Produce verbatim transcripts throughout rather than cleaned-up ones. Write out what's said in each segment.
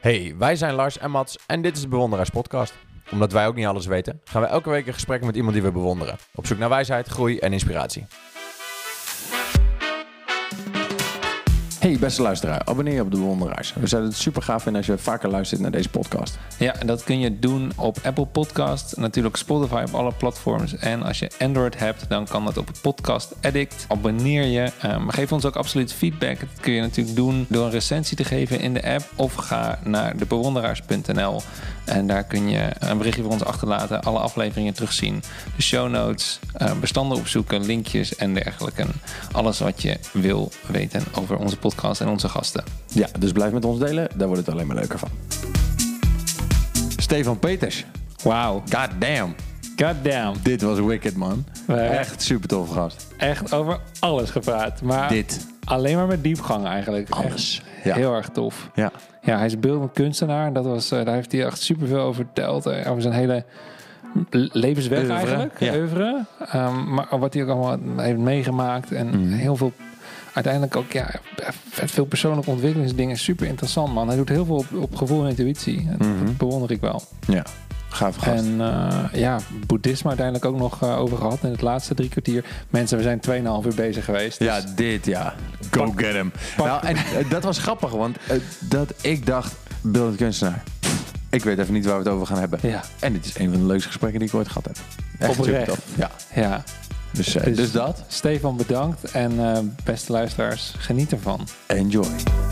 Hey, wij zijn Lars en Mats en dit is de Bewonderaars Podcast. Omdat wij ook niet alles weten, gaan we elke week een gesprek met iemand die we bewonderen. Op zoek naar wijsheid, groei en inspiratie. Hey beste luisteraar, abonneer je op de Bewonderaars. We zouden het super gaaf vinden als je vaker luistert naar deze podcast. Ja, en dat kun je doen op Apple Podcast, natuurlijk Spotify op alle platforms. En als je Android hebt, dan kan dat op Podcast Addict. Abonneer je. Um, geef ons ook absoluut feedback. Dat kun je natuurlijk doen door een recensie te geven in de app. Of ga naar de bewonderaars punt n l. En daar kun je een berichtje voor ons achterlaten. Alle afleveringen terugzien. De show notes, uh, bestanden opzoeken, linkjes en dergelijke. Alles wat je wil weten over onze podcast en onze gasten. Ja, dus blijf met ons delen. Daar wordt het alleen maar leuker van. Stefan Peters. Wauw. God damn. God damn. Dit was wicked, man. Uh, echt super tof gast. Echt over alles gepraat. Maar Dit. Alleen maar met diepgang eigenlijk. Alles. Echt Ja. Heel erg tof. Ja. Ja, hij is beeldend kunstenaar. Dat was, uh, daar heeft hij echt superveel over verteld. Uh, over zijn hele levensweg Oeuvre, eigenlijk. ja. Oeuvre. Um, maar wat hij ook allemaal heeft meegemaakt. En Mm. heel veel... Uiteindelijk ook ja, vet veel persoonlijke ontwikkelingsdingen. Super interessant, man. Hij doet heel veel op, op gevoel en intuïtie. Dat Mm-hmm. bewonder ik wel. Ja. Gaaf gast. En uh, ja, boeddhisme uiteindelijk ook nog uh, over gehad in het laatste drie kwartier. Mensen, we zijn tweeënhalf uur bezig geweest. Dus ja, dit ja. Go Pak- get him. pak- Nou, en uh, dat was grappig, want uh, dat ik dacht, beeldend kunstenaar. Ik weet even niet waar we het over gaan hebben. Ja. En dit is een van de leukste gesprekken die ik ooit gehad heb. Echt Oprecht. super tof. Ja. Ja. Dus, uh, Dus- dus dat. Stefan, bedankt. En uh, beste luisteraars, geniet ervan. Enjoy.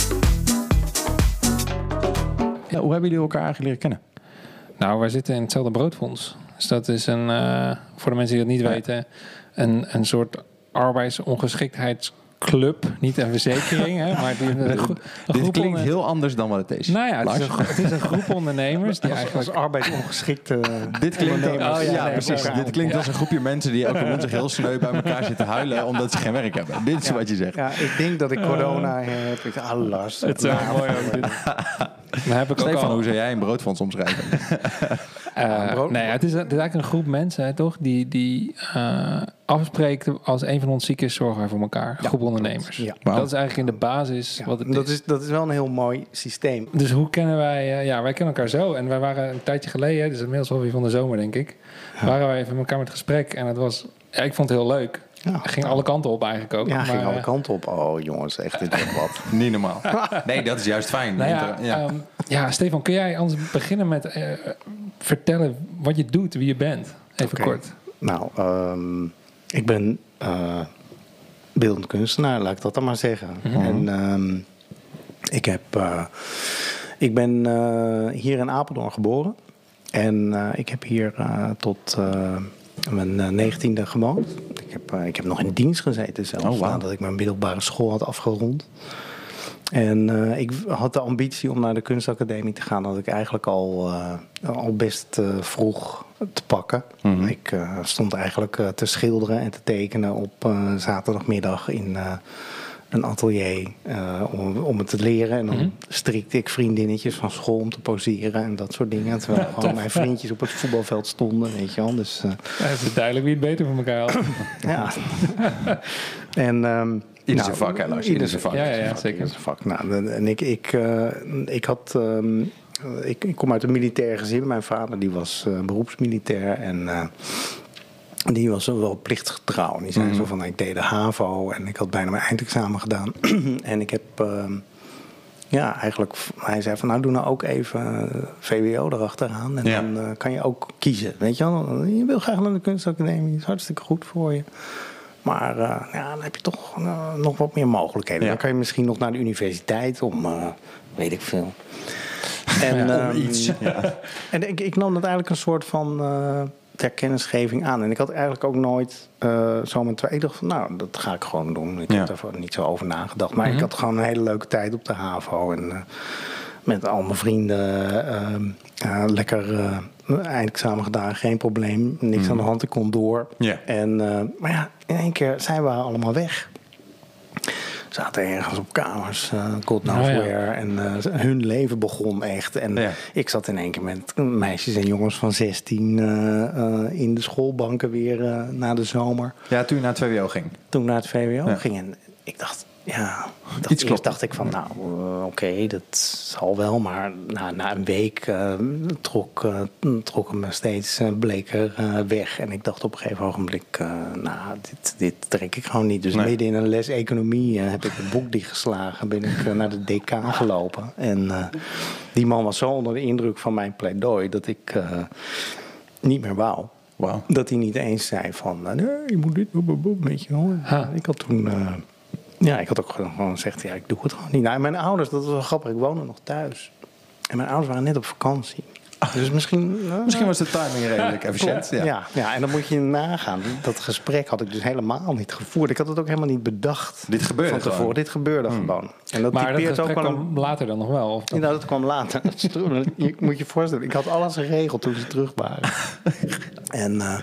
Ja, hoe hebben jullie elkaar eigenlijk leren kennen? Nou, wij zitten in hetzelfde broodfonds. Dus dat is een, uh, voor de mensen die dat niet Ja. weten, een, een soort arbeidsongeschiktheidsclub. Niet een verzekering, hè, maar die, een, gro- een Dit groep klinkt onder- heel anders dan wat het is. Nou ja, het is, Lars? een, het is een groep ondernemers die Als, eigenlijk... als arbeidsongeschikte Dit klinkt, ondernemers. Oh, ja, ja, nee, precies. elkaar Dit klinkt als een groepje mensen die elke woensdag heel sneu bij elkaar zitten huilen omdat ze geen werk hebben. Dit is Ja. wat je zegt. Ja, ik denk dat ik corona heb. Ik zeg, ah, Lars. Het is zo Nou, mooi ook. dit. Dan heb ik ook Stefan, al... hoe zou jij een broodfonds omschrijven? Uh, brood- nee, het is, het is eigenlijk een groep mensen, hè, toch? Die, die uh, afspreekt als een van ons ziek is, zorgen wij voor elkaar. Ja, groep ondernemers. Ja. Wauw. Dat is eigenlijk in de basis Ja, wat het dat, is. is, dat is wel een heel mooi systeem. Dus hoe kennen wij... Uh, ja, wij kennen elkaar zo. En wij waren een tijdje geleden, dus inmiddels alweer van de zomer, denk ik. Ja. Waren wij even met elkaar met gesprek. En het was... Ja, ik vond het heel leuk. Ja, Het ging alle kanten op eigenlijk ook. Ja, maar, ging alle uh, kanten op. Oh jongens, echt dit is wat. Niet normaal. Nee, dat is juist fijn. Nou ja, ja. ja. Um, ja, Stefan, kun jij anders beginnen met uh, vertellen wat je doet, wie je bent? Even Oké. kort. Nou, um, ik ben uh, beeldend kunstenaar, laat ik dat dan maar zeggen. Mhm. En um, ik heb... Uh, ik ben uh, hier in Apeldoorn geboren. En uh, ik heb hier uh, tot... Uh, mijn negentiende gewoond. Ik heb, uh, ik heb nog in dienst gezeten zelfs. Oh, wow. Nadat ik mijn middelbare school had afgerond. En uh, ik had de ambitie om naar de kunstacademie te gaan. Dat ik eigenlijk al, uh, al best uh, vroeg te pakken. Mm-hmm. Ik uh, stond eigenlijk uh, te schilderen en te tekenen op uh, zaterdagmiddag in uh, een atelier uh, om, om het te leren. En dan Mm-hmm. strikte ik vriendinnetjes van school om te poseren en dat soort dingen. Terwijl Ja, gewoon tof. mijn vriendjes op het voetbalveld stonden, weet je wel. Dus uh, Ja, het is duidelijk wie het beter voor elkaar had. ja. en... Um, Ieder zijn vak, hè, Lars? Ieder zijn vak. Ja, ja, ja, zeker. Ieder zijn vak. Nou, en ik, ik, uh, ik had... Um, ik, ik kom uit een militair gezin. Mijn vader die was uh, beroepsmilitair en... Uh, die was wel plichtgetrouw. En die zei Mm-hmm. zo van, ik deed de HAVO en ik had bijna mijn eindexamen gedaan. En ik heb, uh, ja, eigenlijk, hij zei van, nou doe nou ook even V W O erachteraan. En Ja. dan uh, kan je ook kiezen, weet je wel. Je wil graag naar de kunstacademie, dat is hartstikke goed voor je. Maar uh, ja, dan heb je toch uh, nog wat meer mogelijkheden. Ja. Dan kan je misschien nog naar de universiteit om, uh, weet ik veel. En, Ja, om um, iets. Ja. En ik, ik nam dat eigenlijk een soort van... Uh, ter kennisgeving aan. En ik had eigenlijk ook nooit uh, zo mijn twee... Ik dacht van, nou, dat ga ik gewoon doen. Ik Ja. heb er niet zo over nagedacht. Maar Mm-hmm. ik had gewoon een hele leuke tijd op de HAVO. En uh, met al mijn vrienden uh, uh, lekker uh, eindexamen gedaan. Geen probleem. Niks Mm-hmm. aan de hand. Ik kon door. Ja. En, uh, maar ja, in één keer zijn we allemaal weg. Zaten ergens op kamers, uh, God knows Oh, ja. where. En uh, hun leven begon echt. En Ja. ik zat in één keer met meisjes en jongens van zestien uh, uh, in de schoolbanken weer uh, na de zomer. Ja, toen je naar het V W O ging. Toen ik naar het V W O Ja. ging. En ik dacht, ja, dat Iets eerst klopt. dacht ik van, nou, uh, oké, okay, dat zal wel. Maar na, na een week uh, trok, uh, trok het me steeds uh, bleker uh, weg. En ik dacht op een gegeven ogenblik, uh, nou, dit, dit trek ik gewoon niet. Dus Nee. midden in een les economie uh, heb ik het boek dichtgeslagen. Ben ik uh, naar de decaan gelopen. En uh, die man was zo onder de indruk van mijn pleidooi dat ik uh, niet meer wou. Wow. Dat hij niet eens zei van, nee, je moet dit, weet je wel. Huh. Ik had toen... Uh, Ja, ik had ook gewoon gezegd, ja, ik doe het gewoon niet. Nou, mijn ouders, dat was wel grappig, ik woonde nog thuis. En mijn ouders waren net op vakantie. Dus misschien... Uh, Misschien was de timing redelijk efficiënt. ja. Ja. Ja, ja, en dan moet je nagaan. Dat gesprek had ik dus helemaal niet gevoerd. Ik had het ook helemaal niet bedacht. Dit gebeurde van tevoren. gewoon. Dit gebeurde Hmm. gewoon. En dat Maar dat typeert ook gesprek wel een... kwam later dan nog wel? Of Ja, nou, dat kwam later. Dat is true. Je moet je voorstellen, ik had alles geregeld toen ze terug waren. En... Uh,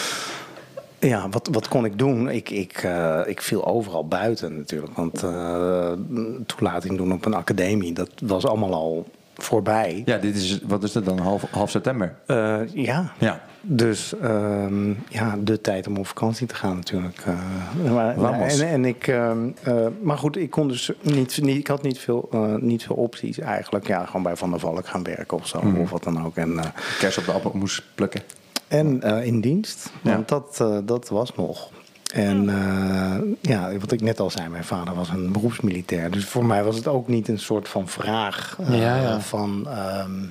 Ja, wat, wat kon ik doen? Ik, ik, uh, ik viel overal buiten natuurlijk. Want uh, toelating doen op een academie, dat was allemaal al voorbij. Ja, dit is, wat is dat dan? Half, half september? Uh, ja. Ja. Dus um, ja, de tijd om op vakantie te gaan natuurlijk. Uh, maar, Vamos. en, en ik, uh, uh, maar goed, ik kon dus niet, niet ik had niet veel, uh, niet veel opties eigenlijk. Ja, gewoon bij Van der Valk gaan werken of zo, Mm. of wat dan ook. En, uh, Kers op de appel moest plukken. En uh, in dienst, Ja. want dat, uh, dat was nog. En uh, ja, wat ik net al zei, mijn vader was een beroepsmilitair. Dus voor mij was het ook niet een soort van vraag uh, Ja, ja. van um,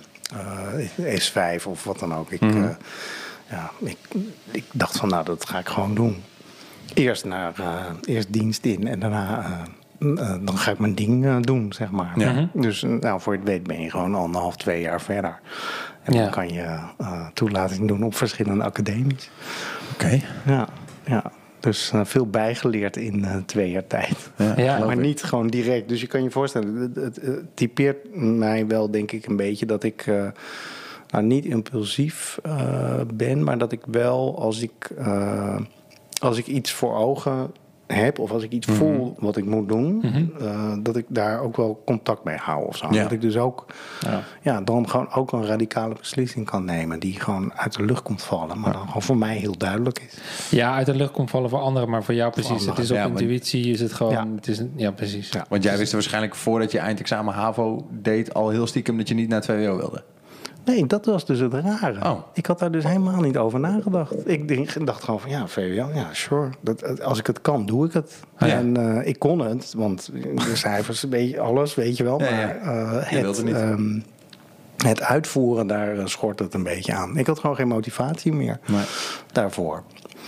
uh, S vijf of wat dan ook. Ik, Mhm. uh, ja, ik, ik dacht van, nou, dat ga ik gewoon doen. Eerst, naar, uh, eerst dienst in en daarna... Uh, Uh, dan ga ik mijn ding uh, doen, zeg maar. Ja. Mhm. Dus uh, nou, voor je het weet ben je gewoon anderhalf, twee jaar verder. En Ja. dan kan je uh, toelating doen op verschillende academies. Oké. Okay. Ja, ja. Dus uh, veel bijgeleerd in uh, twee jaar tijd. Ja, Ja. Maar ik. niet gewoon direct. Dus je kan je voorstellen, het, het, het typeert mij wel, denk ik, een beetje dat ik uh, nou, niet impulsief uh, ben, maar dat ik wel, als ik, uh, als ik iets voor ogen heb of als ik iets Mm-hmm. voel wat ik moet doen, Mhm. uh, dat ik daar ook wel contact mee hou of zo. Ja. Dat ik dus ook Ja. ja, dan gewoon ook een radicale beslissing kan nemen die gewoon uit de lucht komt vallen, maar dan gewoon voor mij heel duidelijk is. Ja, uit de lucht komt vallen voor anderen, maar voor jou precies. anderen, Het is op ja, maar- intuïtie, is het gewoon... Ja. Het is een, ja, precies. Ja. Want jij wist er waarschijnlijk voordat je eindexamen HAVO deed al heel stiekem dat je niet naar het V W O wilde. Nee, dat was dus het rare. Oh. Ik had daar dus helemaal niet over nagedacht. Ik denk- dacht gewoon van, ja, V W O, ja, sure. Dat, als ik het kan, doe ik het. Ah, ja. En uh, ik kon het, want de cijfers, weet je, alles, weet je wel. Ja, Maar uh, Je wilde het, niet. um, het uitvoeren, daar uh, schort het een beetje aan. Ik had gewoon geen motivatie meer Nee. daarvoor.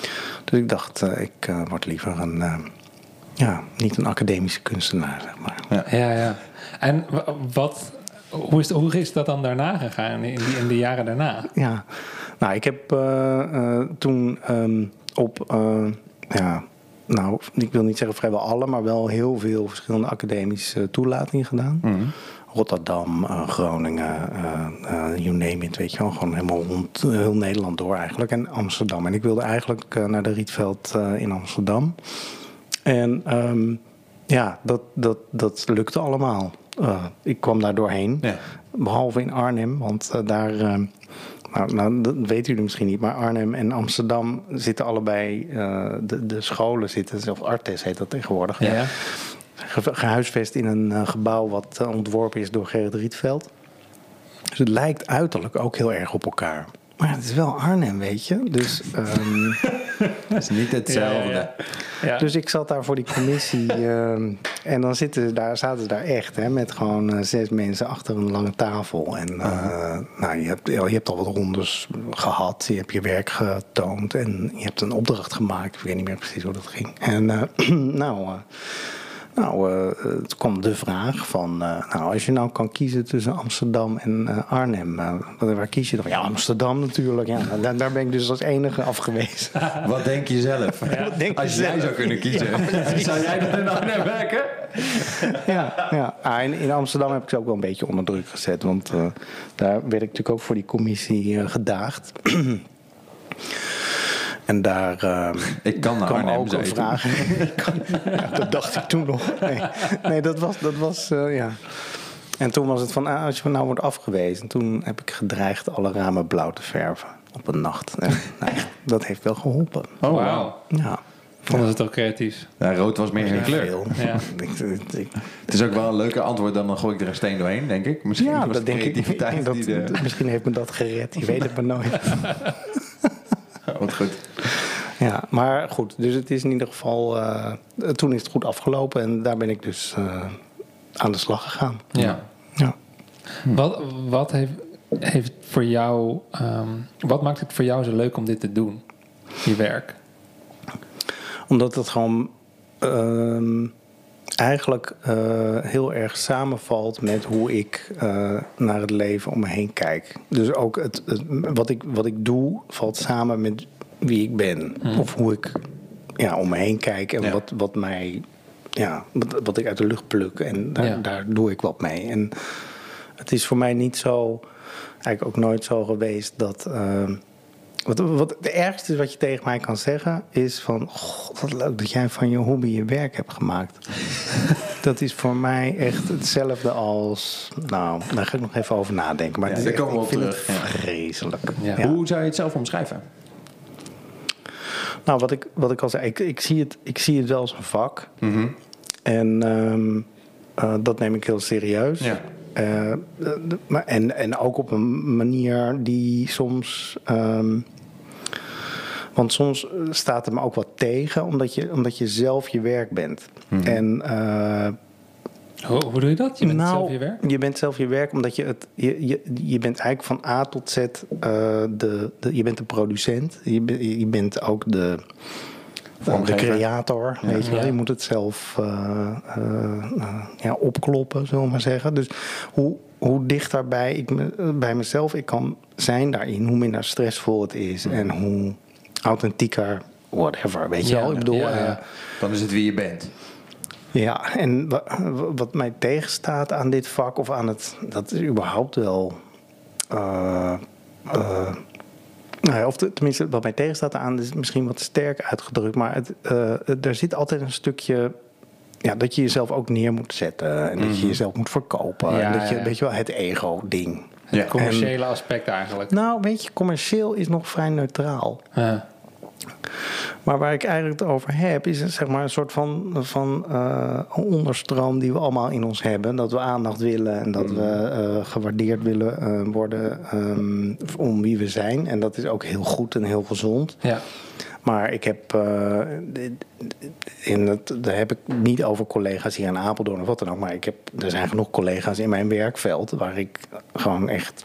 Dus ik dacht, uh, ik uh, word liever een, uh, ja, niet een academische kunstenaar, zeg maar. Ja. Ja, ja. En w- wat... Hoe is, hoe is dat dan daarna gegaan, in, die, in de jaren daarna? Ja, nou, ik heb uh, uh, toen um, op, uh, ja, nou, ik wil niet zeggen vrijwel alle, maar wel heel veel verschillende academische toelatingen gedaan. Mm-hmm. Rotterdam, uh, Groningen, uh, uh, you name it, weet je wel. Gewoon helemaal rond uh, heel Nederland door eigenlijk. En Amsterdam. En ik wilde eigenlijk uh, naar de Rietveld uh, in Amsterdam. En um, ja, dat, dat, dat lukte allemaal. Uh, ik kwam daar doorheen. Ja. Behalve in Arnhem, want uh, daar... Uh, nou, nou, dat weten jullie misschien niet, maar Arnhem en Amsterdam zitten allebei... Uh, de, de scholen zitten, of Artes heet dat tegenwoordig... Ja, ja. Ge- gehuisvest in een uh, gebouw wat uh, ontworpen is door Gerrit Rietveld. Dus het lijkt uiterlijk ook heel erg op elkaar. Maar het is wel Arnhem, weet je. Dus, um, Dat is niet hetzelfde. Ja, ja, ja. Ja. dus ik zat daar voor die commissie. Um, en dan zitten ze daar, zaten ze daar echt, hè, met gewoon uh, zes mensen achter een lange tafel. En uh, uh-huh. nou, je, hebt, je hebt al wat rondes gehad. Je hebt je werk getoond. En je hebt een opdracht gemaakt. Ik weet niet meer precies hoe dat ging. En uh, nou... Uh, Nou, uh, het kwam de vraag van, uh, nou, als je nou kan kiezen tussen Amsterdam en uh, Arnhem, uh, waar kies je dan? Ja, Amsterdam natuurlijk. Ja, daar, daar ben ik dus als enige afgewezen. Wat denk je zelf? Wat denk je Als jij zelf? zou kunnen kiezen, zou jij dan in Arnhem werken? Ja, ja. Ah, in, in Amsterdam heb ik ze ook wel een beetje onder druk gezet, want uh, daar werd ik natuurlijk ook voor die commissie uh, gedaagd. En daar uh, Ik kan naar kwam Arnhem, ook zei een je toen. vraag. Ik kan- ja, dat dacht ik toen nog. Nee, nee dat was, dat was uh, ja. En toen was het van, ah, als je nou wordt afgewezen. Toen heb ik gedreigd alle ramen blauw te verven op een nacht. En, nou, dat heeft wel geholpen. Oh, Wauw. Ja. Vonden ze het ook creatief? Ja, rood was meer hun kleur. Veel. Ja. Ik- ik- ik- Het is ook wel een leuker antwoord dan dan gooi ik er een steen doorheen, denk ik. Misschien Ja, was dat de denk ik. creativiteit Dat, die de... Misschien heeft me dat gered. Je weet het maar nooit. Oh, wat goed. Ja, maar goed. Dus het is in ieder geval... eh, toen is het goed afgelopen. En daar ben ik dus eh, aan de slag gegaan. Ja. Ja. Wat, wat heeft, heeft voor jou... ehm, wat maakt het voor jou zo leuk om dit te doen? Je werk. Omdat het gewoon... ehm, eigenlijk eh, heel erg samenvalt met hoe ik eh, naar het leven om me heen kijk. Dus ook het, het, wat, ik, wat ik doe valt samen met wie ik ben. Hmm. Of hoe ik ja, om me heen kijk en Ja. wat, wat mij... Ja, wat, wat ik uit de lucht pluk. En daar, Ja. daar doe ik wat mee. En het is voor mij niet zo... Eigenlijk ook nooit zo geweest dat... ehm, wat, wat het ergste is wat je tegen mij kan zeggen... is van... God, wat leuk dat jij van je hobby je werk hebt gemaakt. Dat is voor mij echt hetzelfde als... Nou, daar ga ik nog even over nadenken. Maar Ja, het is daar echt, komen we ik op vind terug. het Ja. vreselijk. Ja. Ja. Hoe zou je het zelf omschrijven? Nou, wat ik, wat ik al zei... Ik, ik, zie het, ik zie het wel als een vak. Mhm. En ehm, eh, dat neem ik heel serieus. Ja. Eh, de- maar en, en ook op een manier die soms... ehm, want soms staat het me ook wat tegen... omdat je, omdat je zelf je werk bent. Mhm. En... eh, Hoe, hoe doe je dat? Je bent nou, zelf je werk? je bent zelf je werk omdat je het... Je, je, je bent eigenlijk van A tot Z... eh, de, de, je bent de producent. Je, be- je bent ook de... de Vormgever. creator, weet je wel. Ja. Je moet het zelf eh, eh, eh, ja, opkloppen, zullen we maar zeggen. Dus hoe, hoe dichter bij, ik me, bij mezelf ik kan zijn daarin... hoe minder stressvol het is en hoe authentieker... whatever, weet je Ja, wel. Ik bedoel... ja, eh, ja. Dan is het wie je bent. ja, en wa- wat mij tegenstaat aan dit vak of aan het... dat is überhaupt wel... eh, eh, nou ja, of te- tenminste, wat mij tegenstaat aan is misschien wat sterk uitgedrukt... maar het, eh, er zit altijd een stukje... Ja, dat je jezelf ook neer moet zetten en dat je jezelf moet verkopen. Ja, en dat je, ja. weet je wel, het ego-ding. Ja. Het commerciële aspect eigenlijk. Nou, weet je, commercieel is nog vrij neutraal. Ja. Maar waar ik eigenlijk het over heb, is zeg maar een soort van, van eh, onderstroom die we allemaal in ons hebben. Dat we aandacht willen en dat we eh, gewaardeerd willen eh, worden ehm, om wie we zijn. En dat is ook heel goed en heel gezond. Ja. Maar ik heb, eh, in het, daar heb ik niet over collega's hier in Apeldoorn of wat dan ook. Maar ik heb, er zijn genoeg collega's in mijn werkveld waar ik gewoon echt,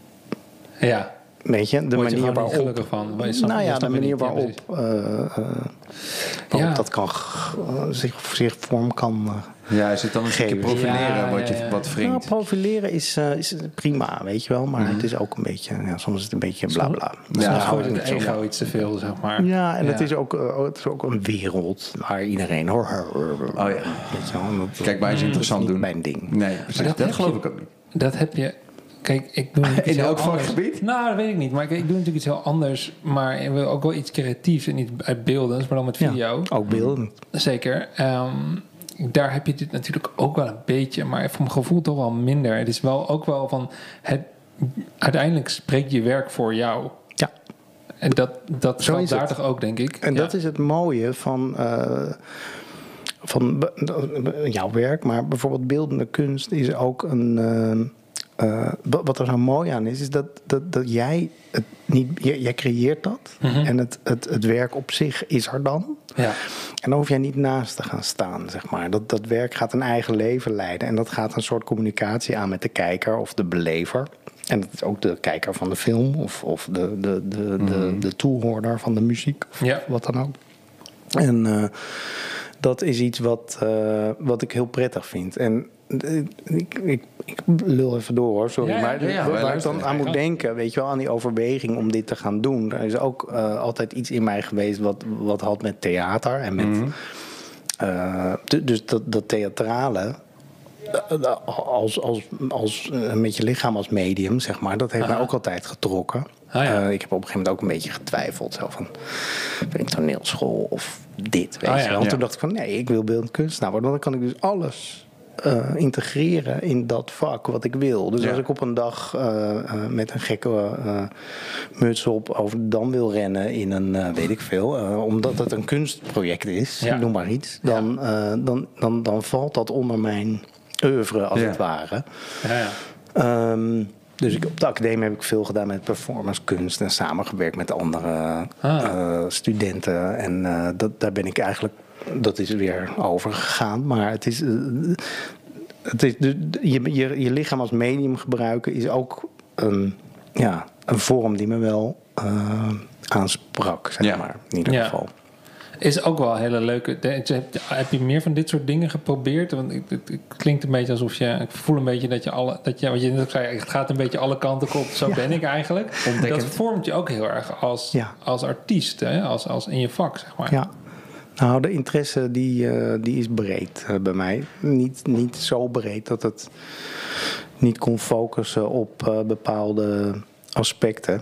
Ja. weet je, de Word je manier gewoon niet waarop... gelukkig van. Maar je snapt- Nou je ja, de snapt het manier niet. Ja, waarop, precies. eh, eh, waarop Ja. dat kan g- eh, zich, zich vorm kan eh, Ja, is het dan een stukje Geven. profileren Ja, wat, je, ja, ja. wat nou, wringt? profileren is, eh, is prima, weet je wel. Maar Mhm. het is ook een beetje, ja, soms is het een beetje bla bla. Soms Ja, gooit het het niet zo. ego iets te veel, zeg maar. Ja, en Het, Ja. is ook, eh, het is ook een wereld waar iedereen... Hoor, hoor, hoor, hoor, Oh ja. weet je wel, en dat- Kijk, wij eens dat interessant is niet doen. mijn ding. Nee, precies. dat Dat, heb geloof je- ik ook niet. Dat heb je... Kijk, ik doe natuurlijk In iets heel elk anders. vakgebied? Nou, dat weet ik niet. Maar ik, ik doe natuurlijk iets heel anders. Maar ik wil ook wel iets creatiefs en niet uitbeeldends, maar dan met Ja, video. ook beelden. Zeker. Ehm, daar heb je dit natuurlijk ook wel een beetje, maar voor mijn gevoel toch wel minder. Het is wel ook wel van... Het, uiteindelijk spreekt je werk voor jou. Ja. En dat, dat Zo geldt is daar het. toch ook, denk ik. En Ja. dat is het mooie van, eh, van be- jouw werk. Maar bijvoorbeeld beeldende kunst is ook een... eh, eh, wat wat er zo mooi aan is, is dat, dat, dat jij het niet... Jij, jij creëert dat. Mhm. En het, het, het werk op zich is er dan. Ja. En dan hoef jij niet naast te gaan staan, zeg maar. Dat, dat werk gaat een eigen leven leiden. En dat gaat een soort communicatie aan met de kijker of de belever. En dat is ook de kijker van de film of, of de, de, de, de, de toehoorder van de muziek of Ja. wat dan ook. En eh, dat is iets wat, eh, wat ik heel prettig vind. En eh, ik, ik, ik lul even door hoor, sorry. Ja, ja, maar ja, ja, waar wij ik dan luisteren. aan moet Ja. denken, weet je wel, aan die overweging om dit te gaan doen. Er is ook eh, altijd iets in mij geweest wat, wat had met theater en met... Mhm. eh, d- dus dat, dat theatrale... eh, Als, als, als, eh, met je lichaam als medium, zeg maar, dat heeft Aha. mij ook altijd getrokken. Ah, ja. Eh, ik heb op een gegeven moment ook een beetje getwijfeld. Zo van, ben ik toneelschool of dit, weet Ah, je ja. wel. En Ja. toen dacht ik van, nee, ik wil beeldend kunstenaar worden. Want dan kan ik dus alles uh, integreren in dat vak wat ik wil. Dus ja. als ik op een dag uh, uh, met een gekke uh, muts op over de Dam wil rennen in een, uh, weet ik veel, uh, omdat het een kunstproject is, ja. noem maar iets, dan, ja. uh, dan, dan, dan valt dat onder mijn oeuvre als ja. het ware. Ja, ja. Um, dus ik, op de academie heb ik veel gedaan met performancekunst en samengewerkt met andere ah. uh, studenten. En uh, dat, daar ben ik eigenlijk, dat is weer over gegaan. Maar het is, uh, het is de, je, je, je lichaam als medium gebruiken is ook een, ja, een vorm die me wel uh, aansprak, zeg ja. maar, in ieder ja. geval. Is ook wel een hele leuke... Heb je meer van dit soort dingen geprobeerd? Want het, het, het klinkt een beetje alsof je... Ik voel een beetje dat je alle... Dat je, wat je net zei, het gaat een beetje alle kanten op. Zo ja. ben ik eigenlijk. Ontdekkend. Dat vormt je ook heel erg als, ja. als artiest. Hè? Als, als in je vak, zeg maar. Ja. Nou, de interesse die, uh, die is breed uh, bij mij. Niet, niet zo breed dat het niet kon focussen op uh, bepaalde aspecten.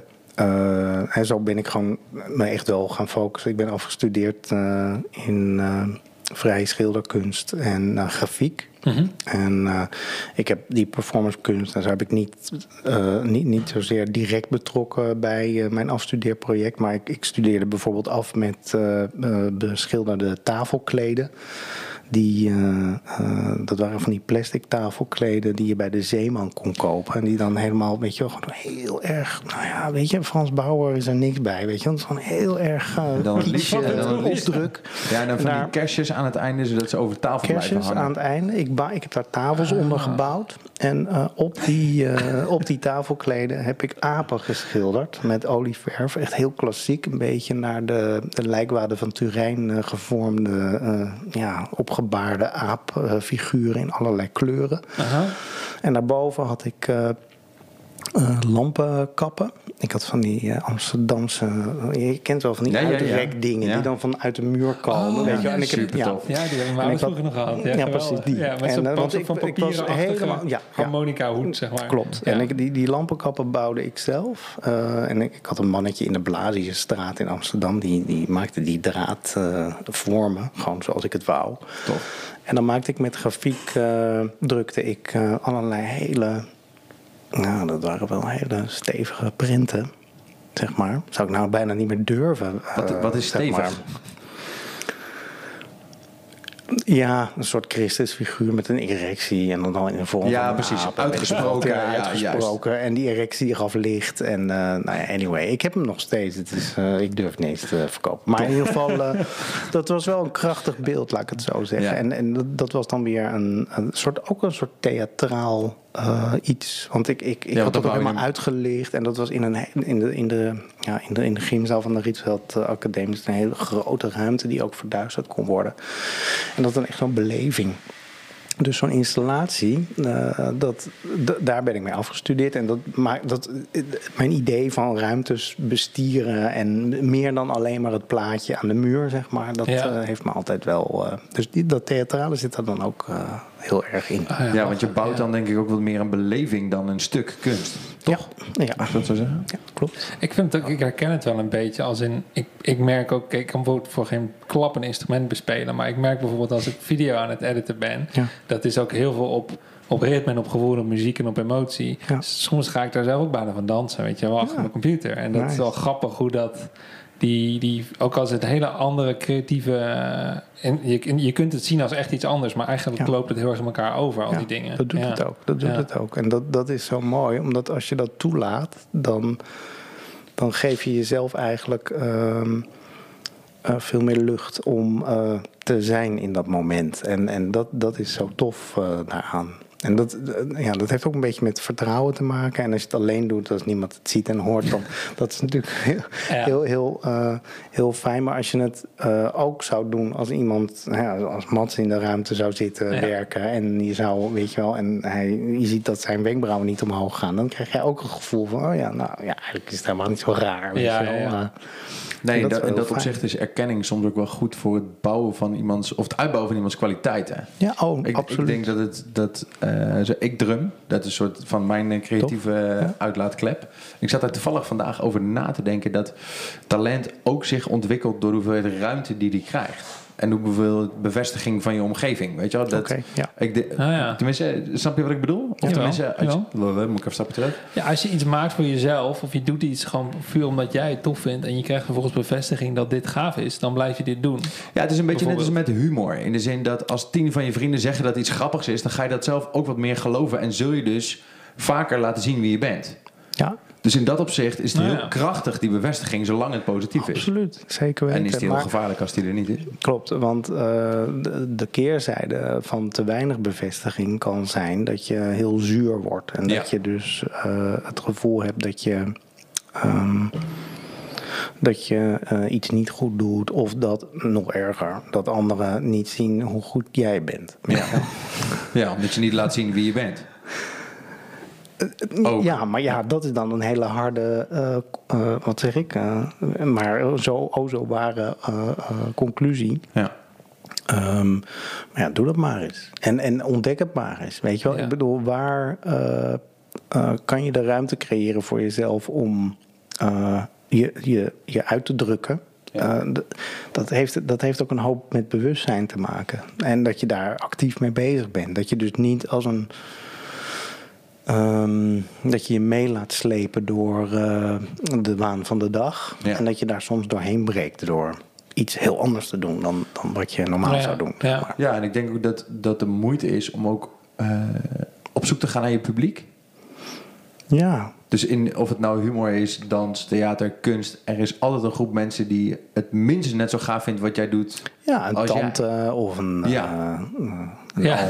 Uh, en zo ben ik gewoon me echt wel gaan focussen. Ik ben afgestudeerd uh, in uh, vrije schilderkunst en uh, grafiek. Mm-hmm. En uh, ik heb die performancekunst, daar heb ik niet, uh, niet, niet zozeer direct betrokken bij uh, mijn afstudeerproject. Maar ik, ik studeerde bijvoorbeeld af met uh, uh, beschilderde tafelkleden. Die, uh, uh, dat waren van die plastic tafelkleden die je bij de Zeeman kon kopen. En die dan helemaal, weet je wel, gewoon heel erg... Nou ja, weet je, Frans Bauer is er niks bij, weet je. Het is gewoon heel erg uh, dan liedje, en dan opdruk. Ja, en dan van die kerstjes aan het einde, zodat ze over tafel blijven hangen. Kerstjes aan het einde. Ik, ba- ik heb daar tafels ah. onder gebouwd. En uh, op, die, uh, op die tafelkleden heb ik apen geschilderd met olieverf. Echt heel klassiek, een beetje naar de, de lijkwade van Turijn uh, gevormde, uh, ja, opgebaarde aapfiguren in allerlei kleuren. Uh-huh. En daarboven had ik uh, uh, lampenkappen. Ik had van die uh, Amsterdamse, uh, je kent wel van die ja, uitrekdingen ja, ja. die dan vanuit de muur komen. Oh, weet je? Ja, en ik heb, ja, ja, die hebben we maar vroeger nog gehad. Ja, ja precies die. Ja, met zo'n uh, van papierachtige ja, harmonica hoed, zeg maar. Klopt. Ja. En ik, die, die lampenkappen bouwde ik zelf. Uh, en ik, ik had een mannetje in de Blaziestraat in Amsterdam. Die, die maakte die draad uh, vormen, gewoon zoals ik het wou. Top. En dan maakte ik met grafiek, uh, drukte ik uh, allerlei hele... Nou, dat waren wel hele stevige printen, zeg maar. Zou ik nou bijna niet meer durven. Wat, uh, wat is stevig? Maar. Ja, een soort Christusfiguur met een erectie en dan in de vorm ja, van precies. aap, Uitgesproken. Ja, ja, uitgesproken. Ja, en die erectie gaf licht. En uh, nou ja, anyway, ik heb hem nog steeds. Het is, uh, ik durf het niet eens te verkopen. Maar in ieder geval, uh, dat was wel een krachtig beeld, laat ik het zo zeggen. Ja. En, en dat, dat was dan weer een, een soort, ook een soort theatraal Uh, iets. Want ik, ik, ik ja, had dat ook helemaal hem... uitgelicht. En dat was in, een, in, de, in, de, ja, in, de, in de gymzaal van de Rietveld uh, Academie. Een hele grote ruimte die ook verduisterd kon worden. En dat was dan echt zo'n beleving. Dus zo'n installatie, uh, dat, d- daar ben ik mee afgestudeerd. En dat, maar dat, mijn idee van ruimtes bestieren en meer dan alleen maar het plaatje aan de muur, zeg maar, dat ja. uh, heeft me altijd wel... Uh, dus die, dat theatrale zit er dan ook uh, heel erg in. Ah, ja, ja, want je bouwt dan denk ik ook wat meer een beleving dan een stuk kunst. Toch? Ja, ja. Mag ik dat zo zeggen? Ja, klopt. Ik vind het ook, ik herken het wel een beetje als in, ik, ik merk ook, ik kan bijvoorbeeld voor geen klap een instrument bespelen, maar ik merk bijvoorbeeld als ik video aan het editen ben, ja. dat is ook heel veel op, op ritme en op gevoel, op muziek en op emotie. Ja. Soms ga ik daar zelf ook bijna van dansen, weet je wel, achter ja. mijn computer. En dat nice. is wel grappig hoe dat, die, die ook als het hele andere creatieve, en je, je kunt het zien als echt iets anders, maar eigenlijk ja. loopt het heel erg in elkaar over, al ja, die dingen. Dat doet ja. het ook, dat doet ja. het ook. En dat, dat is zo mooi, omdat als je dat toelaat, dan, dan geef je jezelf eigenlijk um, uh, veel meer lucht om uh, te zijn in dat moment. En, en dat, dat is zo tof uh, daaraan. En dat, ja, dat heeft ook een beetje met vertrouwen te maken. En als je het alleen doet, als niemand het ziet en hoort, dan dat is natuurlijk heel, ja. heel, heel, uh, heel fijn. Maar als je het uh, ook zou doen als iemand, ja, als Mats in de ruimte zou zitten ja. werken en je zou, weet je wel, en hij, je ziet dat zijn wenkbrauwen niet omhoog gaan, dan krijg jij ook een gevoel van, oh ja, nou ja, eigenlijk is het helemaal niet zo raar. Weet ja, je wel. Ja, ja. Uh, Nee, in dat, dat, dat opzicht is erkenning soms ook wel goed voor het bouwen van iemands, of het uitbouwen van iemands kwaliteiten. Ja, oh, ik, absoluut. Ik denk dat het, dat, uh, zo, ik drum, dat is een soort van mijn creatieve ja. uitlaatklep. Ik zat daar toevallig vandaag over na te denken dat talent ook zich ontwikkelt door de hoeveelheid ruimte die die krijgt. En ook bijvoorbeeld bevestiging van je omgeving. Weet je wel? Dat, Oké, ja. ik de, Ah, ja. Tenminste, snap je wat ik bedoel? Of Jawel, tenminste, als je, jawel. moet ik even een stapje terug? Ja, als je iets maakt voor jezelf of je doet iets gewoon puur omdat jij het tof vindt en je krijgt vervolgens bevestiging dat dit gaaf is, dan blijf je dit doen. Ja, het is een beetje net als met humor. In de zin dat als tien van je vrienden zeggen dat iets grappigs is, dan ga je dat zelf ook wat meer geloven en zul je dus vaker laten zien wie je bent. Ja, Dus in dat opzicht is het Nou heel ja. krachtig, die bevestiging, zolang het positief is. absoluut. Zeker weten. En is die heel Maar- gevaarlijk als die er niet is? Klopt, want uh, de, de keerzijde van te weinig bevestiging kan zijn dat je heel zuur wordt. En Ja. dat je dus uh, het gevoel hebt dat je, um, dat je uh, iets niet goed doet. Of dat, nog erger, dat anderen niet zien hoe goed jij bent. Ja. Ja, omdat je niet laat zien wie je bent. Ook. Ja, maar ja, dat is dan een hele harde, uh, uh, wat zeg ik, uh, maar zo, oh zo ware uh, uh, conclusie. Ja. Um, maar ja, doe dat maar eens. En, en ontdek het maar eens. Weet je wel? Ja. Ik bedoel, waar uh, uh, kan je de ruimte creëren voor jezelf om uh, je, je, je uit te drukken? Ja. Uh, d- dat, heeft, dat heeft ook een hoop met bewustzijn te maken. En dat je daar actief mee bezig bent. Dat je dus niet als een... Um, dat je je mee laat slepen door uh, de waan van de dag. Ja. En dat je daar soms doorheen breekt door iets heel anders te doen dan, dan wat je normaal Ja, zou doen. ja. Maar, Ja, en ik denk ook dat, dat de moeite is om ook uh, op zoek te gaan naar je publiek. ja, Dus in, of het nou humor is, dans, theater, kunst, er is altijd een groep mensen die het minstens net zo gaaf vindt wat jij doet. ja, een Als jij- tante of een... Ja. Uh, uh, Ja.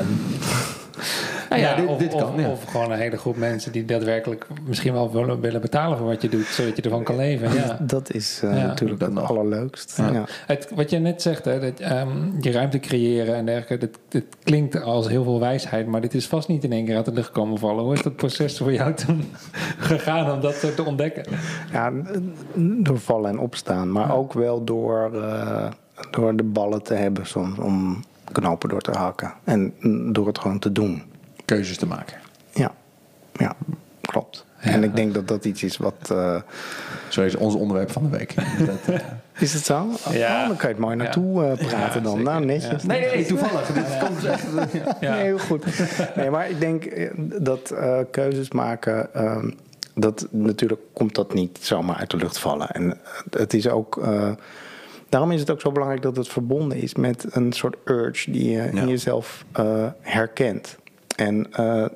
Nou ja, Ja, dit, of, dit kan. of, Ja. of gewoon een hele groep mensen die daadwerkelijk misschien wel willen, willen betalen voor wat je doet, zodat je ervan kan leven. Ja. Dat is uh, Ja. natuurlijk Dat het nog. allerleukst. Ja. Ja. Het, wat je net zegt, hè, dat, um, je ruimte creëren en dergelijke, dat, dat klinkt als heel veel wijsheid, maar dit is vast niet in één keer uit de lucht komen vallen. Hoe is dat proces voor jou toen gegaan om dat te ontdekken? Ja, door vallen en opstaan. Maar ook wel door, uh, door de ballen te hebben soms om knopen door te hakken. En door het gewoon te doen. Keuzes te maken. Ja, ja, klopt. Ja. En ik denk dat dat iets is wat... Uh, Zo is ons onderwerp van de week. Dat, uh... Is het zo? Ja. Oh, dan kan je het mooi naartoe uh, praten Ja, dan. zeker. Nou, netjes. Nee, nee, nee, toevallig. Dit komt echt... Ja. Nee, heel goed. Nee, maar ik denk eh, dat uh, keuzes maken... Uh, dat natuurlijk komt dat niet zomaar uit de lucht vallen. En uh, het is ook... Uh, daarom is het ook zo belangrijk dat het verbonden is met een soort urge die je ja. in jezelf uh, herkent. En uh,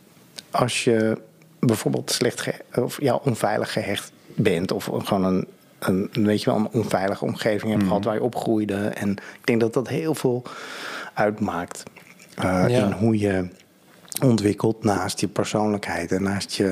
als je bijvoorbeeld slecht ge- of ja, onveilig gehecht bent, of gewoon een, een, weet je wel, een onveilige omgeving hebt mm. gehad waar je opgroeide. En ik denk dat dat heel veel uitmaakt uh, ja. in hoe je ontwikkelt naast je persoonlijkheid en naast je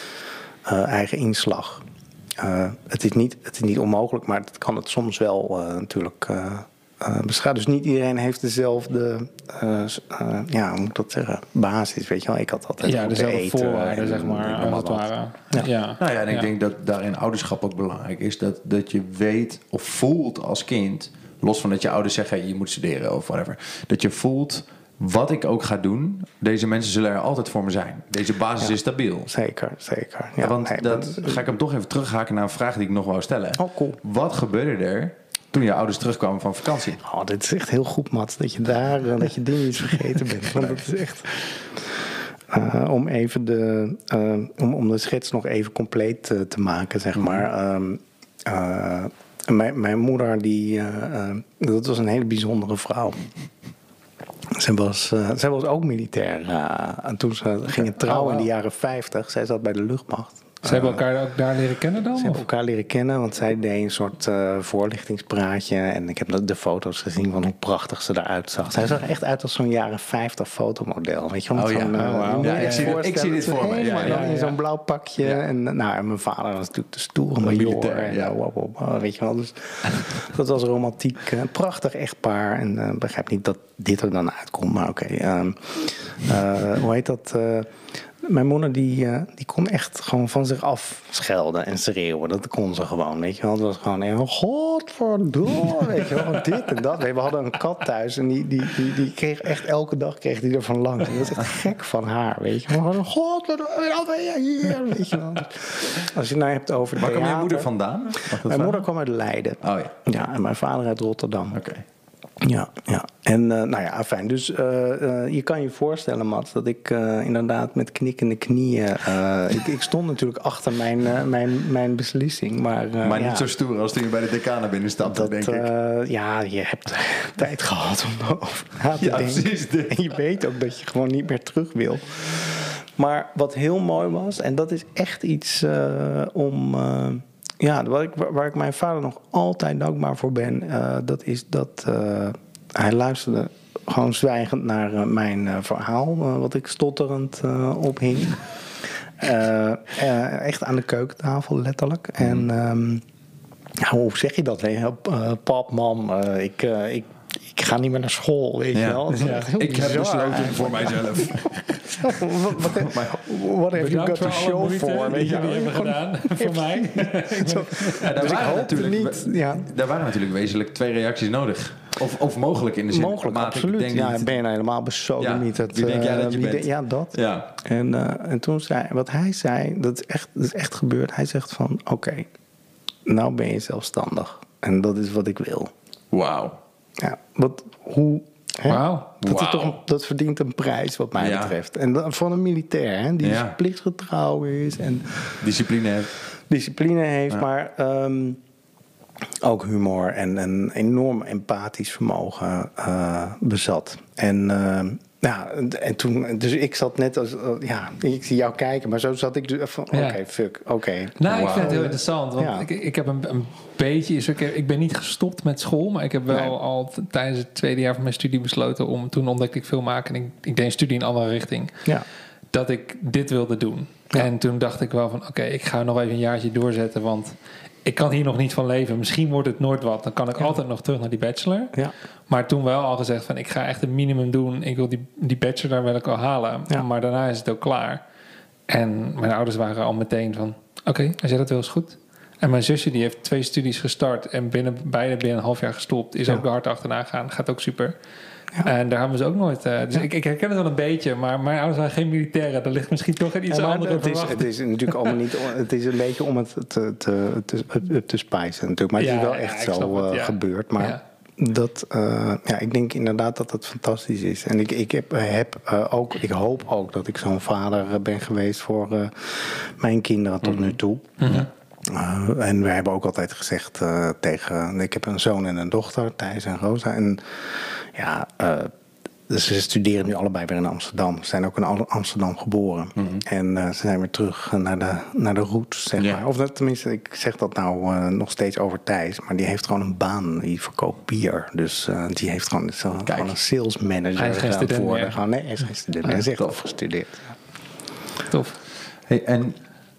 uh, eigen inslag. Uh, het, is niet, het is niet onmogelijk, maar het kan het soms wel uh, natuurlijk uh, uh, beschadigen. Dus niet iedereen heeft dezelfde, uh, uh, ja, hoe moet ik dat zeggen, basis. Weet je wel, ik had altijd ja, dezelfde eten voorwaarden, en, zeg maar, als het ware. Ja. Ja. Nou ja, en ik ja. denk dat daarin ouderschap ook belangrijk is. Dat, dat je weet of voelt als kind, los van dat je ouders zeggen, je moet studeren of whatever. Dat je voelt, wat ik ook ga doen, deze mensen zullen er altijd voor me zijn. Deze basis ja. is stabiel. Zeker, zeker. Ja, ja, want nee, dat maar... ga ik hem toch even terughaken naar een vraag die ik nog wou stellen. Oh, cool. Wat gebeurde er toen je ouders terugkwamen van vakantie? Oh, dit is echt heel goed, Mats, dat je daar, uh, dat je die niet vergeten bent. Want dat is echt... Uh, om even de, uh, om, om de schets nog even compleet uh, te maken, zeg maar. Um, uh, mijn, mijn moeder, die, uh, uh, dat was een hele bijzondere vrouw. Zij was, uh, zij was ook militair. Uh, en toen ze gingen trouwen oh, wow. in de jaren vijftig, zij zat bij de luchtmacht. Ze hebben elkaar ook daar leren kennen dan? Ze hebben elkaar leren kennen, want zij deed een soort uh, voorlichtingspraatje. En ik heb de foto's gezien van hoe prachtig ze eruit zag. Zij zag echt uit als zo'n jaren vijftig fotomodel. Weet je wel? Oh, ja. Zo'n, uh, oh, wow. ja, ik, zie dit, ik zie dit voor me. Helemaal ja, ja, in ja. zo'n blauw pakje. Ja. En, nou, en mijn vader was natuurlijk de stoere major. En, ja. wow, wow, wow, weet je wel. Dus dat was romantiek. Uh, prachtig echtpaar. En uh, begrijp niet dat dit er dan uitkomt. Maar oké. Okay, um, uh, hoe heet dat... Uh, Mijn moeder die, uh, die kon echt gewoon van zich af schelden en schreeuwen. Dat kon ze gewoon, weet je wel. Het was gewoon een godverdomme, weet je wel, dit en dat. We hadden een kat thuis en die, die, die, die kreeg echt elke dag kreeg die er van langs. En dat was echt gek van haar, weet je wel. Godverdomme, hier, weet je wel. Als je het nou hebt over Waar theater. kwam je moeder vandaan? Mijn moeder kwam uit Leiden. Oh ja. Ja, en mijn vader uit Rotterdam. Oké. Okay. Ja, ja. En uh, nou ja, fijn. Dus uh, uh, je kan je voorstellen, Mats, dat ik uh, inderdaad met knikkende knieën... Uh, ik, ik stond natuurlijk achter mijn, uh, mijn, mijn beslissing. Maar, uh, maar niet ja, zo stoer als toen je bij de decaan naar binnen stapte, dat, denk ik. Uh, ja, je hebt tijd gehad om erover na te ja, denken. Precies dit. En je weet ook dat je gewoon niet meer terug wil. Maar wat heel mooi was, en dat is echt iets uh, om... Uh, Ja, waar ik, waar ik mijn vader nog altijd dankbaar voor ben... Uh, dat is dat uh, hij luisterde gewoon zwijgend naar uh, mijn uh, verhaal... Uh, wat ik stotterend uh, ophing. uh, uh, echt aan de keukentafel, letterlijk. Mm. En um, nou, hoe zeg je dat? Uh, pap, mam, uh, ik... Uh, ik Ik ga niet meer naar school, weet ja. je wel. Ja. Ik heb besloten voor mijzelf. Wat heb je got to show for? Weet je wat je hebt gedaan voor mij? Ja, daar, dus waren natuurlijk, niet, ja. daar waren natuurlijk wezenlijk twee reacties nodig. Of, of mogelijk in de zin. Mogelijk, absoluut. Denk ja, niet, ben je nou helemaal besodemieterd. Ja, wie denk jij dat je uh, bent? De, ja, dat. Ja. En, uh, en toen zei, wat hij zei, dat is echt, dat is echt gebeurd. Hij zegt van, oké, okay, nou ben je zelfstandig. En dat is wat ik wil. Wauw. Ja, wat, hoe... Wow. Dat, wow. Is toch een, dat verdient een prijs wat mij ja. betreft. En dat, van een militair, hè, die ja. plichtsgetrouw is. En discipline heeft. Discipline heeft, ja. maar um, ook humor en een enorm empathisch vermogen uh, bezat. En... Uh, Ja, en toen, dus ik zat net als, ja, ik zie jou kijken, maar zo zat ik dus van, oké, okay, ja. fuck, oké. Okay. Nou, wow. ik vind het heel interessant, want ja. ik, ik heb een, een beetje, ik, ik ben niet gestopt met school, maar ik heb wel nee. al tijdens het tweede jaar van mijn studie besloten om, toen ontdekte ik film maken en ik, ik deed een studie in een andere richting, ja. dat ik dit wilde doen. Ja. En toen dacht ik wel van, oké, okay, ik ga nog even een jaartje doorzetten, want ik kan hier nog niet van leven. Misschien wordt het nooit wat. Dan kan ik ja. altijd nog terug naar die bachelor. Ja. Maar toen wel al gezegd van... ik ga echt een minimum doen. Ik wil die, die bachelor, daar wil ik al halen. Ja. Maar daarna is het ook klaar. En mijn ouders waren al meteen van... oké, okay, als jij dat wil, is goed. En mijn zusje die heeft twee studies gestart... en binnen, beide binnen een half jaar gestopt. Is ja. ook er hard achterna gaan. Gaat ook super. Ja. En daar hebben ze ook nooit... Uh, dus ja. ik, ik herken het wel een beetje, maar mijn ouders waren geen militairen. Er ligt misschien toch een iets ja, andere het is, het is natuurlijk allemaal niet... Het is een beetje om het te, te, te, up te spicen natuurlijk. Maar ja, het is wel ja, echt zo het, ja. gebeurd. Maar ja. dat... Uh, ja, ik denk inderdaad dat het fantastisch is. En ik, ik heb, heb uh, ook... Ik hoop ook dat ik zo'n vader ben geweest voor uh, mijn kinderen tot mm-hmm. nu toe. Mm-hmm. Uh, en we hebben ook altijd gezegd uh, tegen... Ik heb een zoon en een dochter, Thijs en Rosa. En ja, uh, dus ze studeren nu allebei weer in Amsterdam. Ze zijn ook in Amsterdam geboren. Mm-hmm. En uh, ze zijn weer terug naar de, naar de roots, zeg ja. maar. Of dat, tenminste, ik zeg dat nou uh, nog steeds over Thijs. Maar die heeft gewoon een baan. Die verkoopt bier. Dus uh, die heeft gewoon, zo, gewoon een sales manager. Hij is geen student meer. Gewoon, nee, hij is geen student. Hij is echt afgestudeerd. Tof. Hey, en...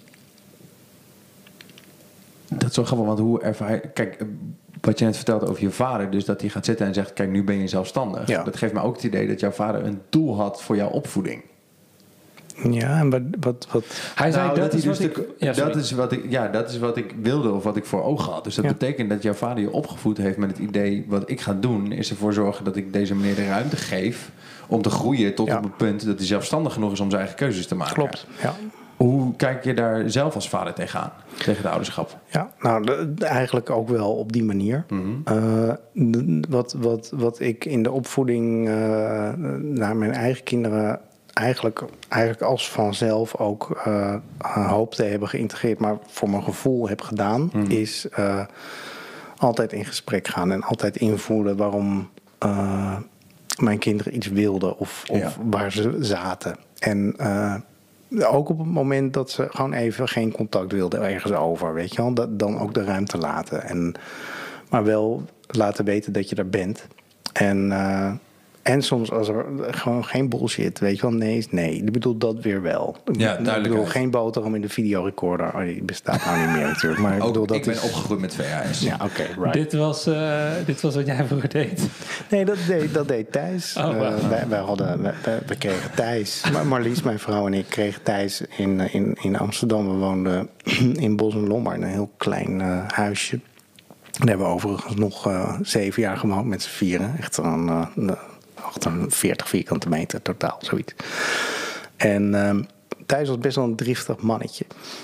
Dat is zo grappig, want hoe ervaar je... Kijk, wat je net vertelde over je vader... dus dat hij gaat zitten en zegt... kijk, nu ben je zelfstandig. Ja. Dat geeft me ook het idee dat jouw vader een doel had... voor jouw opvoeding. Ja, en wat... wat, wat... Hij zei, nou, dat, dat, is, dus wat ik, de, ja, dat is wat ik... Ja, dat is wat ik wilde of wat ik voor ogen had. Dus dat ja. betekent dat jouw vader je opgevoed heeft... met het idee, wat ik ga doen... is ervoor zorgen dat ik deze meneer de ruimte geef... om te groeien tot ja. op het punt... dat hij zelfstandig genoeg is om zijn eigen keuzes te maken. Klopt, ja. Hoe kijk je daar zelf als vader tegenaan? Tegen het ouderschap? Ja, nou, de, de, eigenlijk ook wel op die manier. Mm-hmm. Uh, de, wat, wat, wat ik in de opvoeding uh, naar mijn eigen kinderen... Eigenlijk, eigenlijk als vanzelf ook uh, hoop te hebben geïntegreerd... maar voor mijn gevoel heb gedaan... Mm-hmm. is uh, altijd in gesprek gaan en altijd invoelen... waarom uh, mijn kinderen iets wilden of, of ja. waar ze zaten. En... Uh, ook op het moment dat ze gewoon even geen contact wilden ergens over, weet je wel, dat, dan ook de ruimte laten. En, maar wel laten weten dat je er bent. En, uh, en soms als er gewoon geen bullshit, weet je wel, nee is nee. Ik bedoel dat weer wel. Ja, ik bedoel geen boterham in de videorecorder. Oh, die bestaat nou niet meer natuurlijk. Maar ik, bedoel, ook, dat ik ben is... opgegroeid met V H S. Ja, oké, okay, right. Dit was, uh, dit was wat jij vroeger deed? Nee, dat deed, dat deed Thijs. Oh, wow. uh, wij, wij hadden, wij, we kregen Thijs. Maar Marlies, mijn vrouw en ik kregen Thijs in, in, in Amsterdam. We woonden in Bos en Lommar in een heel klein uh, huisje. Daar hebben we overigens nog uh, zeven jaar gewoond met z'n vieren. Echt een... Uh, achtenveertig vierkante meter totaal, zoiets. En uh, Thijs was best wel een driftig mannetje.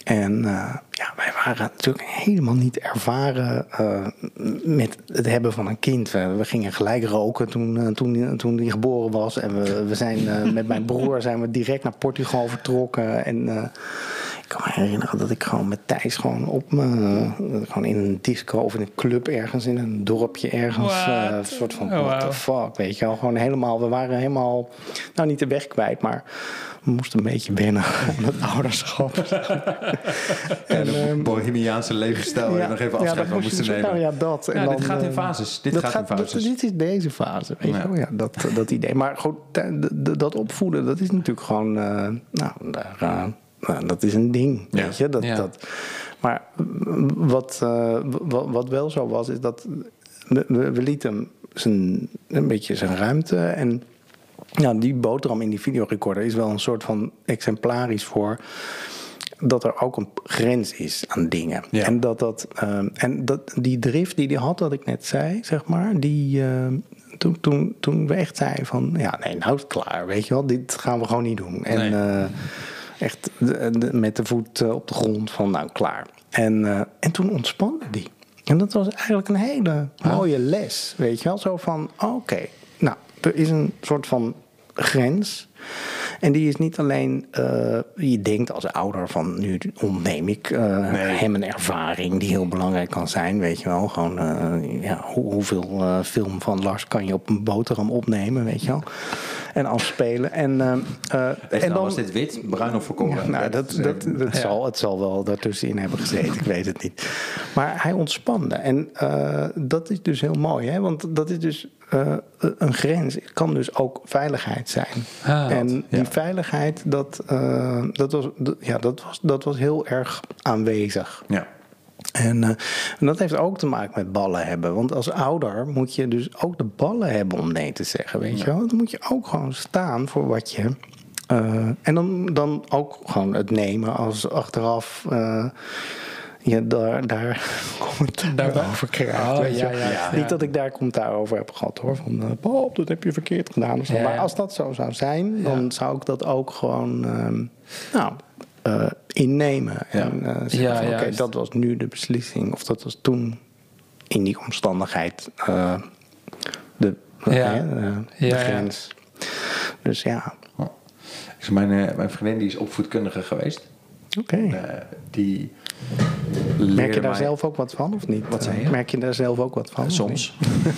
En uh, ja, wij waren natuurlijk helemaal niet ervaren uh, met het hebben van een kind. We, we gingen gelijk roken toen, uh, toen, toen die geboren was. En we, we zijn uh, met mijn broer zijn we direct naar Portugal vertrokken. En uh, ik kan me herinneren dat ik gewoon met Thijs gewoon op me, uh, gewoon in een disco of in een club ergens, in een dorpje ergens. Uh, een soort van, oh, what wow. the fuck, weet je wel. Gewoon helemaal, we waren helemaal, nou niet de weg kwijt, maar we moesten een beetje wennen aan het ouderschap. En een bohemiaanse levensstijl waar je nog even afscheid van moesten nemen. Nou ja, dat. En ja, dan, dit gaat in fases. Dit dat gaat, gaat in fases. Dat, dit is deze fase, weet ja. je wel. Ja, dat, dat idee. Maar goed, dat opvoeden, dat is natuurlijk gewoon, uh, nou, daar, uh, nou, dat is een ding, ja. weet je. Dat, ja. dat, maar wat, uh, wat, wat wel zo was, is dat we, we lieten hem zijn, een beetje zijn ruimte en ja, die boterham in die videorecorder is wel een soort van exemplarisch voor dat er ook een grens is aan dingen. Ja. En, dat, dat, uh, en dat die drift die hij had, dat ik net zei, zeg maar, die, uh, toen, toen, toen we echt zeiden van, ja, nee, nou is het klaar, weet je wel, dit gaan we gewoon niet doen. En nee. uh, echt de, de, met de voet uh, op de grond van, nou, klaar. En, uh, en toen ontspande die. En dat was eigenlijk een hele mooie les, weet je wel, zo van, oké, okay, nou, er is een soort van grens. En die is niet alleen, uh, je denkt als ouder van, nu ontneem ik uh, nee. hem een ervaring die heel belangrijk kan zijn, weet je wel. Gewoon, uh, ja, hoe, hoeveel uh, film van Lars kan je op een boterham opnemen, weet je wel. En afspelen. En, uh, uh, en dan dan was dit wit, bruin of volkoren? Ja, nou, dat, dat, dat, dat ja. zal, het zal wel daartussenin hebben gezeten, ik weet het niet. Maar hij ontspande. En uh, dat is dus heel mooi, hè? Want dat is dus uh, een grens. Het kan dus ook veiligheid zijn. Ah, en die ja. veiligheid, dat, uh, dat, was, dat, ja, dat, was, dat was heel erg aanwezig. Ja. En, uh, en dat heeft ook te maken met ballen hebben. Want als ouder moet je dus ook de ballen hebben om nee te zeggen, weet ja. je wel. Dan moet je ook gewoon staan voor wat je... Uh, en dan, dan ook gewoon het nemen als achteraf... Uh, je daar, daar commentaar over krijgt. Oh, weet je? Ja, ja, ja. Niet dat ik daar commentaar over heb gehad hoor. Van, uh, Bob, dat heb je verkeerd gedaan. Of zo. Ja, ja. Maar als dat zo zou zijn, dan ja. zou ik dat ook gewoon... Um, nou, Uh, innemen. Ja. En uh, zeggen ja, van oké, okay, ja, dat was nu de beslissing. Of dat was toen in die omstandigheid uh, de, ja. uh, uh, de ja, grens. Ja. Dus ja. Oh. Mijn, uh, mijn vriendin die is opvoedkundige geweest. Oké. Okay. Uh, die Merk je daar mij... zelf ook wat van of niet? Wat zei je? Merk je daar zelf ook wat van? Uh, soms.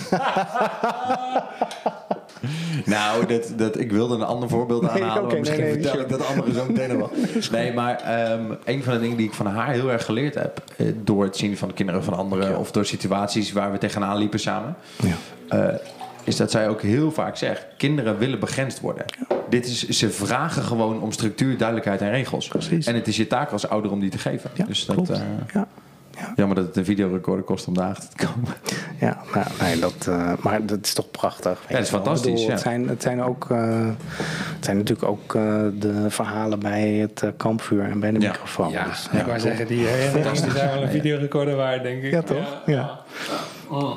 Nou, dat, dat, ik wilde een ander voorbeeld aanhalen. Nee, okay, maar misschien nee, nee, vertel sure. ik dat andere zo meteen nog wel. Nee, maar um, een van de dingen die ik van haar heel erg geleerd heb... Uh, door het zien van de kinderen van anderen... Ja. of door situaties waar we tegenaan liepen samen... Ja. Uh, is dat zij ook heel vaak zegt... kinderen willen begrensd worden. Ja. Dit is, ze vragen gewoon om structuur, duidelijkheid en regels. Precies. En het is je taak als ouder om die te geven. Ja, dus dat, klopt. Uh, ja. Ja. Jammer dat het een videorecorder kost om daarachter te komen. Ja, nou, nee, dat, uh, maar dat is toch prachtig. Ja, dat is fantastisch. Bedoel, ja. het, zijn, het, zijn ook, uh, het zijn natuurlijk ook uh, de verhalen bij het uh, kampvuur en bij de ja. microfoon. Ja, dus, ik ja, wou zeggen, die herinneringen is daar wel een videorecorder waar, denk ik. Ja, toch? Ja. ja. Mm.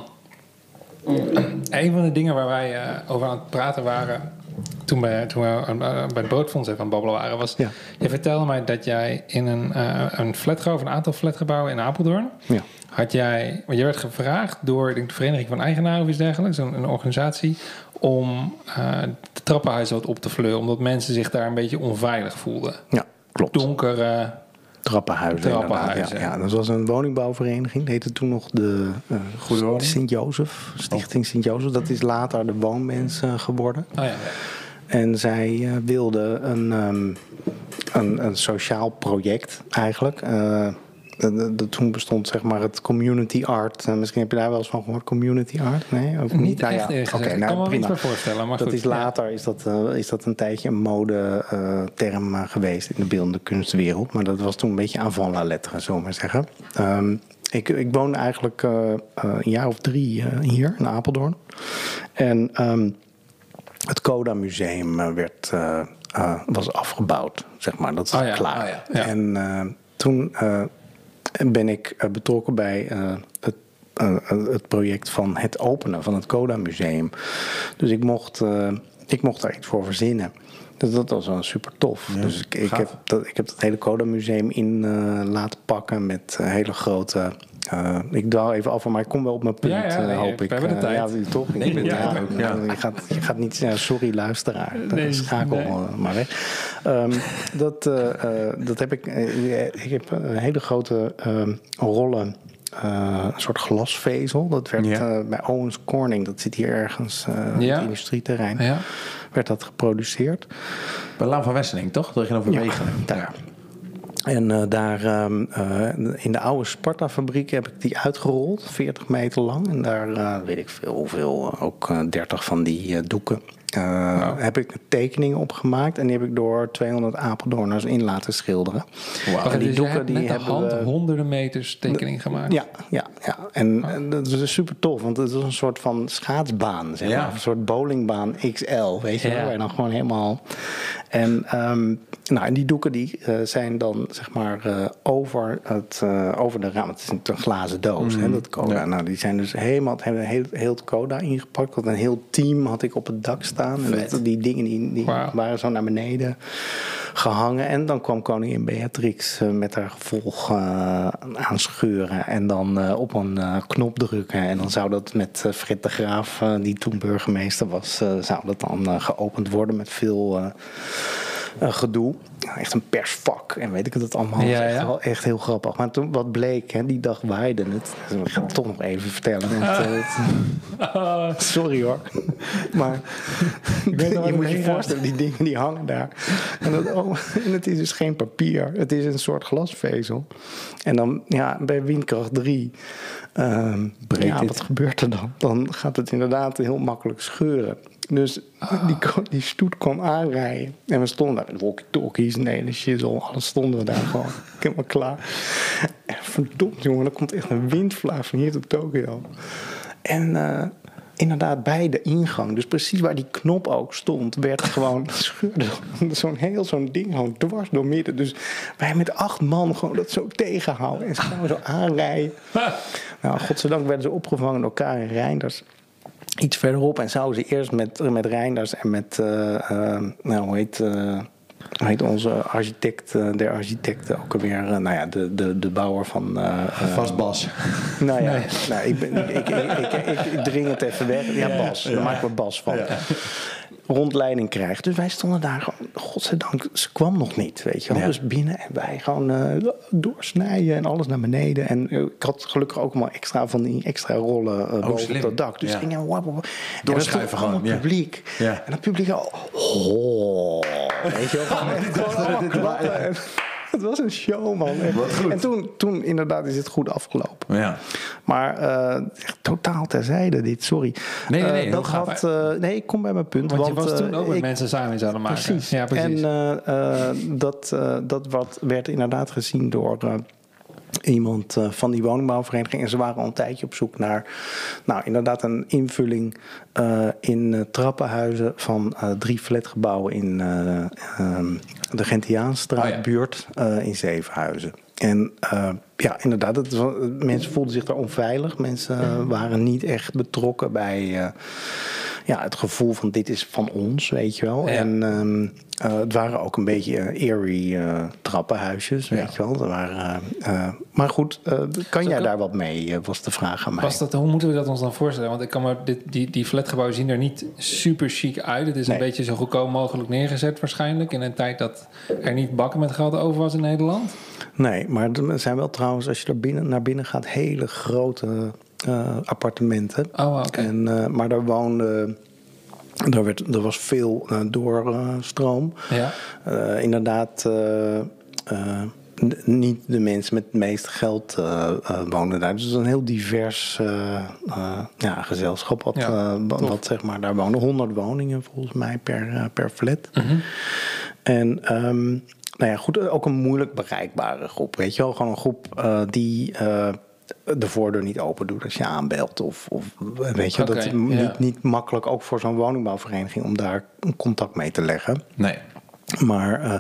Mm. Een van de dingen waar wij uh, over aan het praten waren... Toen, wij, toen we uh, bij het Broodfonds even aan het babbelen waren... was ja. je vertelde mij dat jij in een, uh, een flatgebouw... of een aantal flatgebouwen in Apeldoorn... Ja. had jij... Want je werd gevraagd door ik denk, de Vereniging van Eigenaren... of iets dergelijks, een, een organisatie... om uh, de trappenhuizen wat op te fleuren... omdat mensen zich daar een beetje onveilig voelden. Ja, klopt. Donkere... Trappenhuizen. Trappenhuizen. Ja, ja, dat was een woningbouwvereniging. Dat heette toen nog de uh, Sint-Jozef. Stichting oh. Sint-Jozef. Dat is later de Woonmens uh, geworden. Oh, ja, ja. En zij uh, wilden een, um, een, een sociaal project eigenlijk. Uh, de, de, toen bestond zeg maar het community art. Uh, misschien heb je daar wel eens van gehoord. Community art? Nee, ook niet. Niet nou, echt. Ja. Okay, nou, ik kan me iets meer voorstellen. Maar dat goed, is later ja. is, dat, uh, is dat een tijdje een mode uh, term uh, geweest in de beeldende kunstwereld. Maar dat was toen een beetje avant la lettre, zullen we maar zeggen. Um, ik, ik woonde eigenlijk uh, uh, een jaar of drie uh, hier in Apeldoorn. En um, het Coda Museum werd, uh, uh, was afgebouwd, zeg maar. Dat is oh ja, klaar. Oh ja, ja. En uh, toen uh, ben ik uh, betrokken bij uh, het, uh, het project van het openen van het Coda Museum. Dus ik mocht, uh, ik mocht daar iets voor verzinnen. Dus dat was wel super tof. Ja, dus ik, ik, gaaf. heb dat, ik heb dat hele Coda Museum in uh, laten pakken met uh, hele grote... Uh, ik daal even af, maar ik kom wel op mijn punt, ja, ja, uh, nee, hoop we ik. hebben de Uh, tijd. ja, toch? Nee, ik, ja, ja, ja. Je, gaat, je gaat niet zeggen, sorry luisteraar, Nee, schakel nee. uh, maar weg. Um, dat, uh, uh, dat heb ik... Uh, ik heb een hele grote uh, rollen... Uh, een soort glasvezel. Dat werd Ja. uh, bij Owens Corning, dat zit hier ergens uh, op Ja. het industrieterrein, Ja. werd dat geproduceerd. Bij Laan van Wesseling, toch? Tegenover Ja, Wegelen. daar. En uh, daar um, uh, in de oude Sparta-fabriek heb ik die uitgerold, veertig meter lang. En daar uh, weet ik veel hoeveel, uh, ook uh, dertig van die uh, doeken. Uh, wow. Heb ik tekeningen opgemaakt en die heb ik door tweehonderd Apeldoorners in laten schilderen. Wow. En die dus doeken die met de hebben hand we, honderden meters tekening gemaakt. Ja, ja, ja. En, oh. en dat is super tof, want het is een soort van schaatsbaan, zeg ja. maar. Een soort bowlingbaan X L, weet je wel. Ja. Waar je dan gewoon helemaal... En, um, nou, en die doeken die uh, zijn dan zeg maar uh, over, het, uh, over de raam. Het is een glazen doos, mm. hè, dat Coda. Ja. Nou, die zijn dus helemaal, hebben heel, heel het Coda ingepakt. Want een heel team had ik op het dak staan. En dat, die dingen die, die wow. waren zo naar beneden gehangen. En dan kwam koningin Beatrix uh, met haar gevolg uh, aanscheuren. En dan uh, op een uh, knop drukken. En dan zou dat met uh, Fred de Graaf, uh, die toen burgemeester was, uh, zou dat dan uh, geopend worden met veel... Uh, Uh, gedoe. Echt een persvak. En weet ik het allemaal. Ja, echt, ja. wel echt heel grappig. Maar toen wat bleek, hè, die dag waaide het. Dus ik ga het toch nog even vertellen. Want, uh, het, sorry hoor. Maar je moet je voorstellen, die dingen die hangen daar. En, dat, oh, en het is dus geen papier. Het is een soort glasvezel. En dan, ja, bij windkracht drie... Um, ja, wat gebeurt er dan? Dan gaat het inderdaad heel makkelijk scheuren. Dus oh. die, die stoet kwam aanrijden. En we stonden daar met walkie-talkies en hele shizzle. Alles stonden we daar gewoon helemaal klaar. En verdomd jongen, er komt echt een windvlaag van hier tot Tokio. En uh, inderdaad bij de ingang, dus precies waar die knop ook stond, werd gewoon scheurde zo'n heel zo'n ding gewoon dwars door midden. Dus wij met acht man gewoon dat zo tegenhouden en ze gaan zo aanrijden. Nou, godzijdank werden ze opgevangen door Karin Reinders. Iets verderop en zouden ze eerst met, met Reinders en met, uh, uh, nou hoe heet, uh, hoe heet onze architect, uh, der architecten ook alweer, uh, nou ja, de, de, de bouwer van... Uh, Vast Bas. Nou ja, nee. nou, ik, ben, ik, ik, ik, ik, ik, ik dring het even weg. Ja, Bas, daar ja. maken we Bas van. Ja. Rondleiding krijgt. Dus wij stonden daar gewoon, godzijdank, ze kwam nog niet, weet je wel. Ja. Dus binnen en wij gewoon uh, doorsnijden en alles naar beneden. En uh, ik had gelukkig ook allemaal extra van die extra rollen uh, oh, boven op dat dak. Dus ja. gingen we doorschuiven gewoon. Het publiek. Ja. En dat publiek al, oh, weet je wel. Gewoon, gewoon het was een show, man. En toen, toen inderdaad is het goed afgelopen. Ja. Maar uh, totaal terzijde dit, sorry. Nee, nee, nee. Uh, dat had, uh, nee, ik kom bij mijn punt. Want, want je was toen uh, ook met ik, mensen samen zouden maken. Precies. Ja, precies. En uh, uh, dat, uh, dat wat werd inderdaad gezien door... Uh, iemand uh, van die woningbouwvereniging. En ze waren al een tijdje op zoek naar... nou, inderdaad een invulling uh, in uh, trappenhuizen... van uh, drie flatgebouwen in uh, um, de Gentiaanstraat, oh ja. buurt uh, in Zevenhuizen. En uh, ja, inderdaad, het, mensen voelden zich daar onveilig. Mensen uh, waren niet echt betrokken bij... Uh, ja, het gevoel van dit is van ons, weet je wel. Ja. En um, uh, het waren ook een beetje uh, eerie uh, trappenhuisjes, weet ja. je wel. Er waren, uh, uh, maar goed, uh, kan Zo jij kan... daar wat mee, uh, was de vraag aan mij. Was dat, hoe moeten we dat ons dan voorstellen? Want ik kan maar dit, die, die flatgebouwen zien er niet super chic uit. Het is nee. een beetje zo goedkoop mogelijk neergezet waarschijnlijk. In een tijd dat er niet bakken met geld over was in Nederland. Nee, maar er zijn wel trouwens, als je er binnen, naar binnen gaat, hele grote... Uh, appartementen. Oh, okay. en, uh, maar daar woonde... Er, werd, er was veel uh, doorstroom. Uh, ja. uh, inderdaad... Uh, uh, niet de mensen met het meeste geld uh, uh, wonen daar. Dus het is een heel divers uh, uh, ja, gezelschap. Wat, ja, uh, wat zeg maar, daar wonen honderd woningen volgens mij per, uh, per flat. Mm-hmm. En... Um, nou ja, goed, ook een moeilijk bereikbare groep. Weet je wel, gewoon een groep uh, die uh, de voordeur niet open doet als je aanbelt. Of, of weet je, okay, dat ja. niet, niet makkelijk ook voor zo'n woningbouwvereniging om daar contact mee te leggen. Nee. Maar uh,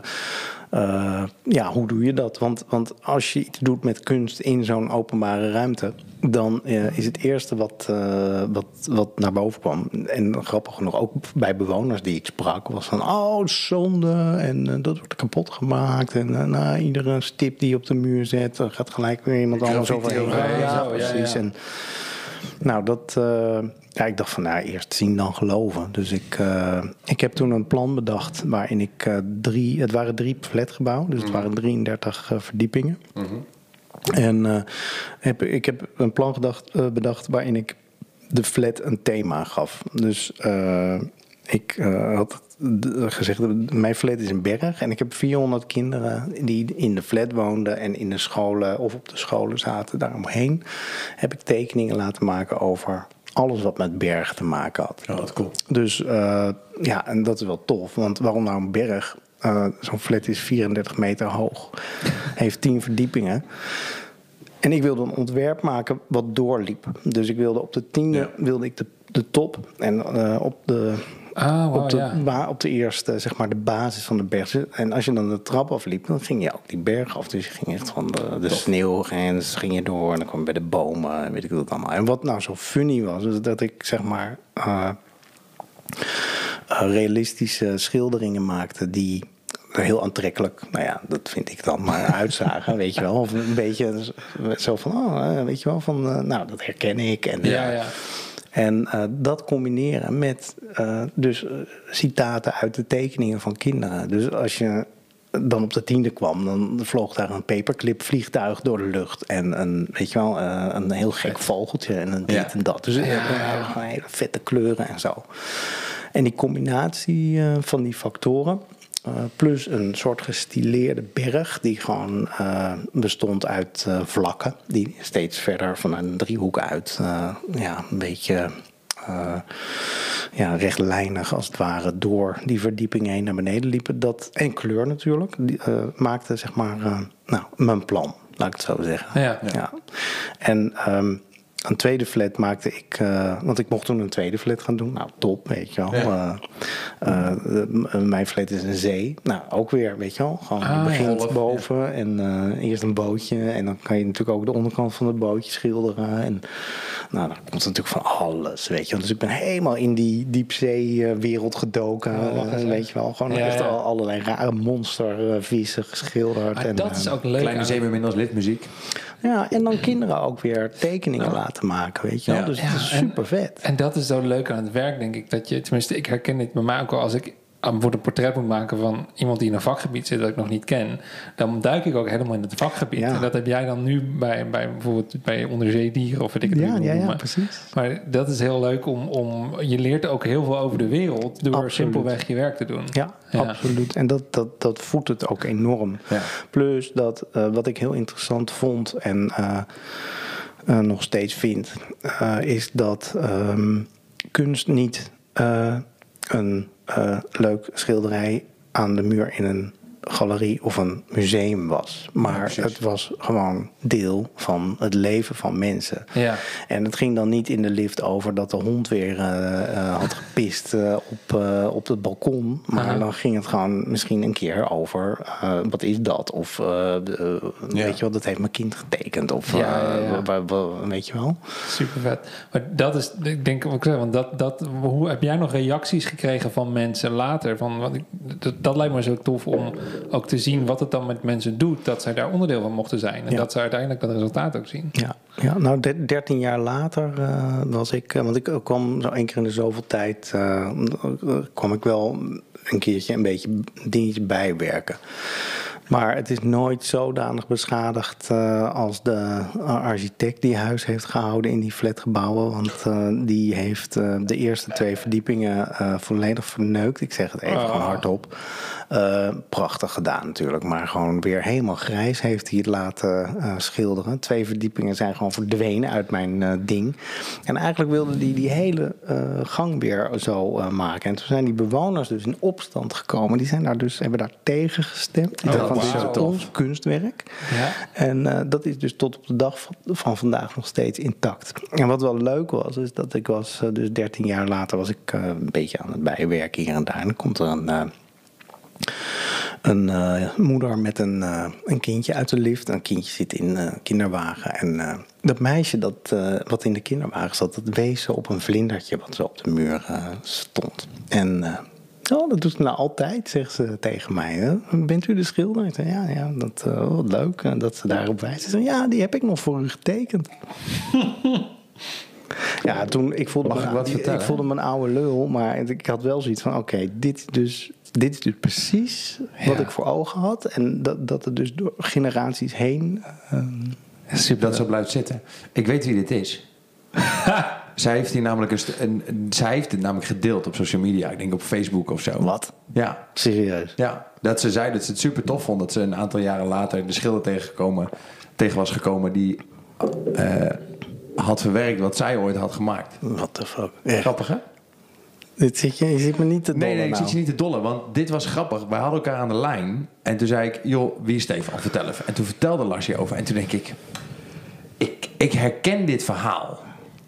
uh, ja, hoe doe je dat? Want, want als je iets doet met kunst in zo'n openbare ruimte, dan uh, is het eerste wat, uh, wat, wat naar boven kwam. En grappig genoeg, ook bij bewoners die ik sprak, was van, oh, zonde, en uh, dat wordt kapot gemaakt. En uh, nou, iedere stip die je op de muur zet, er gaat gelijk weer iemand anders overheen. Ja, ja, ja, zo, precies. Ja, ja. En, nou, dat... Uh, ja, ik dacht van, nou, eerst zien dan geloven. Dus ik, uh, ik heb toen een plan bedacht waarin ik uh, drie... Het waren drie flatgebouwen, dus het waren drieëndertig uh, verdiepingen. Mm-hmm. En uh, heb, ik heb een plan gedacht, uh, bedacht waarin ik de flat een thema gaf. Dus uh, ik uh, had gezegd, mijn flat is een berg. En ik heb vierhonderd kinderen die in de flat woonden en in de scholen of op de scholen zaten. Daaromheen heb ik tekeningen laten maken over alles wat met berg te maken had. Ja, dat is cool. Dus uh, ja, en dat is wel tof. Want waarom nou een berg? Uh, zo'n flat is vierendertig meter hoog. Heeft tien verdiepingen. En ik wilde een ontwerp maken wat doorliep. Dus ik wilde op de tiende ja. wilde ik de, de top. En uh, op de... Oh, wow, op, de, ja. ba- op de eerste, zeg maar, de basis van de berg. En als je dan de trap afliep, dan ging je ook die berg af. Dus je ging echt van de, de sneeuwgrens, ging je door en dan kwam je bij de bomen, weet ik wat allemaal. En wat nou zo funny was, is dat ik, zeg maar, uh, uh, realistische schilderingen maakte die er heel aantrekkelijk, nou ja, dat vind ik dan maar uitzagen, weet je wel. Of een beetje zo van, oh, weet je wel, van, uh, nou, dat herken ik. En, ja, ja. En uh, dat combineren met uh, dus uh, citaten uit de tekeningen van kinderen. Dus als je dan op de tiende kwam, dan vloog daar een paperclip vliegtuig door de lucht. En een, weet je wel, uh, een heel gek vogeltje en een dit ja. en dat. Dus uh, ja. uh, hele vette kleuren en zo. En die combinatie uh, van die factoren, Uh, plus een soort gestileerde berg die gewoon uh, bestond uit uh, vlakken. Die steeds verder van een driehoek uit uh, ja, een beetje uh, ja, rechtlijnig als het ware door die verdieping heen naar beneden liepen. Dat, en kleur natuurlijk. Die, uh, maakte zeg maar uh, nou, mijn plan, laat ik het zo zeggen. Ja. Ja. Ja. En um, een tweede flat maakte ik, uh, want ik mocht toen een tweede flat gaan doen. Nou, top, weet je wel. Ja. Uh, uh, mijn flat is een zee. Nou, ook weer, weet je wel. Gewoon, ah, je begint ja, boven ja. en uh, eerst een bootje. En dan kan je natuurlijk ook de onderkant van het bootje schilderen. En nou, dan komt er natuurlijk van alles, weet je wel. Dus ik ben helemaal in die diepzeewereld gedoken. Oh, uh, weet je wel. Gewoon ja, echt ja. al allerlei rare monstervissen geschilderd. Maar en, dat is ook leuk. Kleine zeemermin als lidmuziek. Ja, en dan kinderen ook weer tekeningen ja. laten maken, weet je wel. Ja. Dus ja, het is super vet. En, en dat is zo leuk aan het werk, denk ik. Dat je, tenminste, ik herken dit bij mij ook al. Als ik bijvoorbeeld een portret moet maken van iemand die in een vakgebied zit dat ik nog niet ken, dan duik ik ook helemaal in het vakgebied. Ja. En dat heb jij dan nu bij, bij bijvoorbeeld bij onderzeedieren of weet ik het ja, niet. Ja, ja, maar, precies. Maar dat is heel leuk om, om... Je leert ook heel veel over de wereld door absoluut. simpelweg je werk te doen. Ja, ja. absoluut. En dat, dat, dat voedt het ook enorm. Ja. Plus dat uh, wat ik heel interessant vond en uh, uh, nog steeds vind, uh, is dat um, kunst niet uh, een uh, leuk schilderij aan de muur in een galerie of een museum was. Maar ja, het was gewoon deel van het leven van mensen. Ja. En het ging dan niet in de lift over dat de hond weer uh, uh, had gepist uh, op, uh, op het balkon. Maar uh-huh. dan ging het gewoon misschien een keer over uh, wat is dat? Of uh, uh, ja. weet je wel, dat heeft mijn kind getekend. Of ja, ja, ja. Uh, w- w- weet je wel. Super vet. Maar dat is, ik denk ook, want dat, dat, hoe heb jij nog reacties gekregen van mensen later? Van, want ik, dat, dat lijkt me zo tof om ook te zien wat het dan met mensen doet, dat zij daar onderdeel van mochten zijn. En ja. dat ze uiteindelijk dat resultaat ook zien. Ja, ja nou dertien jaar later uh, was ik, uh, want ik kwam zo één keer in de zoveel tijd, uh, kwam ik wel een keertje een beetje dingetje bijwerken. Maar het is nooit zodanig beschadigd uh, als de architect die huis heeft gehouden in die flatgebouwen. Want uh, die heeft uh, de eerste twee verdiepingen uh, volledig verneukt. Ik zeg het even oh. gewoon hardop. Uh, prachtig gedaan natuurlijk. Maar gewoon weer helemaal grijs heeft hij het laten uh, schilderen. Twee verdiepingen zijn gewoon verdwenen uit mijn uh, ding. En eigenlijk wilde hij die, die hele uh, gang weer zo uh, maken. En toen zijn die bewoners dus in opstand gekomen. Die zijn daar dus, hebben daar tegen gestemd. Die oh, van wow. dit is ons kunstwerk. Ja. En uh, dat is dus tot op de dag van, van vandaag nog steeds intact. En wat wel leuk was, is dat ik was uh, dus dertien jaar later was ik uh, een beetje aan het bijwerken hier en daar. En dan komt er een... Uh, Een uh, moeder met een, uh, een kindje uit de lift. Een kindje zit in een uh, kinderwagen. En uh, dat meisje dat, uh, wat in de kinderwagen zat, dat wees op een vlindertje wat zo op de muur uh, stond. En uh, oh, dat doet ze nou altijd, zegt ze tegen mij. Hè? Bent u de schilder? Ik zei, ja, ja, dat uh, wat leuk uh, dat ze daarop wijst. Ze zei, ja, die heb ik nog voor u getekend. Ja, toen, ik voelde, Mag me, ik wat die, ik voelde me een oude lul, maar ik had wel zoiets van, oké, okay, dit, dus, dit is dus precies ja. wat ik voor ogen had. En dat, dat het dus door generaties heen... Um, Super dat zo blijft zitten. Ik weet wie dit is. zij heeft hier namelijk een, een, een, zij heeft het namelijk gedeeld op social media. Ik denk op Facebook of zo. Wat? Ja. Serieus? Ja. Dat ze zei dat ze het super tof vond dat ze een aantal jaren later de schilder tegengekomen, tegen was gekomen die uh, had verwerkt wat zij ooit had gemaakt. What the fuck? Echt? Grappig, hè? Dit zit je, je zit me niet te dollen. Nee, nee, ik nou. zit je niet te dollen, want dit was grappig. Wij hadden elkaar aan de lijn en toen zei ik, joh, wie is Stefan? Vertel even. En toen vertelde Lars je over en toen denk ik, ik, ik herken dit verhaal.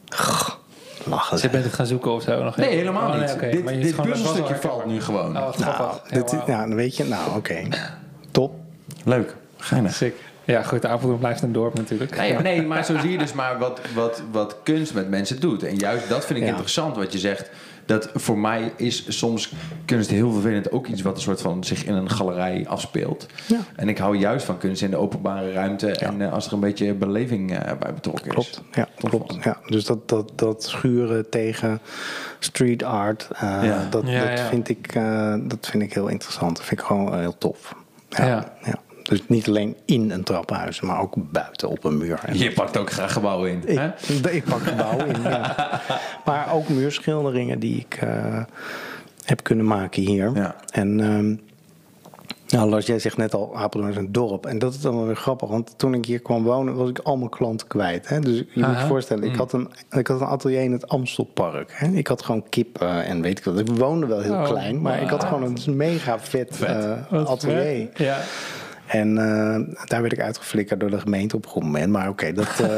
Lachen. Ze bent het gaan zoeken of zo? Nog nee, helemaal oh, niet. Nee, okay. Dit, dit puzzelstukje valt nu gewoon. Oh, wat nou, grappig. dit, Ja, wow. ja, dan weet je, nou oké. Okay. Top. Leuk. Geinig. Sick. Ja, goed, Apeldoorn blijft een dorp natuurlijk. Nee, nee, maar zo zie je dus maar wat, wat, wat kunst met mensen doet. En juist dat vind ik ja. interessant wat je zegt. Dat voor mij is soms kunst heel vervelend ook iets wat een soort van zich in een galerij afspeelt. Ja. En ik hou juist van kunst in de openbare ruimte. Ja. En uh, als er een beetje beleving uh, bij betrokken klopt. is. Ja, klopt. Ja, dus dat, dat, dat schuren tegen street art, uh, ja. Dat, ja, dat, ja. Vind ik, uh, dat vind ik heel interessant. Dat vind ik gewoon heel tof. Ja, ja. ja. Dus niet alleen in een trappenhuis, maar ook buiten op een muur. En je pakt ook graag gebouwen in. Ik, hè? ik pak gebouwen in, ja. Maar ook muurschilderingen die ik uh, heb kunnen maken hier. Ja. En um, nou, Lars, jij zegt net al, Apeldoorn is een dorp. En dat is dan wel weer grappig, want toen ik hier kwam wonen, was ik al mijn klanten kwijt. Hè? Dus je Aha. moet je voorstellen, mm. ik, had een, ik had een atelier in het Amstelpark. Hè? Ik had gewoon kippen uh, en weet ik wat. Ik woonde wel heel oh, klein, maar wow. ik had gewoon een mega vet, vet. Uh, atelier. Vet. Ja. En uh, daar werd ik uitgeflikkerd door de gemeente op een goed moment. Maar oké, okay, dat... Uh...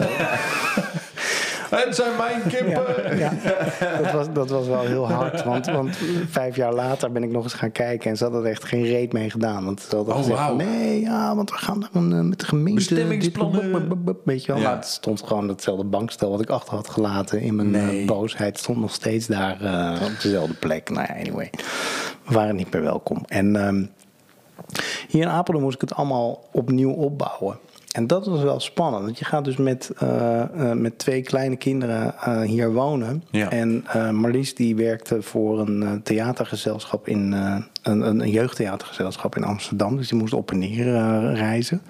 Het zijn mijn kippen! Ja, ja. Dat, was, dat was wel heel hard. Want, want vijf jaar later ben ik nog eens gaan kijken... en ze hadden er echt geen reet mee gedaan. Want ze hadden oh, gezegd wow. van... nee, ja, want we gaan dan uh, met de gemeente... Bestemmingsplannen. Weet je wel, ja. Maar het stond gewoon datzelfde bankstel... wat ik achter had gelaten in mijn nee. uh, boosheid... stond nog steeds daar uh, op dezelfde plek. Nou ja, anyway. We waren niet meer welkom. En... Um, hier in Apeldoorn moest ik het allemaal opnieuw opbouwen. En dat was wel spannend. Want je gaat dus met, uh, uh, met twee kleine kinderen uh, hier wonen. Ja. En uh, Marlies die werkte voor een uh, theatergezelschap in... Uh, een, een jeugdtheatergezelschap in Amsterdam. Dus die moest op en neer uh, reizen.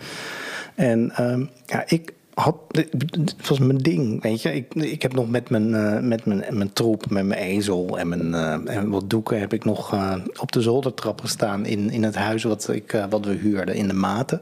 En uh, ja, ik... Had, het was mijn ding, weet je. Ik, ik heb nog met mijn, uh, met mijn, mijn troep, met mijn ezel en, mijn, uh, en wat doeken... heb ik nog uh, op de zoldertrap gestaan in, in het huis wat, ik, uh, wat we huurden in de Maten.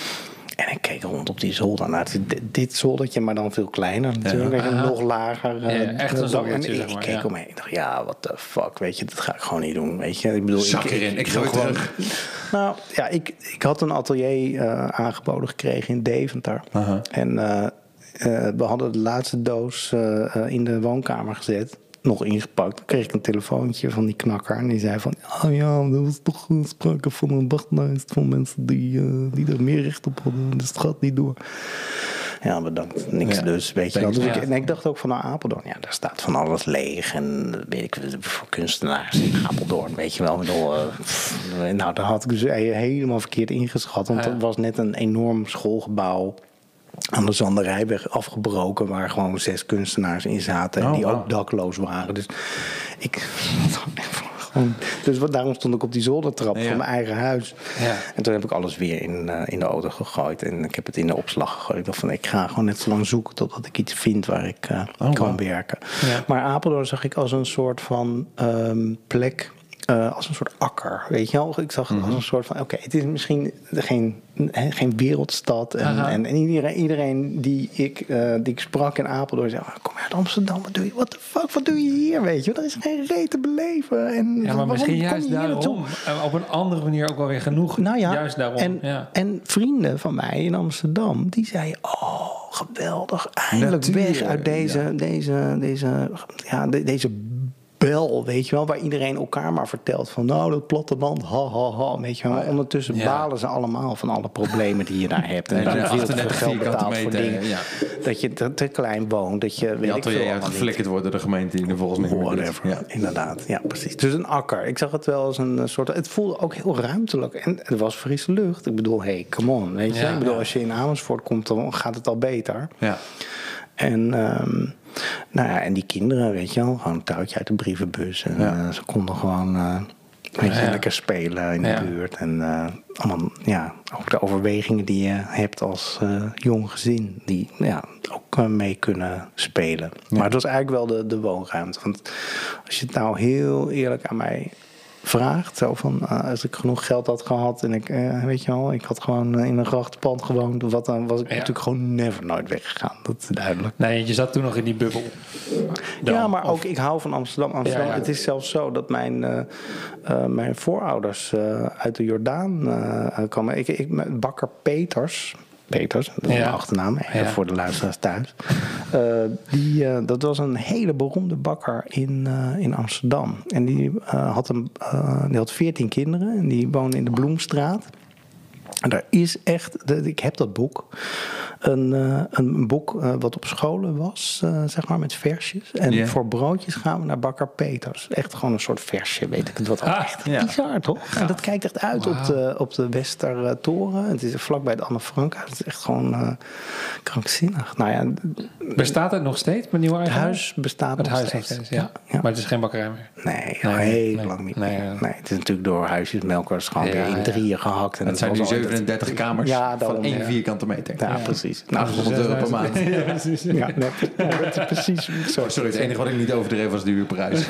En ik keek rond op die zolder. Nou, dit, dit zoldertje, maar dan veel kleiner natuurlijk. Ja. Nog lager. Uh, ja, echt een zoldertje. En ik, ik keek ja. omheen. Ik dacht, ja, what the fuck, weet je. Dat ga ik gewoon niet doen, weet je. Ik bedoel, Zak ik, erin, ik, ik ga weer terug. Nou, ja, ik, ik had een atelier uh, aangeboden gekregen in Deventer. Uh-huh. En uh, uh, we hadden de laatste doos uh, uh, in de woonkamer gezet. Nog ingepakt. Dan kreeg ik een telefoontje van die knakker. En die zei van... Oh ja, er was toch sprake van een wachtlijst van mensen die, uh, die er meer recht op hadden. Dus het gaat niet door. Ja, bedankt. Niks ja, dus, weet je wel. Dus ja. ik, en ik dacht ook van nou, Apeldoorn. Ja, daar staat van alles leeg. En weet ik voor kunstenaars in Apeldoorn, weet je wel. Bedoel, uh, pff, nou, daar had ik dus helemaal verkeerd ingeschat. Want ja. dat was net een enorm schoolgebouw... aan de Zanderijweg afgebroken... waar gewoon zes kunstenaars in zaten... en oh, die wow. ook dakloos waren. Dus ik... gewoon, dus wat, daarom stond ik op die zoldertrap ja. van mijn eigen huis. Ja. En toen heb ik alles weer in, uh, in de auto gegooid... en ik heb het in de opslag gegooid. Ik dacht van, ik ga gewoon net zo lang zoeken... totdat ik iets vind waar ik uh, oh, kan wow. werken. Ja. Maar Apeldoorn zag ik als een soort van um, plek... Uh, als een soort akker, weet je wel. Ik zag mm-hmm. als een soort van, oké, okay, het is misschien geen, he, geen wereldstad. En, en, en iedereen, iedereen die, ik, uh, die ik sprak in Apeldoorn zei... kom je uit Amsterdam, wat doe je? What the fuck, wat doe je hier, weet je? Er is geen reet te beleven. En ja, maar misschien juist daarom, op een andere manier ook wel weer genoeg. Nou ja, juist daarom. En, ja. en vrienden van mij in Amsterdam, die zeiden... oh, geweldig, eindelijk Natuur, weg uit deze, ja. deze, deze, ja, de, deze bel, weet je wel, waar iedereen elkaar maar vertelt van nou, dat platteland, ha, ha, ha, weet je wel. Oh ja. Ondertussen Ja. balen ze allemaal van alle problemen die je daar hebt. En En dat je de veel te veel achtendertig geld vierkante betaalt voor meter, dingen. ja. Dat je te, te klein woont, dat je, weet Die ik veel atelier allemaal niet. uitgeflikkerd wordt door de gemeente die er volgens mij niet meer doet. Whatever, Ja. inderdaad. Ja, precies. Dus een akker. Ik zag het wel als een soort... Het voelde ook heel ruimtelijk. En er was frisse lucht. Ik bedoel, hey, come on. Weet je? Ja, ik bedoel, ja. als je in Amersfoort komt, dan gaat het al beter. Ja. En, ehm, nou ja, en die kinderen, weet je wel, gewoon een touwtje uit de brievenbus. En Ja. eh, ze konden gewoon uh, weet je, Ja. lekker spelen in de Ja. buurt. En uh, allemaal, ja, ook de overwegingen die je hebt als uh, jong gezin, die ja, ook uh, mee kunnen spelen. Ja. Maar het was eigenlijk wel de, de woonruimte. Want als je het nou heel eerlijk aan mij vraagt, zo van uh, als ik genoeg geld had gehad en ik, uh, weet je wel, ik had gewoon uh, in een grachtenpand gewoond, wat dan was ik Ja. natuurlijk gewoon never nooit weggegaan. Dat is duidelijk. Nee, je zat toen nog in die bubbel. Dan. Ja, maar Of- ook ik hou van Amsterdam. Amsterdam. Ja, ja. Het is zelfs zo dat mijn, uh, uh, mijn voorouders uh, uit de Jordaan uh, kwamen. Ik, ik, mijn bakker Peters. Peters, dat is Ja. mijn achternaam, even Ja. voor de luisteraars thuis. Uh, die, uh, dat was een hele beroemde bakker in, uh, in Amsterdam. En die, uh, had een, uh, die had veertien kinderen en die woonde in de Bloemstraat. En daar is echt, de, ik heb dat boek, een, uh, een boek uh, wat op scholen was, uh, zeg maar, met versjes. En Ja. voor broodjes gaan we naar bakker Peters. Echt gewoon een soort versje, weet ik het wat. Ah, echt ja. bizar, toch? En dat kijkt echt uit op de, op de Westertoren. Het is vlakbij de Anne Frank. Het is echt gewoon uh, krankzinnig. Nou ja, Bestaat het nog steeds met nieuwe het eigenaar? huis bestaat Het nog huis steeds. nog steeds, ja. ja. Maar het is geen bakkerij meer. Nee, Nee, al heel nee, lang niet nee, meer. ja. Nee, het is natuurlijk door huisjesmelkers gewoon Ja, weer in ja. drieën gehakt. En Het zijn nu was ooit- zevenendertig kamers Ja, van daarom, één ja. vierkante meter. Ja, Ja. precies. Nou, achthonderd euro per maand. Ja, precies. Ja, nee, ja, dat is precies zo. Oh, sorry, het enige wat ik niet overdreven was de huurprijs.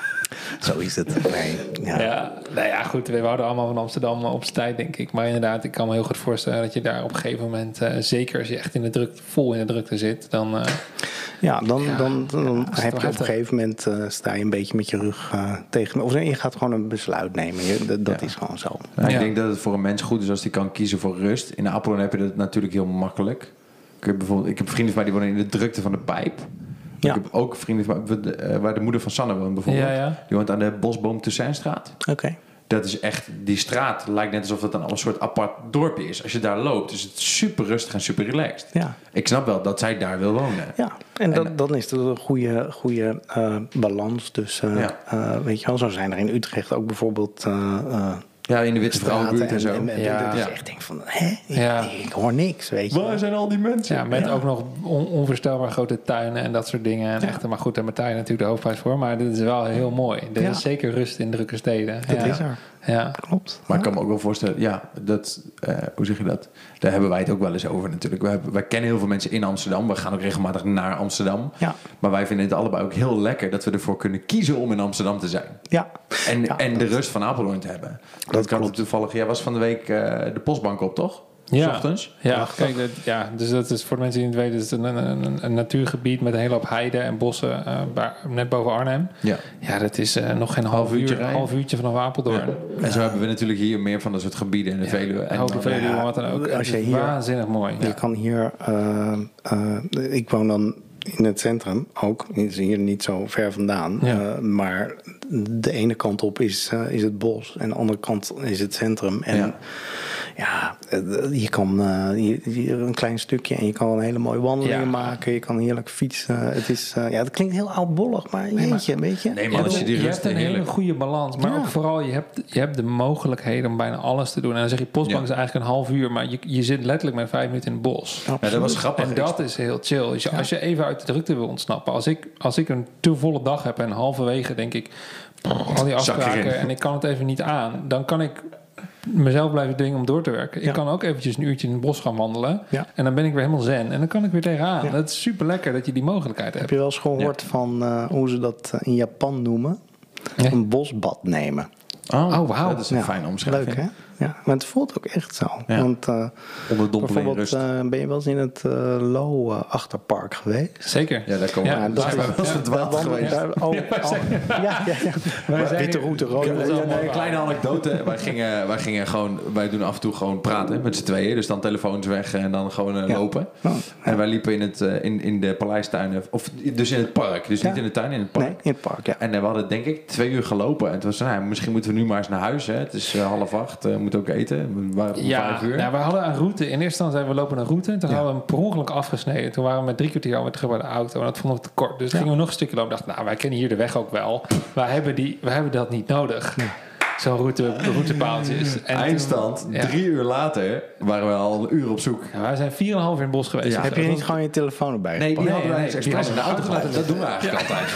Zo is het. Nee, ja. Ja, nou ja, goed. We houden allemaal van Amsterdam op zijn tijd, denk ik. Maar inderdaad, ik kan me heel goed voorstellen dat je daar op een gegeven moment, uh, zeker als je echt in de druk, vol in de drukte zit, dan... Uh, Ja, dan, Ja, dan, dan ja, dat is heb toch je op een heftig. gegeven moment uh, sta je een beetje met je rug uh, tegen me. Of je gaat gewoon een besluit nemen. Je, dat dat Ja. is gewoon zo. Nou, Ja. Ik denk dat het voor een mens goed is als hij kan kiezen voor rust. In Apeldoorn heb je dat natuurlijk heel makkelijk. Ik heb, bijvoorbeeld, ik heb vrienden van mij die wonen in de drukte van de pijp. Ja. Ik heb ook vrienden van mij, uh, waar de moeder van Sanne woont bijvoorbeeld. Ja, ja. Die woont aan de Bosboom Toussaintstraat. Oké. Dat is echt, die straat lijkt net alsof het een soort apart dorpje is. Als je daar loopt, is het super rustig en super relaxed. Ja. Ik snap wel dat zij daar wil wonen. Ja, en, dat, dan is het een goede, goede uh, balans. Dus uh, Ja. uh, weet je wel, zo zijn er in Utrecht ook bijvoorbeeld uh, uh, Ja, in de Witte Vrouwenbuurt en zo. En, en, Ja. dat is Ja. echt denk van, hè? Ik, Ja. ik hoor niks, weet je. Waar zijn al die mensen? Ja, met ook nog on- onvoorstelbaar grote tuinen en dat soort dingen. En Ja. echt, maar goed, daar betaal je natuurlijk de hoofdprijs voor. Maar dit is wel heel mooi. Er Ja. is zeker rust in drukke steden. Dat ja. is er. Ja. Klopt. Maar ik kan me ook wel voorstellen, ja, dat, uh, hoe zeg je dat? Daar hebben wij het ook wel eens over natuurlijk. We hebben, wij kennen heel veel mensen in Amsterdam. We gaan ook regelmatig naar Amsterdam. Ja. Maar wij vinden het allebei ook heel lekker dat we ervoor kunnen kiezen om in Amsterdam te zijn. Ja. En, Ja, en de dat- rust van Apeldoorn te hebben. Dat Dat kan klopt. toevallig. Jij was van de week uh, de postbank op, toch? Ja. 's Ochtends. Ja, kijk, dat, ja, dus dat is voor de mensen die het weten, het is een, een, een, een natuurgebied met een hele hoop heide en bossen, uh, waar, net boven Arnhem. Ja. Ja, dat is uh, nog geen half, Half uurtje uur, rijden. half uurtje vanaf Apeldoorn. Ja. En zo hebben we natuurlijk hier meer van dat soort gebieden in de Ja. Veluwe. En Hoge dan, Veluwe, ja, wat dan ook. als Het je is hier- waanzinnig mooi. Je kan hier, uh, uh, ik woon dan in het centrum ook, is hier niet zo ver vandaan. Ja. Uh, maar de ene kant op is, uh, is het bos en de andere kant is het centrum. En Ja. ja, uh, je kan uh, hier, hier een klein stukje en je kan een hele mooie wandelingen Ja. maken. Je kan heerlijk fietsen. Het is, uh, ja, het klinkt heel oudbollig, maar jeetje, weet je. Nee, maar als je die je rust hebt een hele heerlijk. goede balans, maar Ja. ook vooral je hebt, je hebt de mogelijkheden om bijna alles te doen. En dan zeg je postbank Ja. is eigenlijk een half uur, maar je, je zit letterlijk met vijf minuten in het bos. Ja, dat was grappig. En dat is heel chill. Als je, als je even uit de drukte wil ontsnappen. Als ik, als ik een te volle dag heb en halverwege denk ik, al die Zak afspraken erin. en ik kan het even niet aan, dan kan ik mezelf blijven dwingen om door te werken. Ja. Ik kan ook eventjes een uurtje in het bos gaan wandelen. Ja. En dan ben ik weer helemaal zen. En dan kan ik weer tegenaan. Ja. Dat is super lekker dat je die mogelijkheid Heb hebt. je wel eens gehoord van uh, hoe ze dat uh, in Japan noemen? Nee. Een bosbad nemen. Oh, Oh, wauw. Dat is een Ja, fijne omschrijving. leuk, hè? ja, maar het voelt ook echt zo. Ja. Want uh, Onderdompeling bijvoorbeeld rust. uh, ben je wel eens in het uh, Lo uh, Achterpark geweest? Zeker. Ja, daar komen Ja, we. Ja, Dat dat zijn is we wel eens ja, verdwaald daar- geweest. daar- oh, Ja, wij oh, zijn- ja, ja, ja. Wij zijn Witte hier- route, rode Ja, route. dat is Ja, allemaal nee, een kleine waar. anekdote. wij, gingen, wij gingen gewoon, wij doen af en toe gewoon praten met z'n tweeën. Dus dan telefoons weg en dan gewoon uh, Ja. lopen. Oh, En wij liepen in, het, uh, in, in de paleistuinen, of dus in het park. Dus Ja. niet in de tuin, in het park. Nee, in het park, ja. En uh, we hadden denk ik twee uur gelopen. En toen was nou, misschien moeten we nu maar eens naar huis. Hè. Het is uh, half acht, uh, we moeten ook eten. We waren om Ja, vijf uur. nou, we hadden een route. In eerste instantie zeiden we lopen een route. Toen Ja. hadden we hem per ongeluk afgesneden. Toen waren we met drie kwartier alweer terug bij de auto. En dat vonden we te kort. Dus toen Ja. gingen we nog een stukje lopen. Dachten, nou, wij kennen hier de weg ook wel. Wij hebben, die, wij hebben dat niet nodig. Zo'n route, routepaaltjes. En Eindstand, toen- ja. drie uur later waren we al een uur op zoek. Ja, wij zijn vier en een half uur in het bos geweest. Ja. Heb je niet gewoon je telefoon erbij Nee, die gepakt? hadden wij nee, eens die expres in de hadden auto we gelaten. Dat doen we eigenlijk altijd.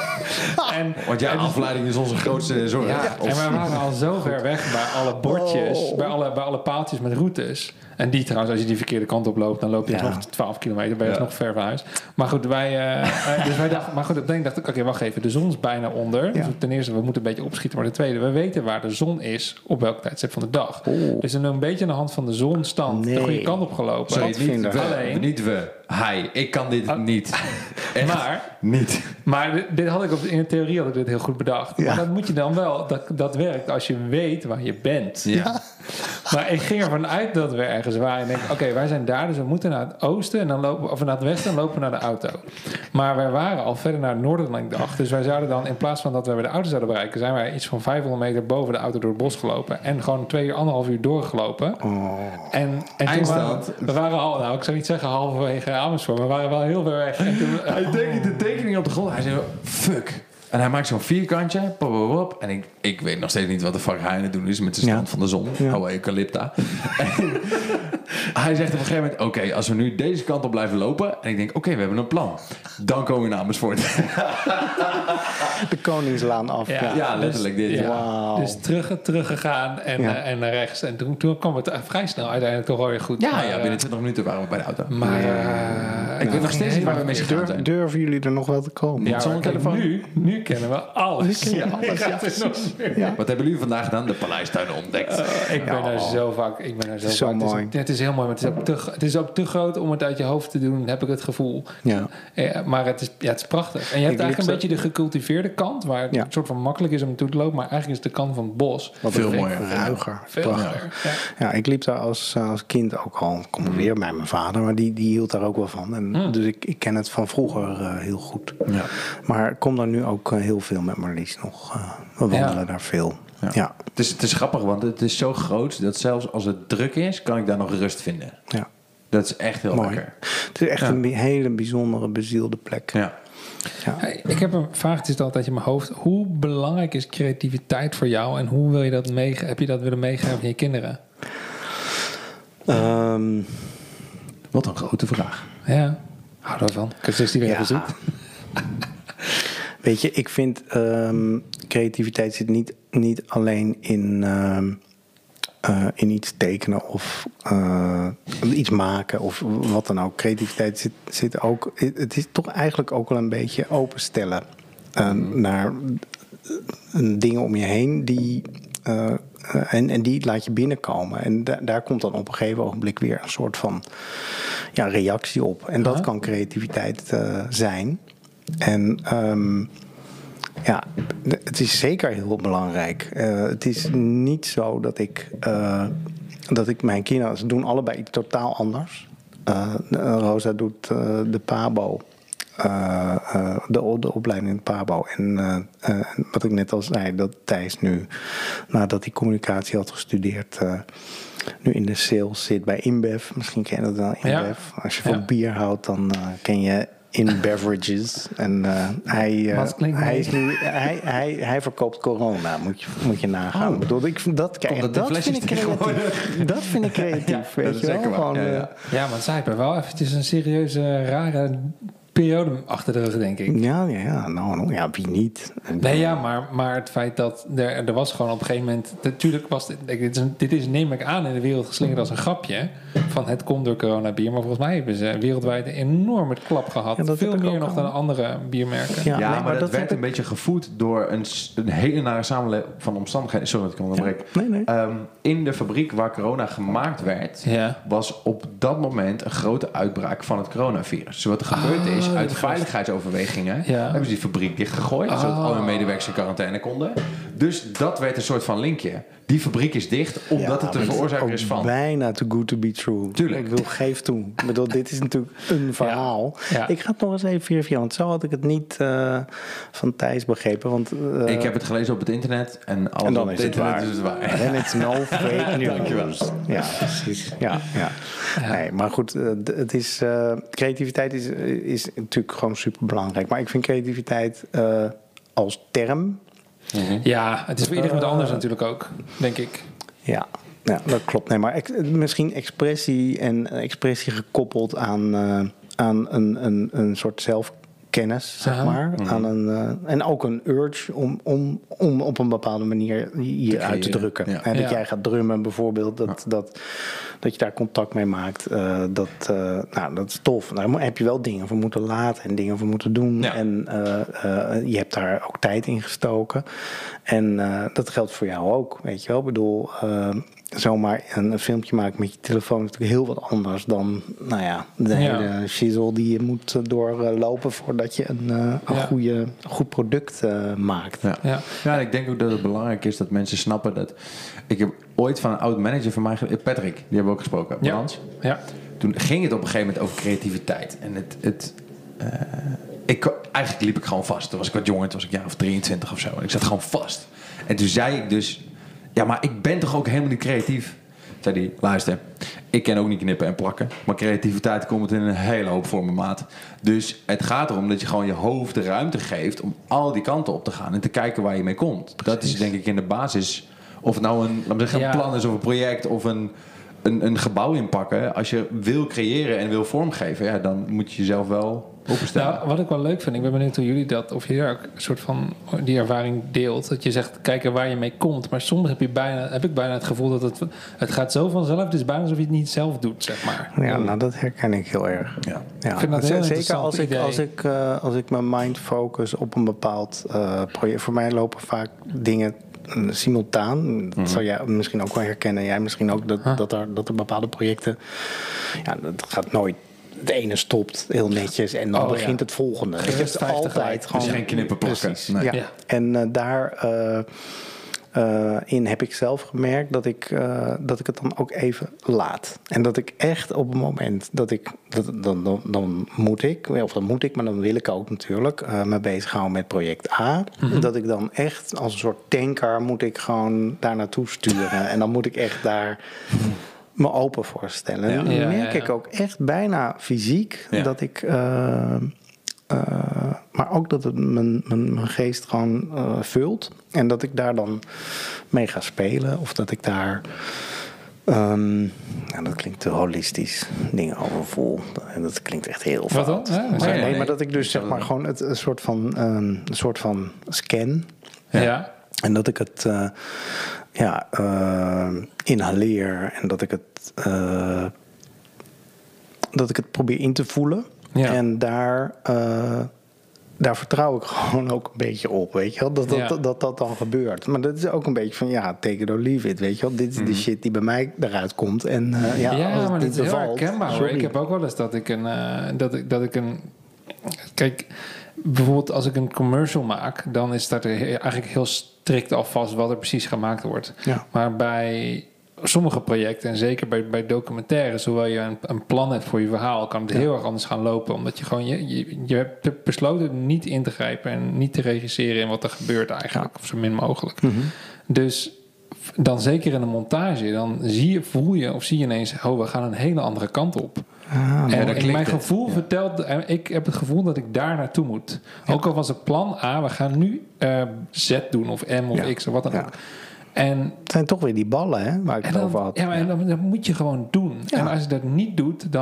En, Want ja, en- afleiding is onze grootste zorg. Ja, Of- en wij waren al zo ver weg bij alle bordjes, Oh. bij, alle, bij alle paaltjes met routes. En die trouwens, als je die verkeerde kant op loopt, dan loop je Ja. nog twaalf kilometer, ben je Ja. nog ver van huis. Maar goed, wij, uh, uh, dus wij dachten, maar goed, dan dacht ik, oké, wacht even, de zon is bijna onder. Ja. Dus ten eerste, we moeten een beetje opschieten. Maar ten tweede, we weten waar de zon is op welk tijdstip van de dag. Oh. Dus dan een beetje aan de hand van de zonstand de Nee. goede kant op gelopen. Sorry, Wat niet vinden? we. Alleen- Niet we. Hij. Ik kan dit Ah. niet. Echt Maar, niet. maar dit, dit had ik op, in de theorie had ik dit heel goed bedacht. Ja. Maar dat moet je dan wel, dat, dat werkt als je weet waar je bent. Ja. Maar ik ging ervan uit dat we ergens waren. En denk, oké, wij zijn daar, dus we moeten naar het oosten en dan lopen, of naar het westen en lopen we naar de auto. Maar wij waren al verder naar het noorden dan ik dacht. Dus wij zouden dan, in plaats van dat we bij de auto zouden bereiken, zijn wij iets van vijfhonderd meter boven de auto door het bos gelopen. En gewoon twee uur, anderhalf uur doorgelopen. Oh. En, en toen Eindstand. waren we, we waren al, nou ik zou niet zeggen halverwege Amersfoort, maar we waren wel heel ver weg. En toen, Hij tekent de tekening op de grond. Hij zei, fuck. En hij maakt zo'n vierkantje. Pop, pop, pop. En ik, ik weet nog steeds niet wat de fuck hij aan het doen is met de stand Ja. van de zon. Ja. Oh, eucalypta. En hij zegt op een gegeven moment, oké, als we nu deze kant op blijven lopen. En ik denk, oké, we hebben een plan. Dan komen we naar Amersfoort. De Koningslaan af. Ja. Ja, letterlijk dit, ja. Wauw. Dus terug, teruggegaan en, Ja. eh, en naar rechts. En toen, toen kwam het vrij snel uiteindelijk toch wel weer goed. Ja, Maar, ja, eh, binnen twintig minuten waren we bij de auto. Maar uh, Ik weet nog steeds niet waar we mee gegaan Durf, zijn. durven jullie er nog wel te komen? Ja, zonder maar kijk, telefoon. nu, nu kennen we alles. Nu ken je alles, Ja, ja, het is nog meer. Ja. Wat hebben jullie vandaag gedaan? De paleistuinen ontdekt. Ik ben Ja. daar zo vaak. Ik ben daar zo, Zo vaak. Het, mooi. is, het is heel mooi, maar het is, ook te, het is ook te groot om het uit je hoofd te doen, heb ik het gevoel. Ja. Eh, maar het is, ja, het is prachtig. En je hebt Ik eigenlijk een liep beetje de gecultiveerde kant, waar het Ja. een soort van makkelijk is om naartoe te lopen, maar eigenlijk is de kant van het bos Wat Veel een mooier. ruiger. veel Prachtig. mooier. Ja. Ja, ik liep daar als, als kind ook al. Ik kom weer bij mijn vader, maar die, die hield daar ook wel van. En, Hmm. Dus ik, ik ken het van vroeger uh, heel goed. Ja. Maar ik kom daar nu ook uh, heel veel met Marlies nog. Uh, we wandelen Ja. daar veel. Ja. Ja. Het, is, het is grappig, want het is zo groot dat zelfs als het druk is, kan ik daar nog rust vinden. Ja. Dat is echt heel Mooi. lekker. Het is echt Ja. een bi- hele bijzondere, bezielde plek. Ja. Ja. Hey, ik heb een vraag, het zit altijd in mijn hoofd. Hoe belangrijk is creativiteit voor jou en hoe wil je dat mee, heb je dat willen meegeven aan je kinderen? Ehm, Wat een grote vraag. Ja, hou ervan. Dus is die weer Ja. even zoet. Weet je, ik vind ehm, creativiteit zit niet, niet alleen in, ehm, eh, in iets tekenen of eh, iets maken of wat dan ook. Creativiteit zit, zit ook, het is toch eigenlijk ook wel een beetje openstellen eh, naar eh, dingen om je heen die. eh, eh, en, en die laat je binnenkomen. En da- daar komt dan op een gegeven ogenblik weer een soort van ja, reactie op. En dat Aha. kan creativiteit eh, zijn. En ehm, ja, d- het is zeker heel belangrijk. Uh, het is niet zo dat ik, uh, dat ik mijn kinderen... Ze doen allebei iets totaal anders. Uh, Rosa doet uh, de Pabo. Uh, uh, de, de opleiding in Pabo. En uh, uh, wat ik net al zei, dat Thijs nu, nadat hij communicatie had gestudeerd, uh, nu in de sales zit bij InBev. Misschien ken je dat wel, InBev. Ja. Als je van Ja. bier houdt, dan uh, ken je In Beverages. En uh, hij, uh, Wat klinkt hij, mee? is nu, hij, hij, hij verkoopt corona, moet je, moet je nagaan. Oh. Bedoel, ik, vind dat, kijk, Komt dat in dat, vind ik flesjes creatief. Dat vind ik creatief, Ja, weet dat is je wel. zeker waar. Gewoon, Ja, uh, ja. Ja, want zij hebben wel eventjes een serieuze, rare periode achter de rug, denk ik. Ja, ja, ja, nou, nou, ja, wie niet? Nee, ja, maar, maar het feit dat er, er was gewoon op een gegeven moment... Natuurlijk was dit, dit is, dit is, neem ik aan, in de wereld geslingerd als een grapje. van het komt door corona bier. Maar volgens mij hebben ze wereldwijd een enorme klap gehad. Ja, dat Veel heb ik meer ook nog al. dan andere biermerken. Ja, Ja, nee, maar, maar dat, dat werd heb een ik- beetje gevoed door een, s- een hele nare samenleving van omstandigheden. Sorry dat ik onderbreek. Nee, nee. Ehm, in de fabriek waar corona gemaakt werd, Ja. was op dat moment een grote uitbraak van het coronavirus. Dus wat er gebeurd Oh, is, dat uit is- veiligheidsоverwegingen Ja. hebben ze die fabriek dichtgegooid, zodat Oh. al hun medewerkers in quarantaine konden. Dus dat werd een soort van linkje. Die fabriek is dicht, omdat Ja, het de maar veroorzaker ook is van. bijna too good to be true. Tuurlijk. Ik wil geef toe. Ik bedoel, dit is natuurlijk een verhaal. Ja. Ik ga het nog eens even verifiëren, want zo had ik het niet uh, van Thijs begrepen. Want, uh, Ik heb het gelezen op het internet en alles en dan op is het het internet waar. is het waar. En het is no fake news. Ja, precies. Ja, ja. Ja. Nee, maar goed, uh, d- het is, uh, creativiteit is, is natuurlijk gewoon super belangrijk. Maar ik vind creativiteit uh, als term... Ja, het is voor iedereen wat anders natuurlijk ook, denk ik. Ja, ja, dat klopt. Nee, maar ex- misschien expressie en expressie gekoppeld aan, uh, aan een, een, een soort zelfkennis, zeg Aha. maar. Mhm. Aan een, uh, en ook een urge om, om, om op een bepaalde manier je Te uit te creëren. drukken. Ja. Hè, dat Ja. jij gaat drummen bijvoorbeeld, dat, dat, dat je daar contact mee maakt. Uh, dat, uh, nou, dat is tof. Nou, daar heb je wel dingen voor moeten laten en dingen voor moeten doen. Ja. En uh, uh, je hebt daar ook tijd in gestoken. En uh, dat geldt voor jou ook, weet je wel. Ik bedoel, uh, zomaar een, een filmpje maken met je telefoon is natuurlijk heel wat anders dan, nou ja, de Ja. hele shizzle die je moet doorlopen voordat je een, uh, een Ja. goede, goed product uh, maakt. Ja. Ja. Ja, en ik denk ook dat het belangrijk is dat mensen snappen dat... Ik heb ooit van een oud manager van mij... ge- Patrick, die hebben we ook gesproken. Ja. Brands. Ja. Toen ging het op een gegeven moment over creativiteit. En het... het uh, ik, eigenlijk liep ik gewoon vast. Toen was ik wat jonger, toen was ik jaar of drieëntwintig of zo. En ik zat gewoon vast. En toen zei ik dus... Ja, maar ik ben toch ook helemaal niet creatief? Zei hij, luister, ik ken ook niet knippen en plakken. Maar creativiteit komt in een hele hoop vormen, maat. Dus het gaat erom dat je gewoon je hoofd de ruimte geeft... om al die kanten op te gaan en te kijken waar je mee komt. Dat is denk ik in de basis... Of het nou een, laat me zeggen, een Ja. plan is of een project of een, een, een gebouw inpakken. Als je wil creëren en wil vormgeven... Ja, dan moet je jezelf wel openstellen. Nou, wat ik wel leuk vind, ik ben benieuwd hoe jullie dat, of je daar ook een soort van die ervaring deelt. Dat je zegt, kijken waar je mee komt. Maar soms heb, je bijna, heb ik bijna het gevoel dat het, het gaat zo vanzelf. Het is bijna alsof je het niet zelf doet, zeg maar. Ja, nou dat herken ik heel erg. Ja. Ja, Ik vind dat een heel zeker interessant als ik, idee. als, ik, uh, als ik mijn mind focus op een bepaald uh, project. Voor mij lopen vaak dingen uh, simultaan. Dat Mhm. zou jij misschien ook wel herkennen. Jij misschien ook dat, Huh. dat, er, dat er bepaalde projecten... Ja, dat gaat nooit... Het ene stopt heel netjes en dan Oh, begint ja. het volgende. Geen Het is vijftig altijd tegelijk. gewoon... Dus geen knippen plakken. Precies, Nee. ja. Ja. En uh, daar... Uh, Uh, in heb ik zelf gemerkt dat ik, uh, dat ik het dan ook even laat. En dat ik echt op een moment dat ik... Dat, dan, dan, dan moet ik, of dan moet ik, maar dan wil ik ook natuurlijk... Uh, me bezighouden met project A. Mm-hmm. Dat ik dan echt als een soort tanker moet ik gewoon daar naartoe sturen. En dan moet ik echt daar... me open voorstellen. Ja. En dan Ja, merk ja, ja. ik ook echt bijna fysiek Ja. dat ik... Uh, uh, maar ook dat het mijn, mijn, mijn geest gewoon uh, vult. En dat ik daar dan mee ga spelen. Of dat ik daar... Um, nou, dat klinkt te holistisch. Dingen over voel. En dat klinkt echt heel Wat fout. dan? Ja, maar, nee, nee, nee. maar dat ik dus zeg maar gewoon het, een, soort van, um, een soort van scan... Ja. ja. En dat ik het uh, ja, uh, inhaleer en dat ik het, uh, dat ik het probeer in te voelen. Ja. En daar, uh, daar vertrouw ik gewoon ook een beetje op, weet je wel. Dat dat, ja. dat, dat dat dan gebeurt. Maar dat is ook een beetje van, ja, take it or leave it, weet je wel. Dit is mm. de shit die bij mij eruit komt. En uh, ja, ja als het maar dat niet is heel bevalt, herkenbaar hoor. Ik heb ook wel eens dat ik een... Uh, dat ik, dat ik een kijk... Bijvoorbeeld als ik een commercial maak, dan is dat eigenlijk heel strikt al vast wat er precies gemaakt wordt. Ja. Maar bij sommige projecten, en zeker bij, bij documentaires, hoewel je een, een plan hebt voor je verhaal, kan het ja. heel erg anders gaan lopen. Omdat je gewoon, je, je, je hebt besloten niet in te grijpen en niet te regisseren in wat er gebeurt eigenlijk, ja. of zo min mogelijk. Mm-hmm. Dus dan zeker in de montage, dan zie je, voel je of zie je ineens, oh, we gaan een hele andere kant op. Ah, en en mijn gevoel ja. vertelt, ik heb het gevoel dat ik daar naartoe moet. Ja. Ook al was het plan A, we gaan nu uh, Z doen of M of ja. X of wat dan ja. ook. En het zijn toch weer die ballen, hè, waar ik het dan, over had. Ja, maar ja. Dan, dan moet je gewoon doen. Ja. En als je dat niet doet, dan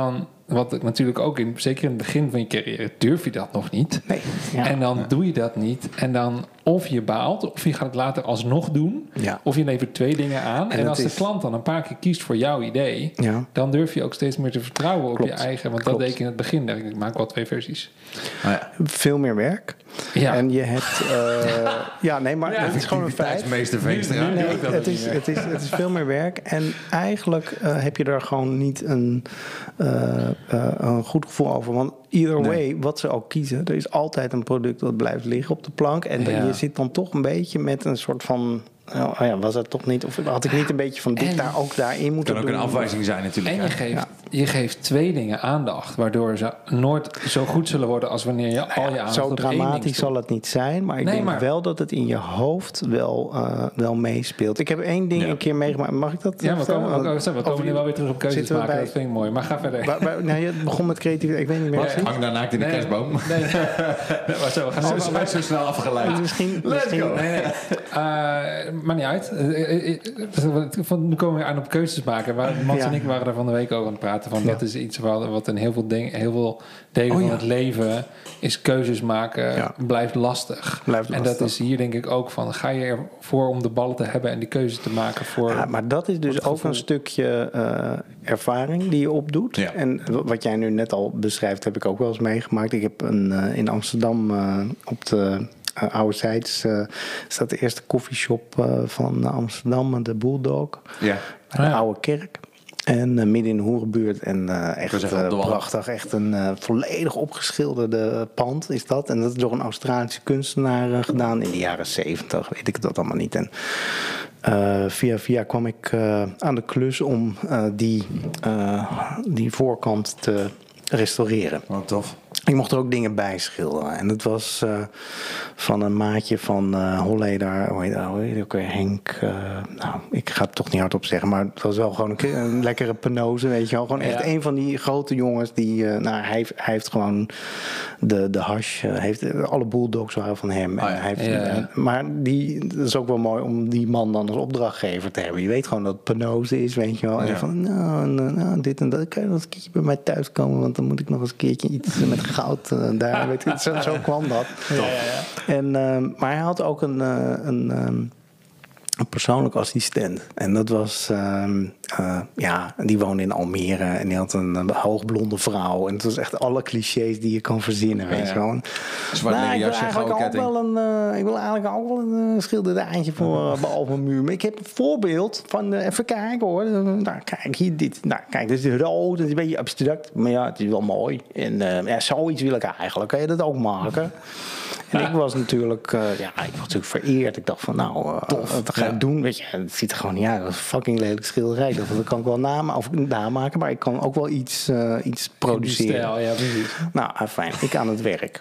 wat ik natuurlijk ook in, zeker in het begin van je carrière, durf je dat nog niet. Nee. Ja. En dan doe je dat niet. En dan of je baalt, of je gaat het later alsnog doen. Ja. Of je levert twee dingen aan. En, En als het de is- klant dan een paar keer kiest voor jouw idee, Ja. dan durf je ook steeds meer te vertrouwen op Klopt. je eigen. Want Klopt. dat deed ik in het begin. Dacht ik, ik maak wel twee versies. Oh ja. Veel meer werk. Ja. En je hebt... eh, ja, nee, maar Ja, het is gewoon een feit. Tijdsmeester Veenstra. Nu- nu- Nee, doe ik dat het, niet is, meer. het, is, het is veel meer werk. En eigenlijk uh, heb je daar gewoon niet een, uh, uh, een goed gevoel over. Want either way, Nee. wat ze ook kiezen, er is altijd een product dat blijft liggen op de plank. En Ja. je zit dan toch een beetje met een soort van... Oh ja, was dat toch niet? Of had ik niet een beetje van dit En- daar ook daarin moeten Kan ook doen? een afwijzing zijn natuurlijk. En je hè. geeft, Ja. je geeft twee dingen aandacht, waardoor ze nooit zo goed zullen worden als wanneer je al je aandacht Zo op één ding dramatisch stopt. zal het niet zijn, maar ik Nee, denk maar- wel dat het in je hoofd wel, uh, wel meespeelt. Ik heb één ding Ja. een keer meegemaakt. Mag ik dat? Ja, we vertellen? komen, ook, oh, sorry, we komen Over nu wel weer terug op keuzes zitten we maken. bij- Dat vind ik mooi. Maar ga verder. Waar- waar- nou, je begon met creativiteit. Ik weet niet meer Ja, precies. Hang daar naakt in de Nee, kerstboom. Nee, nee. nee, maar zo, we gaan Zo, zo, zo, zo, zo snel afgeleid. Misschien, Let's misschien go. Nee, nee. Uh, maakt niet uit. Uh, uh, van, nu komen we weer aan op keuzes maken. Waar, Mats Ja. en ik waren er van de week over aan het praten. Van, Ja. Dat is iets wat, wat in heel veel, ding, heel veel delen Oh, van ja. het leven is keuzes maken. Ja. Blijft lastig. Blijft En dat lastig. is hier denk ik ook van. Ga je ervoor om de ballen te hebben en die keuze te maken voor... Ja, maar dat is dus het ook gevoel. een stukje uh, ervaring die je opdoet. Ja. En wat jij nu net al beschrijft, heb ik ook wel eens meegemaakt. Ik heb een, uh, in Amsterdam uh, op de uh, oude Zijds uh, staat de eerste koffieshop uh, van Amsterdam, de Bulldog. Ja. De Ah, ja. oude kerk. En uh, midden in de Hoerenbuurt. En uh, echt zeggen, op uh, de wal. prachtig. Echt een uh, volledig opgeschilderde pand is dat. En dat is door een Australische kunstenaar uh, gedaan in de jaren zeventig. Weet ik dat allemaal niet. En uh, via via kwam ik uh, aan de klus om uh, die, uh, die voorkant te restaureren. Wat tof. Ik mocht er ook dingen bij schilderen. En het was uh, van een maatje van uh, Holleder, hoe heet dat, hoe heet dat ook weer, Henk. Uh, nou, ik ga het toch niet hardop zeggen, maar het was wel gewoon een, keer een lekkere penose, weet je wel. Gewoon echt Ja. een van die grote jongens die, uh, nou, hij, heeft- hij heeft gewoon de, de hash, uh, heeft, alle bulldogs waren van hem. Oh ja. En hij heeft, Ja, ja. uh, maar die, dat is ook wel mooi om die man dan als opdrachtgever te hebben. Je weet gewoon dat het penose is, weet je wel. En Ja. van, nou, nou, nou, dit en dat, kan je nog eens een keertje bij mij thuis komen, want dan moet ik nog eens een keertje iets met goud uh, daar. Weet je, zo, zo kwam dat. Ja, ja, ja. En, uh, maar hij had ook een, uh, een, um, een persoonlijk assistent. En dat was, um, uh, ja, die woonde in Almere. En die had een, een hoogblonde vrouw. En het was echt alle clichés die je kan verzinnen, weet Ja, je ja. wel. Zwart Nou, leren ik, wil jasje, eigenlijk gouden ook ketting. wel een, uh, ik wil eigenlijk ook wel een uh, schilderijtje voor uh, behalve een muur. Maar ik heb een voorbeeld van, uh, even kijken hoor. Nou, kijk, hier dit. Nou, kijk, dit is rood. Het is een beetje abstract. Maar ja, het is wel mooi. En uh, ja, zoiets wil ik eigenlijk. Kan je dat ook maken? En ik was natuurlijk, uh, ja, ik was natuurlijk vereerd. Ik dacht van, nou, uh, wat ga ik Ja. doen? Weet je, het ziet er gewoon niet uit. Dat is een fucking lelijk schilderij. Dat, dat kan ik wel nama- of namaken, maar ik kan ook wel iets, uh, iets In die produceren. stijl, ja, precies. Nou, ah, fijn. Ik aan het werk.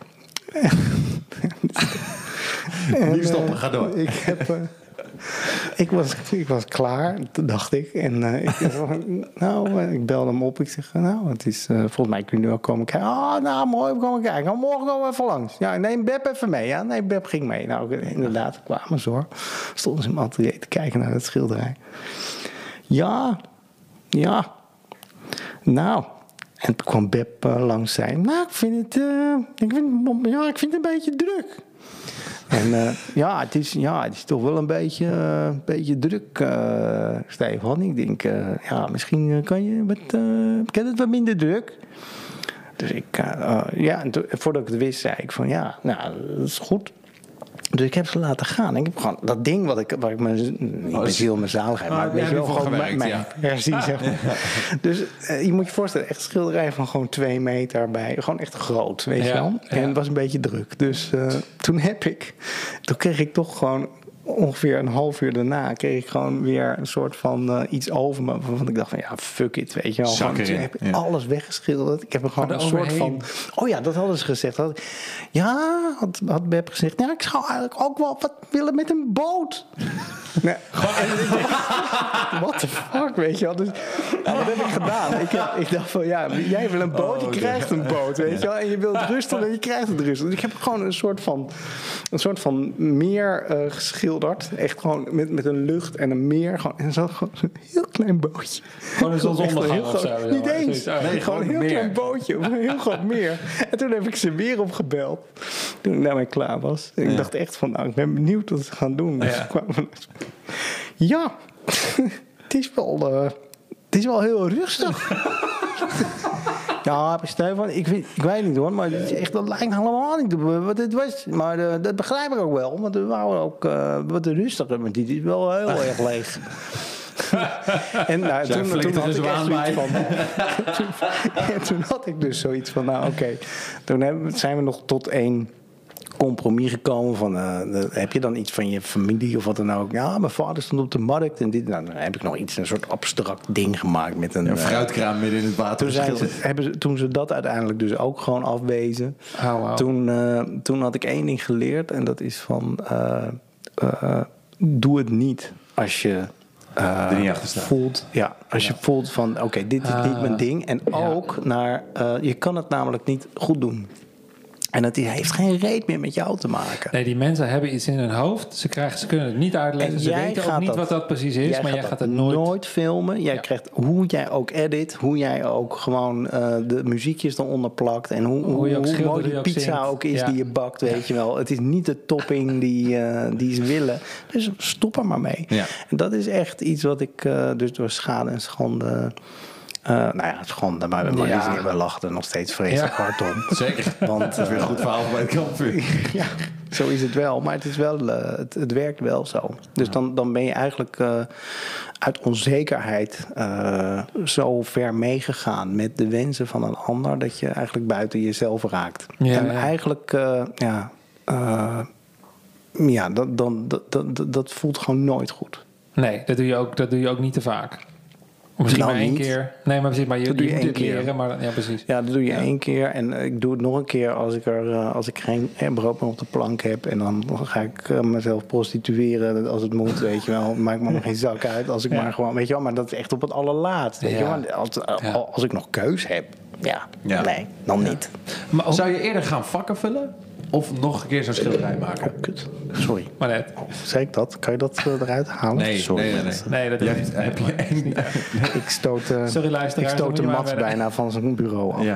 Niet stoppen, ga door. Ik, heb, uh, ik, was, ik was klaar, dacht ik. En uh, ik, nou, ik belde hem op. Ik zeg, nou, het is, uh, volgens mij kun je nu wel komen kijken. Ah, nou, mooi, we komen kijken. Nou, morgen komen we even langs. Ja, neem Beb even mee. Ja, nee, Beb ging mee. Nou, inderdaad, kwamen ze hoor. Stonden ze in mijn atelier te kijken naar het schilderij. Ja, ja. Nou... En toen kwam Beb uh, langs en zei... Nou, ik vind het, uh, ik vind, ja, ik vind het een beetje druk. En uh, ja, het is, ja, het is toch wel een beetje, uh, beetje druk, uh, Stefan. Ik denk, uh, ja, misschien uh, kan je wat, uh, kan het wat minder druk. Dus ik, uh, uh, ja, en to, voordat ik het wist, zei ik van... Ja, nou, dat is goed. Dus ik heb ze laten gaan. Ik heb gewoon dat ding wat ik, waar ik mijn, niet mijn ziel, mijn zaligheid, Oh, maar daar weet je heb wel, je voor gewoon mijn, gewerkt, mijn versie, zeg maar. Dus uh, je moet je voorstellen, echt een schilderij van gewoon twee meter bij, gewoon echt groot, weet Ja, je wel. ja. En het was een beetje druk. Dus uh, toen heb ik, toen kreeg ik toch gewoon ongeveer een half uur daarna kreeg ik gewoon weer een soort van uh, iets over me. Want ik dacht van ja, fuck it, weet je wel. Zak Gewoon, toen erin, heb ik ja. alles weggeschilderd. Ik heb er gewoon Maar een soort eroverheen. van... Oh ja, dat hadden ze gezegd. Dat, ja, had, had Beb gezegd. Ja, ik zou eigenlijk ook wel wat willen met een boot. Nee, gewoon, en ik dacht, what the fuck, weet je wel. Dus nou, dat heb ik gedaan. Ik, heb, ik dacht van, ja, jij wil een boot, je Oh, krijgt een boot, weet je wel. En je wilt rustig en je krijgt het rustig. Dus ik heb gewoon een soort van, een soort van meer uh, geschilderd geschilderd. Echt gewoon met, met een lucht en een meer. Gewoon, en zo gewoon een heel klein bootje. Gewoon een zonsondergang of zo. Niet eens. Nee, Nee, gewoon een heel meer. klein bootje. Een heel groot meer. En toen heb ik ze weer opgebeld. Toen ik daarmee klaar was. En ik Ja. dacht echt van, nou, ik ben benieuwd wat ze gaan doen. Dus Ja. ze kwamen... Ja, het is wel... Uh, het is wel heel rustig. Ja, Stefan, ik, weet, ik weet niet hoor, maar het is echt, dat lijkt helemaal niet wat het was. Maar uh, dat begrijp ik ook wel, want we waren ook uh, wat rustiger, maar die is wel heel erg leeg. En nou, toen, toen, toen had ik echt zoiets van... toen, en toen had ik dus zoiets van, nou oké, okay. Toen hebben, zijn we nog tot één compromis gekomen van, uh, heb je dan iets van je familie of wat dan ook? Ja, mijn vader stond op de markt en dit. Nou, dan heb ik nog iets, een soort abstract ding gemaakt met een... Een fruitkraam midden in het water. Toen, zijn ze, hebben ze, toen ze dat uiteindelijk dus ook gewoon afwezen, oh, wow. toen, uh, toen had ik één ding geleerd en dat is van, uh, uh, doe het niet als je... Uh, er niet achter staat. Voelt, ja, als je ja. voelt van, oké, okay, dit is uh, niet mijn ding. En ja. ook naar, uh, je kan het namelijk niet goed doen. En dat heeft geen reet meer met jou te maken. Nee, die mensen hebben iets in hun hoofd. Ze, krijgen, ze kunnen het niet uitleggen. En ze weten ook niet dat, wat dat precies is. Jij maar jij gaat het nooit... nooit filmen. Jij ja. krijgt hoe jij ook edit. Hoe jij ook gewoon uh, de muziekjes eronder plakt. En hoe, hoe, hoe, hoe mooi die pizza zingt. Ook is ja. die je bakt. Weet ja. je wel. Het is niet de topping die, uh, die ze willen. Dus stop er maar mee. Ja. En dat is echt iets wat ik uh, dus door schade en schande... Uh, nou ja, schande, maar, maar ja. we lachen er nog steeds vreselijk ja. hard om. Zeker, want het is weer een goed verhaal bij het kampvuur. Ja, zo is het wel, maar het, is wel, uh, het, het werkt wel zo. Dus ja. dan, dan ben je eigenlijk uh, uit onzekerheid uh, zo ver meegegaan met de wensen van een ander, dat je eigenlijk buiten jezelf raakt. Ja, en ja. eigenlijk, uh, ja, uh, ja dat, dan, dat, dat, dat voelt gewoon nooit goed. Nee, dat doe je ook, dat doe je ook niet te vaak. Misschien nou, maar één niet. keer. Nee, maar precies, maar je, dat doe je, je moet één het keer. leren. Maar, ja, precies. Ja, dat doe je ja. één keer. En ik doe het nog een keer als ik, er, uh, als ik geen eh, brood meer op de plank heb. En dan ga ik uh, mezelf prostitueren als het moet, weet je wel. Maakt me nog geen zak uit. Als ik ja. maar gewoon, weet je wel. Maar dat is echt op het allerlaatst, weet ja. je wel. Als, uh, ja. als ik nog keus heb, ja, ja. nee, dan ja. niet. Maar ook, zou je eerder gaan vakken vullen? Of nog een keer zo'n schilderij maken? Oh, kut. Sorry. Maar net. Oh, zei ik dat? Kan je dat uh, eruit halen? Nee, Sorry. nee, nee. nee. nee dat je niet. Heb je echt niet. Ik stoot, uh, Sorry, luisteraars. Ik stoot de Mats bijna van zijn bureau af. Ja.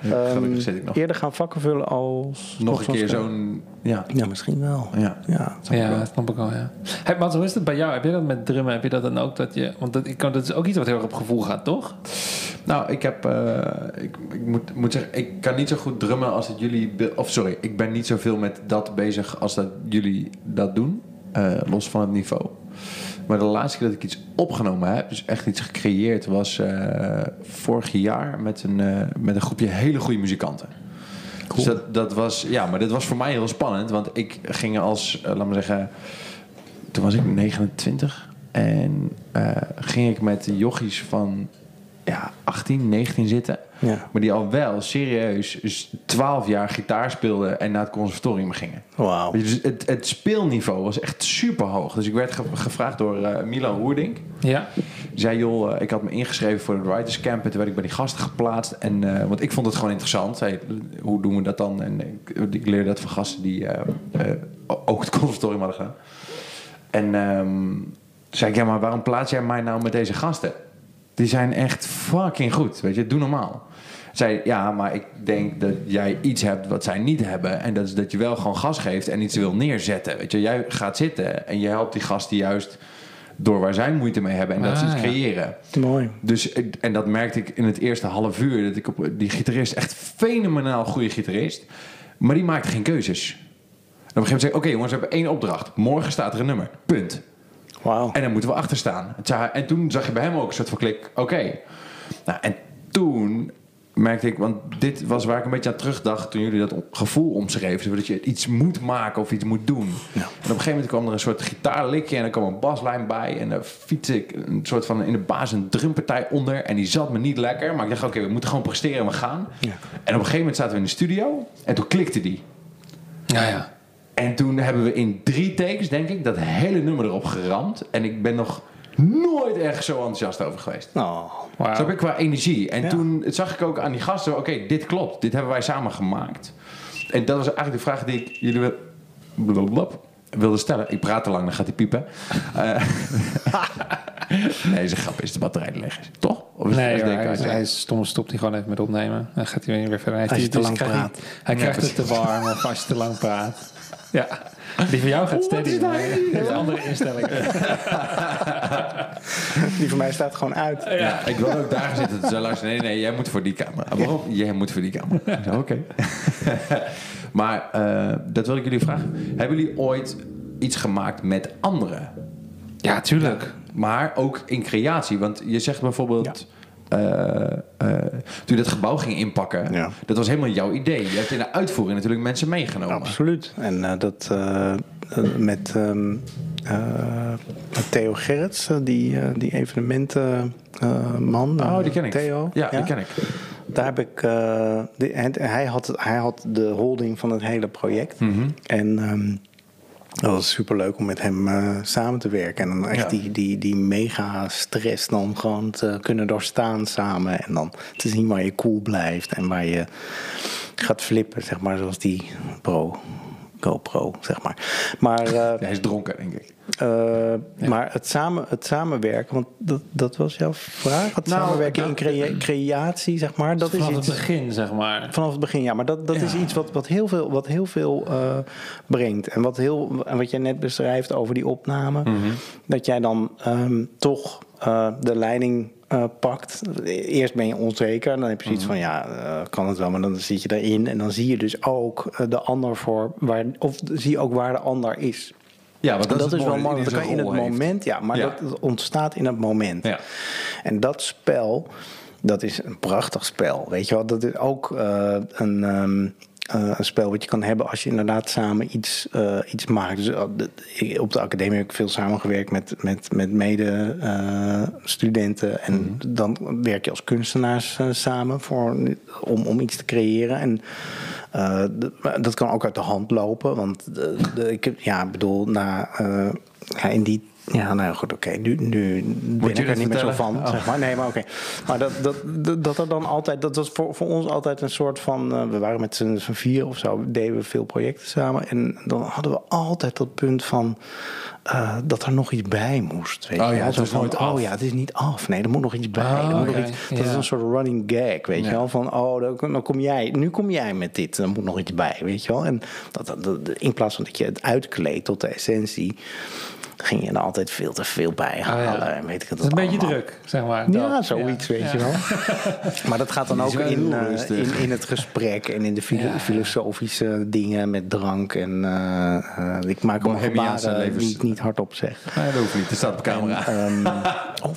Um, zit ik nog. Eerder gaan vakken vullen als... Nog, nog een keer zo'n... Ja. ja, misschien wel. Ja, ja, dat, ja, dat snap ik wel, ja. Hey, Mats, hoe is het bij jou? Heb je dat met drummen? Heb je dat dan ook dat je... Want dat, dat is ook iets wat heel erg op gevoel gaat, toch? Nou, ik heb... Uh, ik, ik moet, moet zeggen, ik kan niet zo goed drummen als dat jullie... Of sorry, ik ben niet zoveel met dat bezig als dat jullie dat doen. Uh, los van het niveau. Maar de laatste keer dat ik iets opgenomen heb, dus echt iets gecreëerd, was uh, vorig jaar met een, uh, met een groepje hele goede muzikanten. Cool. Dus dat, dat was, ja, maar dit was voor mij heel spannend, want ik ging als, uh, laat maar zeggen, toen was ik negenentwintig en uh, ging ik met jochies van ja, achttien, negentien zitten. Ja. Maar die al wel serieus dus twaalf jaar gitaar speelden en naar het conservatorium gingen. Wow. Dus het, het speelniveau was echt super hoog. Dus ik werd ge- gevraagd door uh, Milan Roerdink. Ja. Die zei, joh, uh, ik had me ingeschreven voor de Writers Camp. En toen werd ik bij die gasten geplaatst. En, uh, want ik vond het gewoon interessant. Hey, hoe doen we dat dan? En ik, ik leerde dat van gasten die uh, uh, ook het conservatorium hadden gedaan. En um, toen zei ik, ja, maar waarom plaats jij mij nou met deze gasten? Die zijn echt fucking goed, weet je, doe normaal. Zei, ja, maar ik denk dat jij iets hebt wat zij niet hebben. En dat is dat je wel gewoon gas geeft en iets wil neerzetten. Weet je, jij gaat zitten en je helpt die gasten juist door waar zij moeite mee hebben. En dat ah, ze iets creëren. Ja. Mooi. Dus, en dat merkte ik in het eerste half uur. Dat ik op die gitarist, echt fenomenaal goede gitarist. Maar die maakte geen keuzes. En op een gegeven moment zei ik, oké okay, jongens, we hebben één opdracht. Morgen staat er een nummer. Punt. Wow. En dan moeten we achter staan. En toen zag je bij hem ook een soort van klik. Oké. Okay. Nou, en toen merkte ik, want dit was waar ik een beetje aan terugdacht toen jullie dat gevoel omschreven. Dat je iets moet maken of iets moet doen. Ja. En op een gegeven moment kwam er een soort gitaarlikje en er kwam een baslijn bij. En dan fietste ik een soort van in de basis een drumpartij onder. En die zat me niet lekker. Maar ik dacht, oké, okay, we moeten gewoon presteren en we gaan. Ja. En op een gegeven moment zaten we in de studio en toen klikte die. Ja, ja. En toen hebben we in drie takes, denk ik, dat hele nummer erop geramd. En ik ben nog nooit ergens zo enthousiast over geweest. Oh, wow. Zo heb ik qua energie. En ja. toen zag ik ook aan die gasten, oké, okay, dit klopt. Dit hebben wij samen gemaakt. En dat was eigenlijk de vraag die ik jullie... Blablabla. wilde stellen. Ik praat te lang, dan gaat hij piepen. Uh, nee, is een grap, is de batterij leeg is. Toch? Of is nee, het hoor, hij, is, hij is stom, stopt hij gewoon even met opnemen. Dan gaat hij weer verder. Hij als je te lang krijgt praat. Hij, hij Ja, krijgt het te warm of als je te lang praat. Ja, die van jou gaat steady. Oh, Dat is een andere instelling. Die van mij staat gewoon uit. Ja, ja, ik wil ook daar zitten. Dus luisteren. Nee, nee, jij moet voor die camera. Waarom? Jij moet voor die camera. Oké. Okay. Maar uh, dat wil ik jullie vragen. Hebben jullie ooit iets gemaakt met anderen? Ja, tuurlijk. Ja, maar ook in creatie. Want je zegt bijvoorbeeld... Ja. Uh, uh, toen je dat gebouw ging inpakken... Ja. Dat was helemaal jouw idee. Je hebt in de uitvoering natuurlijk mensen meegenomen. Absoluut. En uh, dat uh, uh, met... Um, Uh, Theo Gerrits, uh, die, uh, die evenementenman. Uh, oh, die ken ik. Theo. Ja, ja, die ken ik. Daar heb ik... Uh, die, hij, had, hij had de holding van het hele project. Mm-hmm. En um, dat was superleuk om met hem uh, samen te werken. En dan echt ja. die, die, die mega stress dan gewoon te kunnen doorstaan samen. En dan te zien waar je cool blijft. En waar je gaat flippen, zeg maar, zoals die pro... GoPro, zeg maar. Maar uh, ja, hij is dronken, denk ik. Uh, ja. Maar het, samen, het samenwerken, want dat, dat was jouw vraag. Het nou, samenwerken dat, in crea- creatie, zeg maar. Dat vanaf is iets, het begin, zeg maar. Vanaf het begin, ja. Maar dat, dat ja. is iets wat, wat heel veel, wat heel veel uh, brengt. En wat, heel, en wat jij net beschrijft over die opname. Mm-hmm. Dat jij dan um, toch uh, de leiding... Uh, pakt. Eerst ben je onzeker. Dan heb je zoiets mm-hmm. van, ja, uh, kan het wel. Maar dan zit je erin. En dan zie je dus ook uh, de ander voor... Waar, of zie je ook waar de ander is. Ja, want dat, dat is, is wel mooi. Dat kan je in het heeft. moment... Ja, maar ja. dat ontstaat in het moment. Ja. En dat spel... Dat is een prachtig spel. Weet je wel? Dat is ook uh, een... Um, Uh, een spel wat je kan hebben als je inderdaad samen iets, uh, iets maakt. Dus uh, de, op de academie heb ik veel samengewerkt met, met, met mede-studenten. Uh, en mm-hmm. dan werk je als kunstenaars uh, samen voor, om, om iets te creëren. En uh, de, dat kan ook uit de hand lopen. Want de, de, ik ja, bedoel, na, uh, ja, in die Ja, nou goed, oké. Okay. Nu, nu ben ik er niet meer zo van, oh. zeg maar. Nee, maar oké. Okay. Maar dat, dat, dat, dat er dan altijd... Dat was voor, voor ons altijd een soort van... Uh, we waren met z'n, z'n vier of zo, deden we veel projecten samen. En dan hadden we altijd dat punt van... Uh, dat er nog iets bij moest. Weet oh je? ja, het is van, nooit oh af. ja, het is niet af. Nee, er moet nog iets bij. Oh, er moet okay. nog iets, dat ja. is een soort running gag, weet ja. je wel. Van, oh, dan, dan kom jij... Nu kom jij met dit. Er moet nog iets bij, weet je wel. En dat, dat, dat, in plaats van dat je het uitkleedt tot de essentie... ging je er altijd veel te veel bij halen. Oh ja. En weet ik het dat is een allemaal. beetje druk, zeg maar. Ja, dat. zoiets, ja. weet ja. je wel. Maar dat gaat dan ook in, uh, in, in het gesprek... en in de filo- ja, ja. filosofische dingen met drank. En uh, uh, ik maak allemaal gebaren die ik niet hardop zeg. Nee, dat hoeft niet. Het staat op camera. En, um, oh.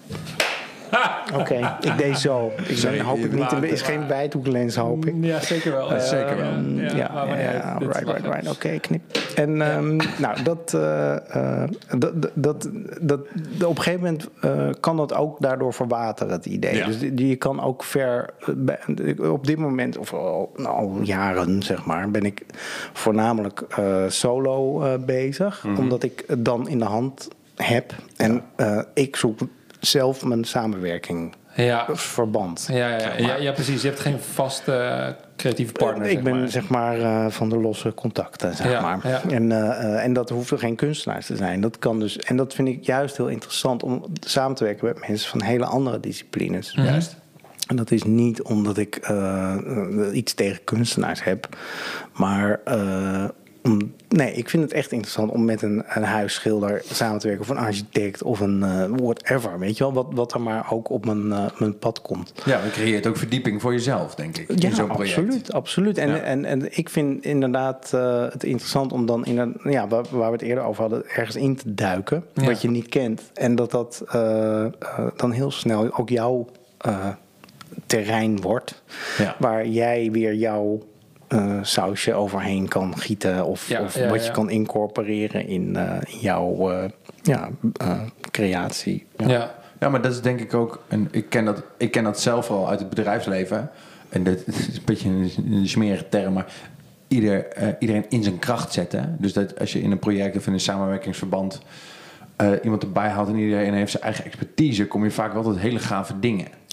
Oké, okay, ik deed zo. Ik Sorry, ben, hoop ik niet. Er is geen wijdhoeklens, hoop ik. Ja, zeker wel. Uh, zeker wel. Ja, ja, ja, ja, ja right, right, right. Oké, okay, knip. En um, ja. nou, dat, uh, uh, dat, dat, dat, dat... Op een gegeven moment uh, kan dat ook daardoor verwateren, het idee. Ja. Dus die, je kan ook ver... Uh, op dit moment, of al, nou, al jaren, zeg maar... ben ik voornamelijk uh, solo uh, bezig. Mm-hmm. Omdat ik het dan in de hand heb. En uh, ik zoek... zelf mijn samenwerking ja. verband. Ja, ja, ja, ja, ja, precies. Je hebt geen vaste uh, creatieve partner. Ik zeg ben maar. zeg maar uh, van de losse contacten, zeg ja, maar. Ja. En, uh, uh, en dat hoeft er geen kunstenaars te zijn. Dat kan dus, en dat vind ik juist heel interessant om samen te werken met mensen van hele andere disciplines. Mm-hmm. Juist. En dat is niet omdat ik uh, uh, iets tegen kunstenaars heb, maar uh, om, nee, ik vind het echt interessant om met een, een huisschilder samen te werken... of een architect of een uh, whatever, weet je wel? Wat, wat er maar ook op mijn, uh, mijn pad komt. Ja, je creëert ook verdieping voor jezelf, denk ik, ja, in zo'n project. Absoluut, absoluut. En, ja. en, en ik vind inderdaad uh, het interessant om dan... In een, ja, waar, waar we het eerder over hadden, ergens in te duiken... Ja. wat je niet kent. En dat dat uh, uh, dan heel snel ook jouw uh, terrein wordt... Ja. waar jij weer jouw... Uh, sausje overheen kan gieten of, ja, of ja, wat ja. je kan incorporeren in, uh, in jouw uh, ja, uh, creatie. Ja. Ja. ja, maar dat is denk ik ook, en ik ken dat, ik ken dat zelf al uit het bedrijfsleven. En dat is een beetje een, een smerige term, maar ieder, uh, iedereen in zijn kracht zetten. Dus dat als je in een project of in een samenwerkingsverband uh, iemand erbij haalt en iedereen heeft zijn eigen expertise, kom je vaak wel tot hele gave dingen.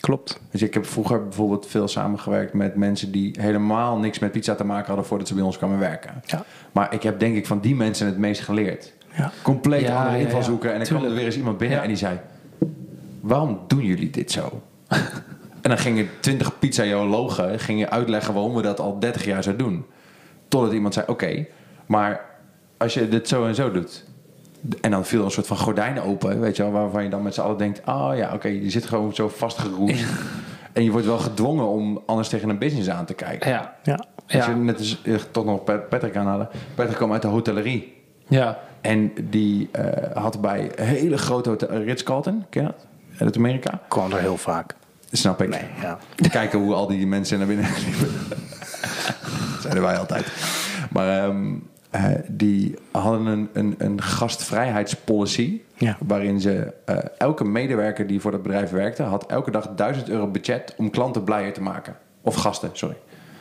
klopt. Dus ik heb vroeger bijvoorbeeld veel samengewerkt met mensen die helemaal niks met pizza te maken hadden voordat ze bij ons kwamen werken. Ja. Maar ik heb denk ik van die mensen het meest geleerd. Ja. Compleet Ja, andere ja, invalshoeken. ja. En dan kwam er Tuurlijk. weer eens iemand binnen Ja. en die zei... Waarom doen jullie dit zo? En dan gingen twintig pizzaiologen gingen uitleggen waarom we dat al dertig jaar zo doen. Totdat iemand zei, oké, okay, maar als je dit zo en zo doet... En dan viel er een soort van gordijn open, weet je wel, waarvan je dan met z'n allen denkt... Oh ja, oké, okay, je zit gewoon zo vastgeroest. En je wordt wel gedwongen om anders tegen een business aan te kijken. Ja. Ja. Als Ja. je net als, eh, toch nog Patrick aanhalen. Patrick kwam uit de hotellerie. Ja. En die uh, had bij hele grote hotel... Ritz-Carlton, ken je dat? Uit Amerika. Kwam er heel vaak. Snap ik. Nee, ja. Kijken hoe al die mensen naar binnen liepen. Dat zeiden wij altijd. Maar um, uh, die hadden een, een, een gastvrijheidspolicy... Ja. waarin ze uh, elke medewerker die voor dat bedrijf werkte... had elke dag duizend euro budget om klanten blijer te maken. Of gasten, sorry.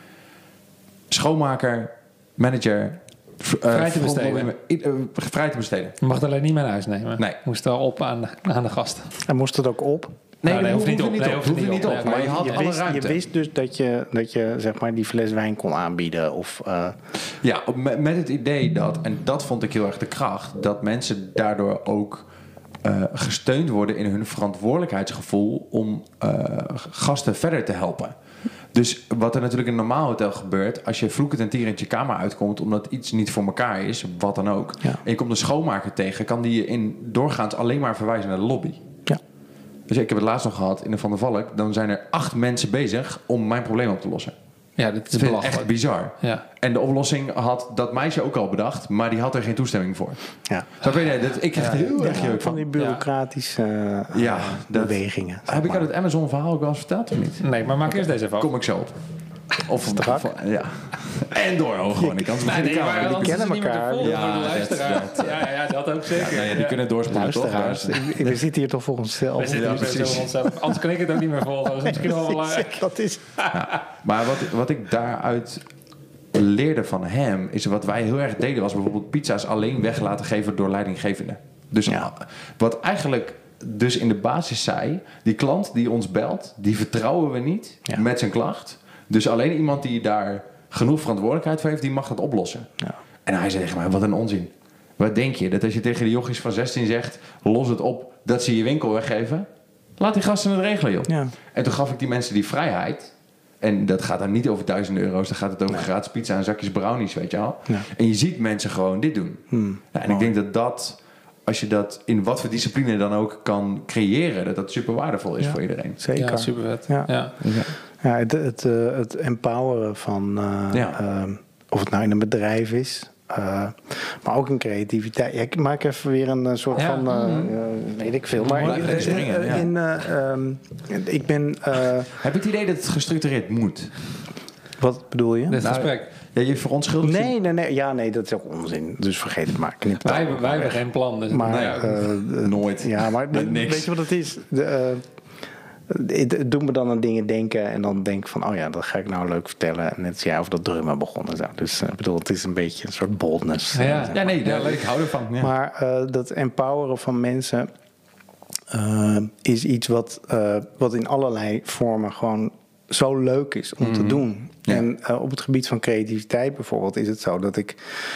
Schoonmaker, manager... Uh, Vrij te besteden. Uh, vrij te besteden. Je mag het alleen niet mee naar huis nemen. Nee. Moest wel op aan de, aan de gasten. En moest het ook op? Nee, Nou, nee, hoeft hoeft niet niet op. op. Nee, Hoeft hoeft niet niet op. op. Maar Nee, je had je, alle wist, ruimte. je wist dus dat je, dat je zeg maar, die fles wijn kon aanbieden. Of, uh... Ja, met, met het idee dat, en dat vond ik heel erg de kracht... dat mensen daardoor ook uh, gesteund worden in hun verantwoordelijkheidsgevoel... om uh, gasten verder te helpen. Dus wat er natuurlijk in een normaal hotel gebeurt... als je vloekend en tierend je kamer uitkomt... omdat iets niet voor elkaar is, wat dan ook... Ja. en je komt een schoonmaker tegen... kan die je in doorgaans alleen maar verwijzen naar de lobby. Ja. Dus ik heb het laatst nog gehad in de Van der Valk... dan zijn er acht mensen bezig om mijn probleem op te lossen. Ja, dit is Dat vind ik belachelijk. echt bizar. Ja. En de oplossing had dat meisje ook al bedacht... maar die had er geen toestemming voor. Ja. Zo weet je, dat, ik krijg er heel erg Ja, jeuk van van. die bureaucratische uh, Ja, dat- bewegingen. zeg Heb ik maar. jou het Amazon-verhaal ook wel eens verteld of niet? Nee, maar maak eerst deze even af. Kom ik zo op. Of Strak. of- ja. En door ook gewoon. Ik kan het Nee, nee, maar die anders is het kennen niet meer te elkaar. volgen Ja, voor de dat- luisteraar. dat- Ja, ja, dat ook zeker. Nou ja, die kunnen doorspoelen toch? Luisteraars, Maar- we zitten hier toch voor onszelf. We zitten Ja, hier precies. zo onszelf. Anders kan ik het ook niet meer volgen. Dat is misschien wel belangrijk. Dat is... Maar wat, wat ik daaruit leerde van hem... is wat wij heel erg deden... was bijvoorbeeld pizza's alleen weg laten geven door leidinggevenden. Dus Ja. wat eigenlijk dus in de basis zei... die klant die ons belt... die vertrouwen we niet Ja. met zijn klacht. Dus alleen iemand die daar genoeg verantwoordelijkheid voor heeft... die mag dat oplossen. Ja. En hij zei tegen mij, wat een onzin. Wat denk je? Dat als je tegen de jochies van zestien zegt... los het op dat ze je winkel weggeven... laat die gasten het regelen, joh. Ja. En toen gaf ik die mensen die vrijheid... en dat gaat dan niet over duizenden euro's... dan gaat het over Nee. gratis pizza en zakjes brownies, weet je wel. Ja. En je ziet mensen gewoon dit doen. Hmm. Ja, en ik denk dat dat... als je dat in wat voor discipline dan ook kan creëren... dat dat super waardevol is Ja. voor iedereen. Zeker. Ja, super vet. Ja. Ja. Ja, het, het, uh, het empoweren van, uh, Ja. uh, of het nou in een bedrijf is, uh, maar ook in creativiteit. Ja, ik maak even weer een uh, soort Ja. van, uh, Mm-hmm. uh, weet ik veel. Maar Blijf in, even springen, uh, ja. in, uh, um, ik ben, uh, Heb je het idee dat het gestructureerd moet? wat bedoel je? Dit Nou, gesprek. Ja, je verontschuldigt... je- Nee, nee, nee, ja, nee, dat is ook onzin. Dus vergeet het maar. Knip het Wij, allemaal wij hebben weg. geen plan. Dus Maar, Nou ja, uh, uh, nooit. Ja, maar Met niks. weet je wat het is? De, uh, het, het doet me dan aan dingen denken en dan denk ik van, oh ja, dat ga ik nou leuk vertellen. En net als jij over dat drummen begonnen. Zo. Dus uh, ik bedoel, het is een beetje een soort boldness. Ja, uh, ja. zeg Ja, nee, Ja, ja, leuk. ik hou ervan. Ja. Maar uh, dat empoweren van mensen uh, is iets wat, uh, wat in allerlei vormen gewoon zo leuk is om te doen. Ja. En uh, op het gebied van creativiteit bijvoorbeeld is het zo dat ik...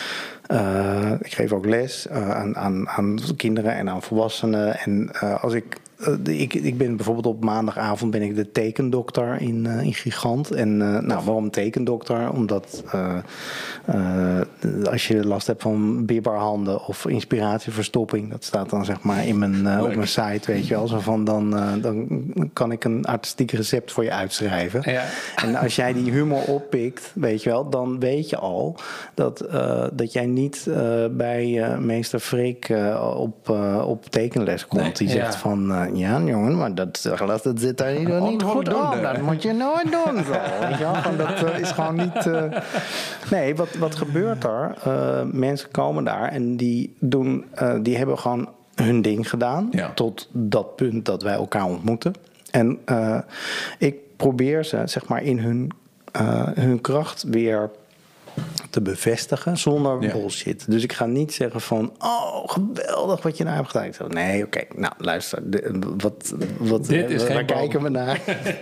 Uh, ik geef ook les uh, aan, aan, aan kinderen en aan volwassenen. En uh, als ik, uh, ik... Ik ben bijvoorbeeld op maandagavond ben ik de tekendokter in, uh, in Gigant. En uh, nou, waarom tekendokter? Omdat uh, uh, als je last hebt van bibberhanden of inspiratieverstopping... dat staat dan zeg maar in mijn, uh, op mijn site, weet je wel. Zo van dan, uh, dan kan ik een artistiek recept voor je uitschrijven. Ja. En als jij die humor oppikt, weet je wel, dan weet je al dat, uh, dat jij niet uh, bij uh, meester Freek uh, op, uh, op tekenles komt. Nee. Die zegt Ja. van, uh, ja jongen, maar dat, dat zit daar niet, niet goed Onvoldoende. aan. Dat moet je nooit doen. Zo. Weet je wel? Van, dat uh, is gewoon niet... Uh... Nee, wat, wat gebeurt er? Uh, mensen komen daar en die, doen, uh, die hebben gewoon hun ding gedaan. Ja. Tot dat punt dat wij elkaar ontmoeten. En uh, ik probeer ze, zeg maar, in hun, uh, hun kracht weer te bevestigen zonder Ja. bullshit. Dus ik ga niet zeggen van, oh, geweldig wat je nou hebt gedaan. Ik zeg, nee, oké, okay, nou luister, de, wat, wat, Dit is waar geen kijken we naar?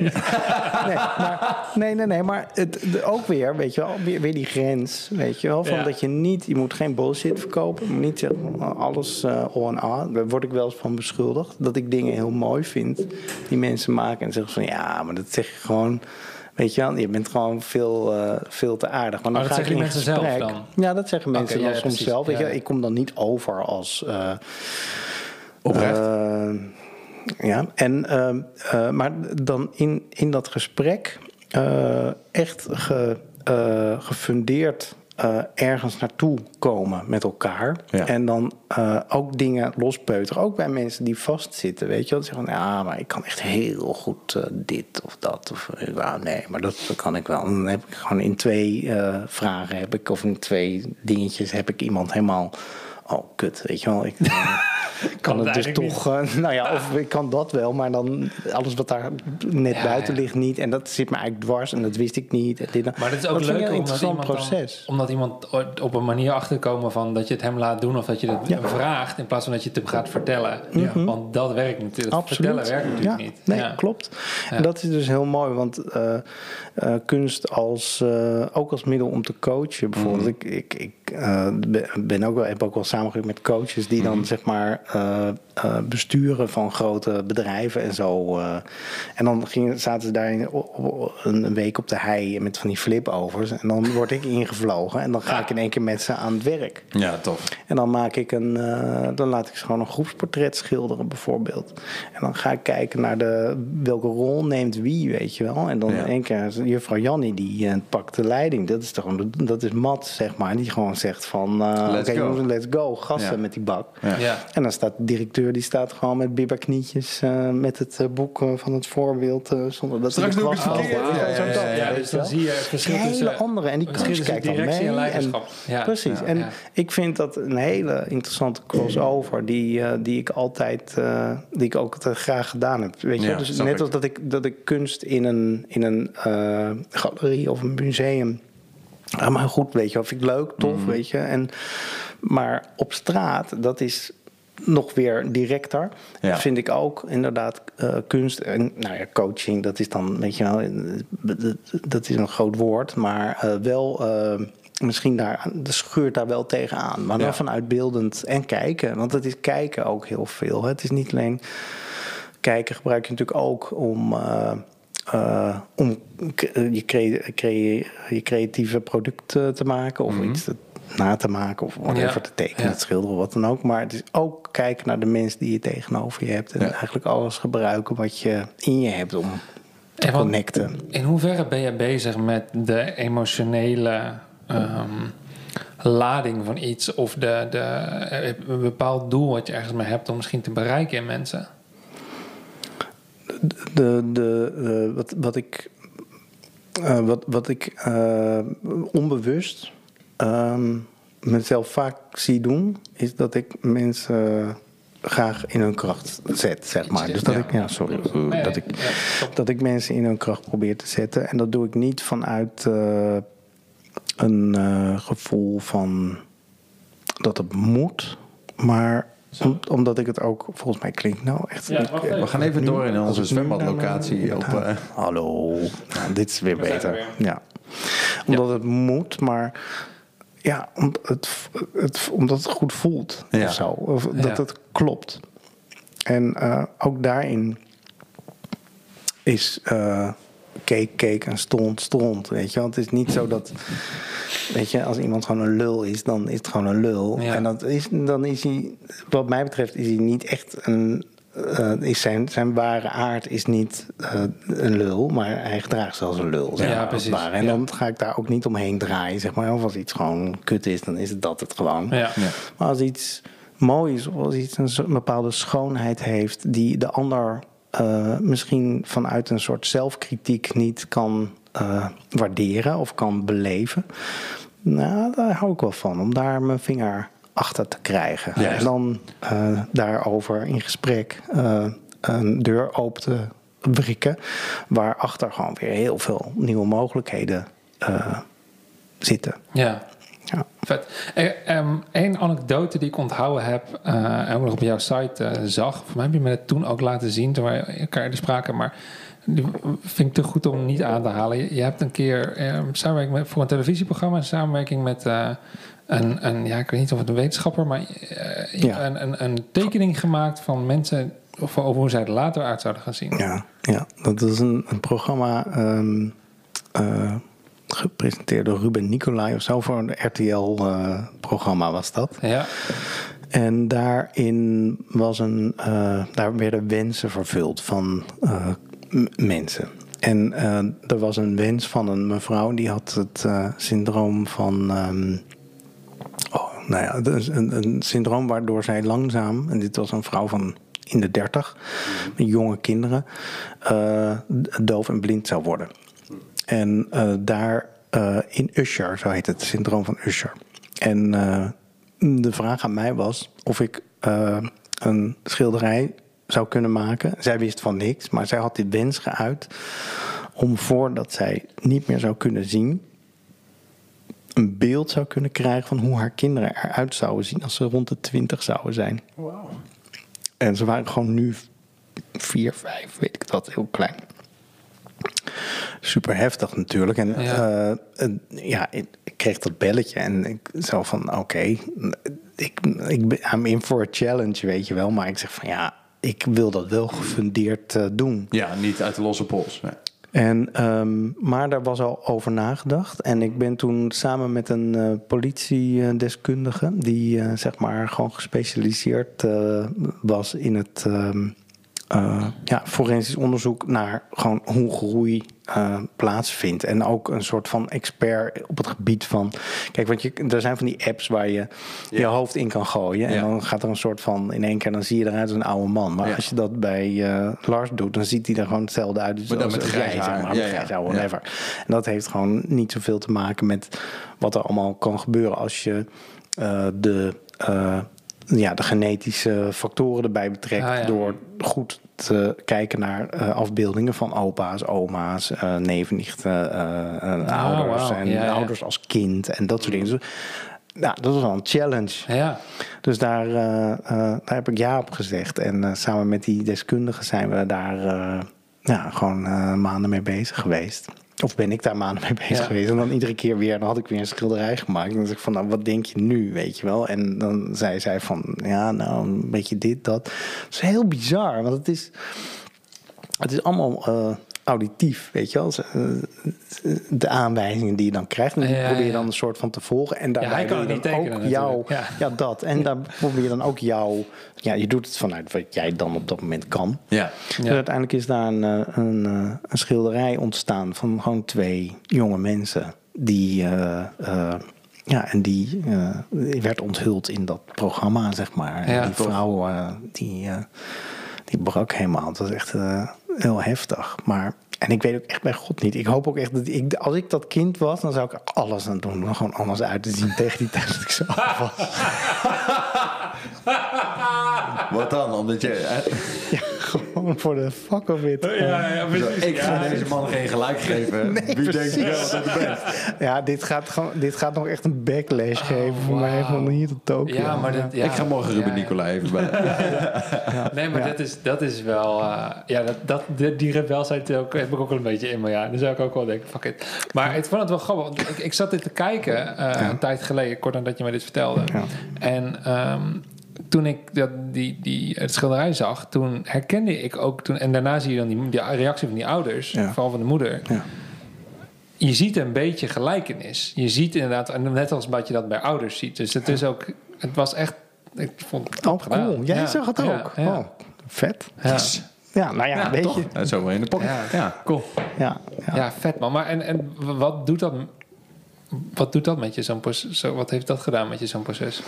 nee, maar, nee, nee, nee, maar het, de, ook weer, weet je wel, weer, weer die grens, weet je wel, van Ja. dat je niet, je moet geen bullshit verkopen, je moet niet zeggen, alles uh, all en aan. Daar word ik wel eens van beschuldigd, dat ik dingen heel mooi vind die mensen maken en zeggen van, ja, maar dat zeg je gewoon. Weet je wel, je bent gewoon veel, uh, veel te aardig. Maar dan oh, dat ga zeggen ik die in mensen gesprek. zelf dan? Ja, dat zeggen mensen Okay, dan ja, soms precies. zelf. Weet Ja. je, ik kom dan niet over als... Uh, Oprecht. Uh, ja, en, uh, uh, maar dan in, in dat gesprek uh, echt ge, uh, gefundeerd... Uh, ergens naartoe komen met elkaar. Ja. En dan uh, ook dingen lospeuteren. Ook bij mensen die vastzitten. Weet je wel. Zeggen van, ja, maar ik kan echt heel goed uh, dit of dat. Of, uh, nee, maar dat, dat kan ik wel. En dan heb ik gewoon in twee uh, vragen heb ik, of in twee dingetjes heb ik iemand helemaal... Oh, kut, weet je wel. Ik uh, kan het, het dus toch... Uh, nou ja, of ik kan dat wel, maar dan alles wat daar net ja, buiten ja. ligt niet. En dat zit me eigenlijk dwars en dat wist ik niet. En dit, maar het is ook dat leuk een interessant omdat proces. Dan, omdat iemand op een manier achterkomen van dat je het hem laat doen of dat je het ja. vraagt in plaats van dat je het hem gaat vertellen. Ja. Want dat werkt natuurlijk. Absoluut. Vertellen werkt natuurlijk ja. niet. Nee, ja. klopt. Ja. En dat is dus heel mooi, want uh, uh, kunst als uh, ook als middel om te coachen. Bijvoorbeeld, mm. ik, ik, ik uh, ben ook wel, heb ook wel samengewerkt met coaches die dan mm. zeg maar uh, uh, besturen van grote bedrijven en zo. Uh, en dan gingen, zaten ze daar in, een week op de hei met van die flipovers. En dan word ik ingevlogen en dan ga ik in één keer met ze aan het werk. Ja, tof. En dan maak ik een, uh, dan laat ik ze gewoon een groepsportret schilderen bijvoorbeeld. En dan ga ik kijken naar de, welke rol neemt wie, weet je wel. En dan ja. in één keer, juffrouw Jannie die uh, pakt de leiding. Dat is toch, dat is Mat, zeg maar. Die gewoon zegt van, uh, oké okay, jongens, let's go. Gassen ja. met die bak. Ja. Ja. En dan staat de directeur, die staat gewoon met bibberknietjes uh, met het uh, boek uh, van het voorbeeld. Uh, zonder dat Straks doe ik het verkeerd. Oh, wow. ja, ja, ja, ja, ja, dus dan zie je het verschil tussen... hele andere. En die coach kijkt dan mee. En leiderschap. Ja. Precies. Ja, en ja. ik vind dat een hele interessante crossover die, uh, die ik altijd, uh, die ik ook altijd graag gedaan heb. Weet je? Ja, dus net als dat ik, dat ik kunst in een, in een uh, galerie of een museum... Ja, maar goed, weet je wel, vind ik leuk, tof, mm. weet je. En, maar op straat, dat is nog weer directer. Ja. Vind ik ook inderdaad uh, kunst en nou ja, coaching, dat is dan, weet je wel, dat is een groot woord, maar uh, wel... Uh, misschien daar, de scheurt daar wel tegenaan. Maar dan ja. vanuit beeldend en kijken. Want het is kijken ook heel veel. Het is niet alleen... Kijken gebruik je natuurlijk ook om... Uh, uh, om je, cre- cre- je creatieve product te maken. Of mm-hmm. iets te, na te maken. Of whatever, ja. te tekenen, ja. te schilderen, wat dan ook. Maar het is ook kijken naar de mensen die je tegenover je hebt. En ja. eigenlijk alles gebruiken wat je in je hebt om te en connecten. Wat, in hoeverre ben je bezig met de emotionele... Um, lading van iets of de, de, een bepaald doel wat je ergens mee hebt om misschien te bereiken in mensen? De, de, de, uh, wat, wat ik, uh, wat, wat ik uh, onbewust uh, mezelf vaak zie doen, is dat ik mensen uh, graag in hun kracht zet, zeg maar. Dus dat ja. ik, ja, sorry, uh, nee, dat ik, ja, dat ik mensen in hun kracht probeer te zetten. En dat doe ik niet vanuit uh, een uh, gevoel van dat het moet, maar om, omdat ik het ook, volgens mij klinkt nou echt... Ja, ik, we gaan even nu, door in onze zwembadlocatie. Ja, op, uh... Hallo, nou, dit is weer we beter. Weer. Ja. Omdat ja. het moet, maar ja, om, het, het, omdat het goed voelt ja. of zo. Of dat ja. het klopt. En uh, ook daarin is... Uh, keek, keek en stond, stond, weet je. Want het is niet zo dat, weet je, als iemand gewoon een lul is, dan is het gewoon een lul. Ja. En dat is, dan is hij, wat mij betreft, is hij niet echt een, uh, is zijn, zijn ware aard is niet uh, een lul, maar hij gedraagt zich als een lul. Zeg ja, maar, precies. Maar. En ja. dan ga ik daar ook niet omheen draaien, zeg maar. Of als iets gewoon kut is, dan is het dat het gewoon. Ja. Ja. Maar als iets mooi is, of als iets een, een bepaalde schoonheid heeft, die de ander... Uh, misschien vanuit een soort zelfkritiek niet kan uh, waarderen of kan beleven. Nou, daar hou ik wel van, om daar mijn vinger achter te krijgen. Ja, en dan uh, daarover in gesprek uh, een deur open te wrikken, waarachter gewoon weer heel veel nieuwe mogelijkheden uh, zitten. Ja. vet. Eén um, anekdote die ik onthouden heb... Uh, en ook nog op jouw site uh, zag... Voor mij heb je me dat toen ook laten zien... toen wij elkaar eerder spraken... maar die vind ik te goed om niet aan te halen. Je, je hebt een keer uh, samenwerking met, voor een televisieprogramma... een samenwerking met... Uh, Een, een, ja, ik weet niet of het een wetenschapper, maar uh, ja. een, een, een tekening gemaakt van mensen over, over hoe zij er later uit zouden gaan zien. Ja, ja. Dat is een, een programma um, uh, gepresenteerd door Ruben Nicolai of zo voor een R T L-programma uh, was dat. Ja. En daarin was een, uh, daar werden wensen vervuld van uh, m- mensen. En uh, er was een wens van een mevrouw die had het uh, syndroom van. Um, Oh, nou ja, een, een syndroom waardoor zij langzaam, en dit was een vrouw van in de dertig, met jonge kinderen, uh, doof en blind zou worden. En uh, daar uh, in Usher, zo heet het, syndroom van Usher. En uh, de vraag aan mij was of ik uh, een schilderij zou kunnen maken. Zij wist van niks, maar zij had die wens geuit om voordat zij niet meer zou kunnen zien, een beeld zou kunnen krijgen van hoe haar kinderen eruit zouden zien als ze rond de twintig zouden zijn. Wow. En ze waren gewoon nu vier, vijf, weet ik dat, heel klein. Super heftig natuurlijk. En ja, uh, uh, ja ik, ik kreeg dat belletje en ik zo van oké, okay, ik, ik ben I'm in for a challenge, weet je wel. Maar ik zeg van ja, ik wil dat wel gefundeerd uh, doen. Ja, niet uit de losse pols. Nee. En, um, maar daar was al over nagedacht. En ik ben toen samen met een uh, politiedeskundige... die uh, zeg maar gewoon gespecialiseerd uh, was in het um, uh, ja, forensisch onderzoek... naar gewoon hoe groei uh, plaatsvindt. En ook een soort van expert op het gebied van... Kijk, want je, er zijn van die apps waar je je ja. hoofd in kan gooien... en ja. dan gaat er een soort van... in één keer dan zie je eruit als een oude man. Maar ja. als je dat bij uh, Lars doet... dan ziet hij er gewoon hetzelfde uit. Dus maar dan met grijs haar. Zeg maar, ja, ja. ja, whatever. Ja. En dat heeft gewoon niet zoveel te maken met... wat er allemaal kan gebeuren als je uh, de... Uh, ja, de genetische factoren erbij betrekt... Ah, ja. door goed te kijken naar uh, afbeeldingen van opa's, oma's, uh, neven, nichten, uh, uh, oh, ouders... Wow. en ja, ja. ouders als kind en dat soort dingen. Dus, ja, dat was wel een challenge. Ja. Dus daar, uh, uh, daar heb ik ja op gezegd. En uh, samen met die deskundigen zijn we daar uh, ja, gewoon uh, maanden mee bezig geweest. Of ben ik daar maanden mee bezig ja. geweest. En dan iedere keer weer, dan had ik weer een schilderij gemaakt. En dan dacht ik van, nou, wat denk je nu, weet je wel? En dan zei zij van, ja, nou, een beetje dit, dat. Het is heel bizar, want het is... Het is allemaal uh, auditief, weet je wel. De aanwijzingen die je dan krijgt. En die ja, probeer je dan ja. een soort van te volgen. En daarbij ja, wil je dan ook jou... Ja. ja, dat. En daar probeer je dan ook jou... Ja, je doet het vanuit wat jij dan op dat moment kan. Ja. Dus ja. uiteindelijk is daar een, een, een schilderij ontstaan... van gewoon twee jonge mensen... die... Uh, uh, ja, en die uh, werd onthuld in dat programma, zeg maar. En ja, die vrouw, uh, die... Uh, Die brak helemaal. Het was echt uh, heel heftig. Maar, en ik weet ook echt bij God niet. Ik hoop ook echt dat ik, als ik dat kind was, dan zou ik alles aan doen. Om gewoon anders uit te zien tegen die tijd dat ik zo af was. Wat dan? Omdat je... Hè? Ja, gewoon voor de fuck of it. Ja, ja, precies. Ik ga ja, deze man geen gelijk geven. Nee, wie denkt je wel dat je bent? Ja, dit gaat, gewoon, dit gaat nog echt een backlash oh, geven voor wow. mij van hier tot Tokio. Ja, maar dit, ja. Ik ga morgen Ruben ja, ja. Nicolai even bij. Ja, ja. Ja. Nee, maar ja. dat, is, dat is wel... Uh, ja, dat, dat, die, die rebelsheid ook, heb ik ook wel een beetje in me. Ja. Dan zou ik ook wel denken, fuck it. Maar ik vond het wel grappig. Want ik, ik zat dit te kijken uh, ja. een tijd geleden, kort nadat je mij dit vertelde. Ja. En... Um, toen ik dat, die, die, het schilderij zag, toen herkende ik ook... Toen, en daarna zie je dan die, die reactie van die ouders, ja. vooral van de moeder. Ja. Je ziet een beetje gelijkenis. Je ziet inderdaad, net als wat je dat bij ouders ziet. Dus het is ook... Het was echt... Ik vond het oh, cool. Jij ja. zag het ook. Ja. Oh, vet. Ja. Yes. Ja, nou ja, ja weet toch? je. Ja, zo maar in de pocket. Ja, ja, cool. Ja, ja. ja, vet man. Maar en, en wat doet dat... Wat doet dat met je, zo'n proces? Wat heeft dat gedaan met je, zo'n proces?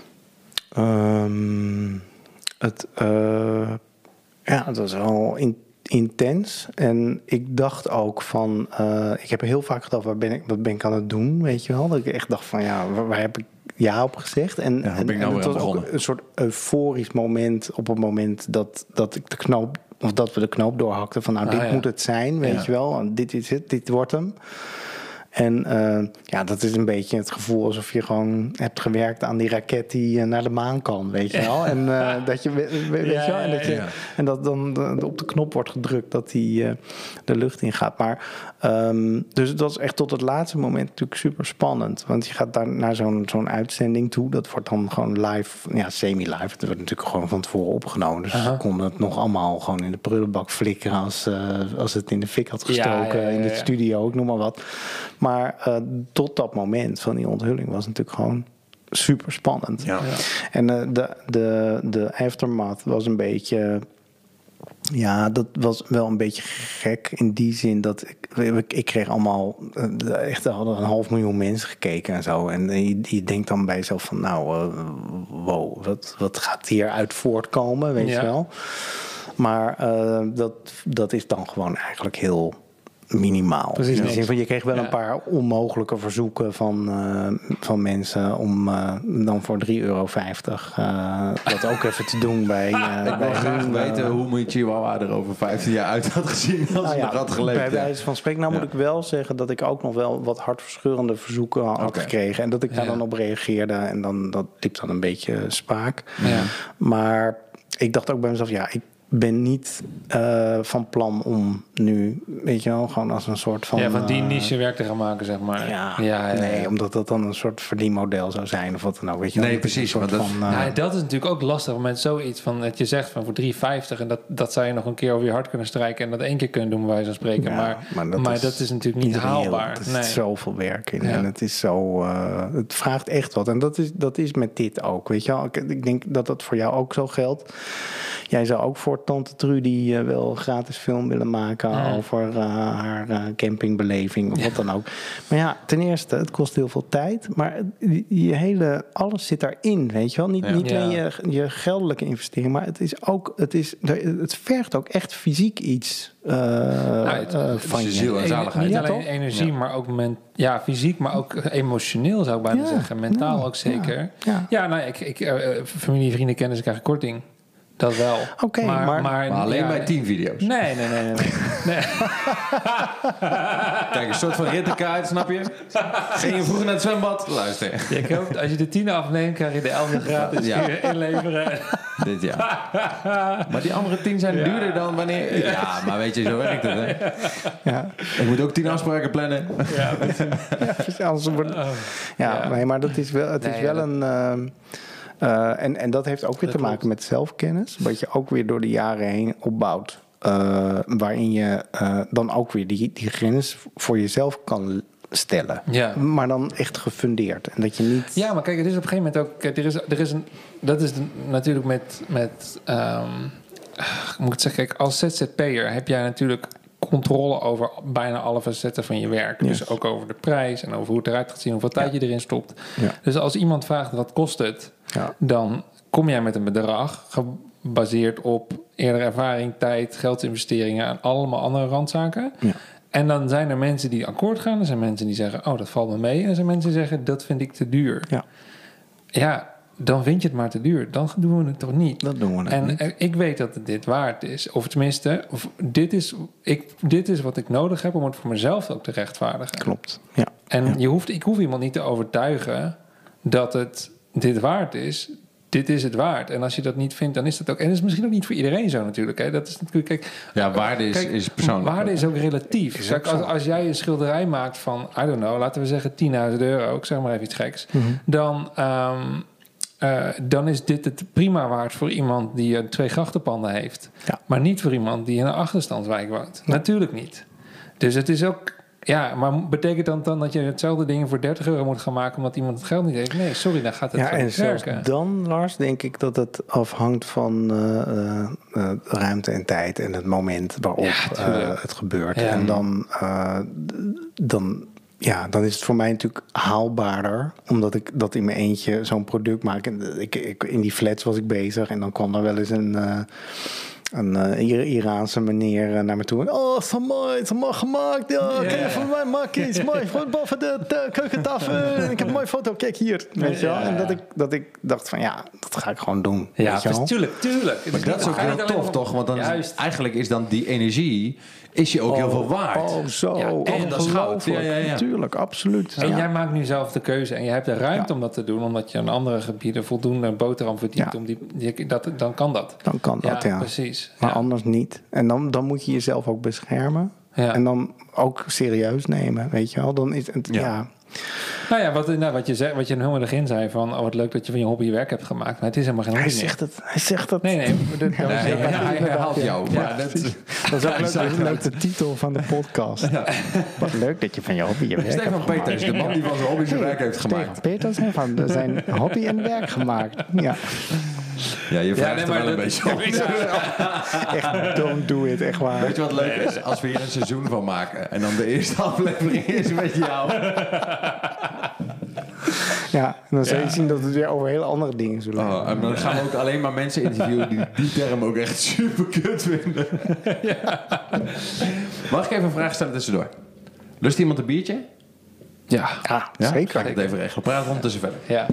Um, het, uh, ja, het was wel in, intens. En ik dacht ook van... Uh, ik heb heel vaak gedacht, waar ben ik, wat ben ik aan het doen? Weet je wel? Dat ik echt dacht van, ja, waar, waar heb ik ja op gezegd? En, ja, ben ik nou en het was begonnen? Ook een soort euforisch moment... op het moment dat, dat ik de knoop... of dat we de knoop doorhakten van, nou, ah, dit ja. moet het zijn, weet ja. je wel. En dit is het, dit wordt hem. En uh, ja, dat is een beetje het gevoel alsof je gewoon hebt gewerkt aan die raket die uh, naar de maan kan, weet je wel. En uh, dat je, weet, weet ja, je wel, en dat, je, ja. en dat dan de, op de knop wordt gedrukt dat die uh, de lucht in gaat. Maar um, dus dat is echt tot het laatste moment natuurlijk super spannend. Want je gaat daar naar zo'n, zo'n uitzending toe. Dat wordt dan gewoon live, ja, semi-live. Het wordt natuurlijk gewoon van tevoren opgenomen. Dus uh-huh. we konden het nog allemaal gewoon in de prullenbak flikkeren als, uh, als het in de fik had gestoken. Ja, ja, ja, ja. In de studio, ik noem maar wat. Maar uh, tot dat moment van die onthulling was het natuurlijk gewoon super spannend. Ja. Ja. En uh, de, de, de aftermath was een beetje... Ja, dat was wel een beetje gek in die zin dat ik, ik kreeg allemaal, echt er hadden een half miljoen mensen gekeken en zo. En je, je denkt dan bij jezelf van, nou, uh, wow, wat, wat gaat hieruit voortkomen, weet ja. je wel. Maar uh, dat, dat is dan gewoon eigenlijk heel minimaal. Precies, in de zin van, je kreeg wel ja. een paar onmogelijke verzoeken van, uh, van mensen om uh, dan voor drie euro vijftig uh, dat ook even te doen bij... Uh, ik wil graag uh, weten hoe mijn Chihuahua er over vijftien jaar uit had gezien als nou ja, nog had geleefd. Bij wijze van spreken. Nou ja. moet ik wel zeggen dat ik ook nog wel wat hartverscheurende verzoeken had okay. gekregen. En dat ik daar ja. dan op reageerde en dan dat liep dan een beetje spaak. Ja. Maar ik dacht ook bij mezelf, ja, ik ben niet uh, van plan om nu, weet je wel, gewoon als een soort van... Ja, van die niche werk te gaan maken, zeg maar. Ja, ja, ja nee, ja. omdat dat dan een soort verdienmodel zou zijn of wat dan ook, weet je wel. Nee, precies. Want dat, van, uh, ja, dat is natuurlijk ook lastig met zoiets van, dat je zegt van voor drie vijftig en dat, dat zou je nog een keer over je hart kunnen strijken en dat één keer kunnen doen, bij wijze van spreken. Ja, maar maar, dat, maar is, dat is natuurlijk niet haalbaar. Er nee. zit zoveel werk in ja. en het is zo... Uh, het vraagt echt wat. En dat is, dat is met dit ook, weet je wel. Ik, ik denk dat dat voor jou ook zo geldt. Jij zou ook voor tante Trudy uh, wel gratis film willen maken ja. over uh, haar uh, campingbeleving of ja. wat dan ook. Maar ja, ten eerste, het kost heel veel tijd, maar je hele, alles zit daarin, weet je wel. Niet, ja. niet alleen ja. je, je geldelijke investering, maar het is ook, het is, het vergt ook echt fysiek iets uh, nou, het, uh, van je. Ziel en zaligheid. Niet ja, alleen energie, ja. maar ook men, ja, fysiek, maar ook emotioneel zou ik bijna ja. zeggen. Mentaal ja. ook zeker. Ja, ja. ja nou, ik, ik, uh, familie, vrienden, kennis krijgen korting. Dat wel. Oké, okay, maar, maar, maar, maar alleen ja, bij tien video's. Nee, nee, nee, nee. nee. nee. Kijk, een soort van rittenkaart, snap je? Ging je vroeger naar het zwembad? Luister. Je koopt, als je de tien afneemt, krijg je de elfde gratis ja. inleveren. Dit jaar. Maar die andere tien zijn ja. duurder dan wanneer... Ja, maar weet je, zo werkt het, hè? Ja. Ik moet ook tien afspraken plannen. Ja, precies. Ja, wordt... ja, ja. Nee, maar dat is wel, het nee, is wel ja, een... Uh, Uh, en, en dat heeft ook weer dat te maken klopt. met zelfkennis. Wat je ook weer door de jaren heen opbouwt. Uh, waarin je uh, dan ook weer die, die grens voor jezelf kan stellen. Ja. Maar dan echt gefundeerd. En dat je niet... Ja, maar kijk, het is op een gegeven moment ook... Kijk, er is, er is een... Dat is natuurlijk met... met um, moet ik het zeggen? Kijk, als Z Z P'er heb jij natuurlijk... controle over bijna alle facetten van je werk. Yes. Dus ook over de prijs en over hoe het eruit gaat zien, hoeveel tijd ja. je erin stopt. Ja. Dus als iemand vraagt wat kost het, ja. dan kom jij met een bedrag gebaseerd op eerdere ervaring, tijd, geldinvesteringen en allemaal andere randzaken. Ja. En dan zijn er mensen die akkoord gaan. Er zijn mensen die zeggen, oh, dat valt me mee. En er zijn mensen die zeggen, dat vind ik te duur. Ja. Ja, dan vind je het maar te duur. Dan doen we het toch niet. Dat doen we het en niet. En ik weet dat het dit waard is. Of tenminste, of dit, is, ik, dit is wat ik nodig heb om het voor mezelf ook te rechtvaardigen. Klopt, ja. En ja. je hoeft, ik hoef iemand niet te overtuigen dat het dit waard is. Dit is het waard. En als je dat niet vindt, dan is dat ook... En dat is misschien ook niet voor iedereen zo natuurlijk. Hè. Dat is natuurlijk kijk, ja, waarde is, kijk, is persoonlijk. Waarde is ook relatief. Is ook kijk, als, als jij een schilderij maakt van, I don't know, laten we zeggen tienduizend euro. Ik zeg maar even iets geks. Mm-hmm. Dan... Um, Uh, dan is dit het prima waard voor iemand die uh, twee grachtenpanden heeft. Ja. Maar niet voor iemand die in een achterstandswijk woont. Ja. Natuurlijk niet. Dus het is ook... Ja, maar betekent dat dan dat je hetzelfde ding voor dertig euro moet gaan maken... omdat iemand het geld niet heeft? Nee, sorry, dan gaat het ja, gewoon niet werken. En dan, Lars, denk ik dat het afhangt van uh, uh, ruimte en tijd... en het moment waarop ja, uh, het gebeurt. Ja. En dan... Uh, dan Ja, dan is het voor mij natuurlijk haalbaarder. Omdat ik dat in mijn eentje zo'n product maak. En ik, ik, in die flats was ik bezig. En dan kwam er wel eens een, uh, een uh, Iraanse meneer uh, naar me toe. Oh, zo mooi, zo mooi gemaakt. Ja, Ja, kan je ja. van mij maken? Iets mooi, boven de, de keukentafel. Ik heb een mooie foto, kijk hier. Weet je wel? Ja, ja. En dat ik, dat ik dacht van, ja, dat ga ik gewoon doen. Ja, weet je wel? dus tuurlijk, tuurlijk. Het Maar dat is niet- ook het gaat heel niet alleen tof, om- toch? Want dan Juist. eigenlijk is dan die energie is je ook heel veel waard. Oh, zo. Ja, en dat is goud. ongelooflijk. Ja, ja, ja. Tuurlijk, absoluut. En Ja. jij maakt nu zelf de keuze en je hebt de ruimte om dat te doen, omdat je aan andere gebieden voldoende boterham verdient. Ja. Om die, die- dat, dan kan dat. Dan kan dat, ja. Precies. Maar Ja. anders niet. En dan, dan moet je jezelf ook beschermen. Ja. En dan ook serieus nemen, weet je wel. Dan is het, Ja. ja. Nou ja, wat, nou, wat je zei, wat je helemaal in het begin zei van, oh wat leuk dat je van je hobby je werk hebt gemaakt, maar het is helemaal geen Hij hobby zegt meer. het, hij zegt het. Nee, nee. maar dat- dat Nee, was- hij, ja, hij herhaalt jou. Ja, maar dat, Dat is ook leuk, dat is leuk de titel van de podcast. Wat leuk dat je van je hobby je werk Stefan hebt gemaakt. Peters, de man die van zijn hobby zijn werk heeft Stefan gemaakt. Peters heeft van zijn hobby en werk gemaakt. Ja, Ja, je vraagt nee, er maar wel een dat- beetje op. echt don't do it, echt waar. Weet je wat leuk is? Als we hier een seizoen van maken en dan de eerste aflevering is met jou. Ja, en dan zul je zien dat we het weer over hele andere dingen zullen hebben. Oh, en dan gaan we ook alleen maar mensen interviewen die die term ook echt super kut vinden. Mag ik even een vraag stellen tussendoor? Lust iemand een biertje? Ja. Ja, Ja? zeker. Ga ik het even regelen. Praat rond tussen verder. Ja.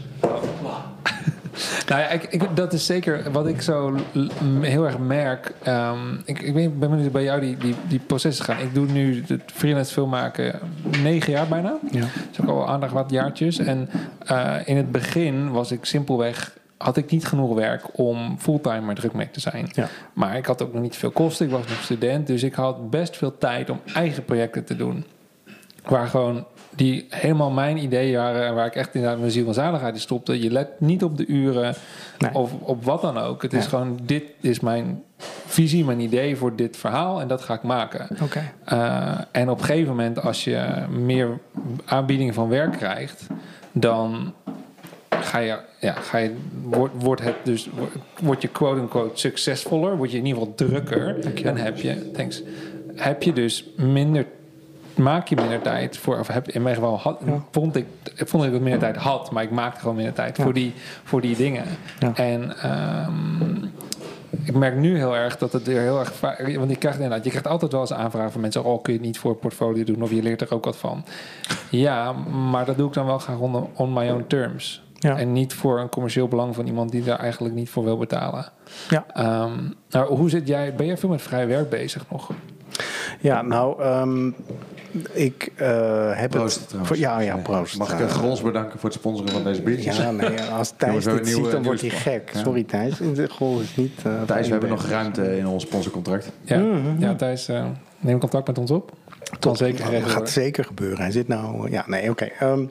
Nou ja, ik, ik, dat is zeker wat ik zo l- m- heel erg merk. Ehm, ik, ik ben, ben benieuwd bij jou die, die, die processen gaan. Ik doe nu het freelance film maken negen jaar bijna. Ja. Dus ook al aardig wat jaartjes. En uh, in het begin was ik simpelweg... had ik niet genoeg werk om fulltime er druk mee te zijn. Ja. Maar ik had ook nog niet veel kosten. Ik was nog student. Dus ik had best veel tijd om eigen projecten te doen. Waar gewoon die helemaal mijn ideeën waren... en waar ik echt inderdaad mijn ziel en zaligheid in stopte. Je let niet op de uren Nee. of op wat dan ook. Het is Ja. gewoon, dit is mijn visie, mijn idee voor dit verhaal... en dat ga ik maken. Oké. Uh, en op een gegeven moment, als je meer aanbiedingen van werk krijgt... dan ga je, ja, ga je, wordt, wordt het dus, wordt je quote-unquote succesvoller... word je in ieder geval drukker... en heb je, thanks, heb je dus minder... maak je minder tijd voor, of heb in mijn geval had, Ja. vond ik vond ik dat ik minder tijd had, maar ik maakte gewoon minder tijd Ja. voor die voor die dingen. Ja. En um, ik merk nu heel erg dat het er heel erg vaak, want je krijgt inderdaad, je krijgt altijd wel eens aanvragen van mensen, oh kun je het niet voor een portfolio doen of je leert er ook wat van. Ja, maar dat doe ik dan wel graag on, on my own terms. Ja. En niet voor een commercieel belang van iemand die daar eigenlijk niet voor wil betalen. Ja. Um, nou, hoe zit jij? Ben jij veel met vrij werk bezig nog? Ja, nou, um, ik uh, heb Proost, het... trouwens. Voor, ja, ja, proost. Mag ik uh, Grols bedanken voor het sponsoren van deze biertjes? Ja, nee, als Thijs Jongens, we dit hebben ziet, nieuwe- dan wordt hij nieuwe gek. Ja. Sorry Thijs, de goal is niet... Uh, Thijs, we hebben nog ruimte in ons sponsorcontract. Ja, Mm-hmm. ja Thijs, uh, neem contact met ons op. Kan zeker Dat geregeld gaat worden. zeker gebeuren. Hij zit nou... Ja, nee, oké. Okay. Um,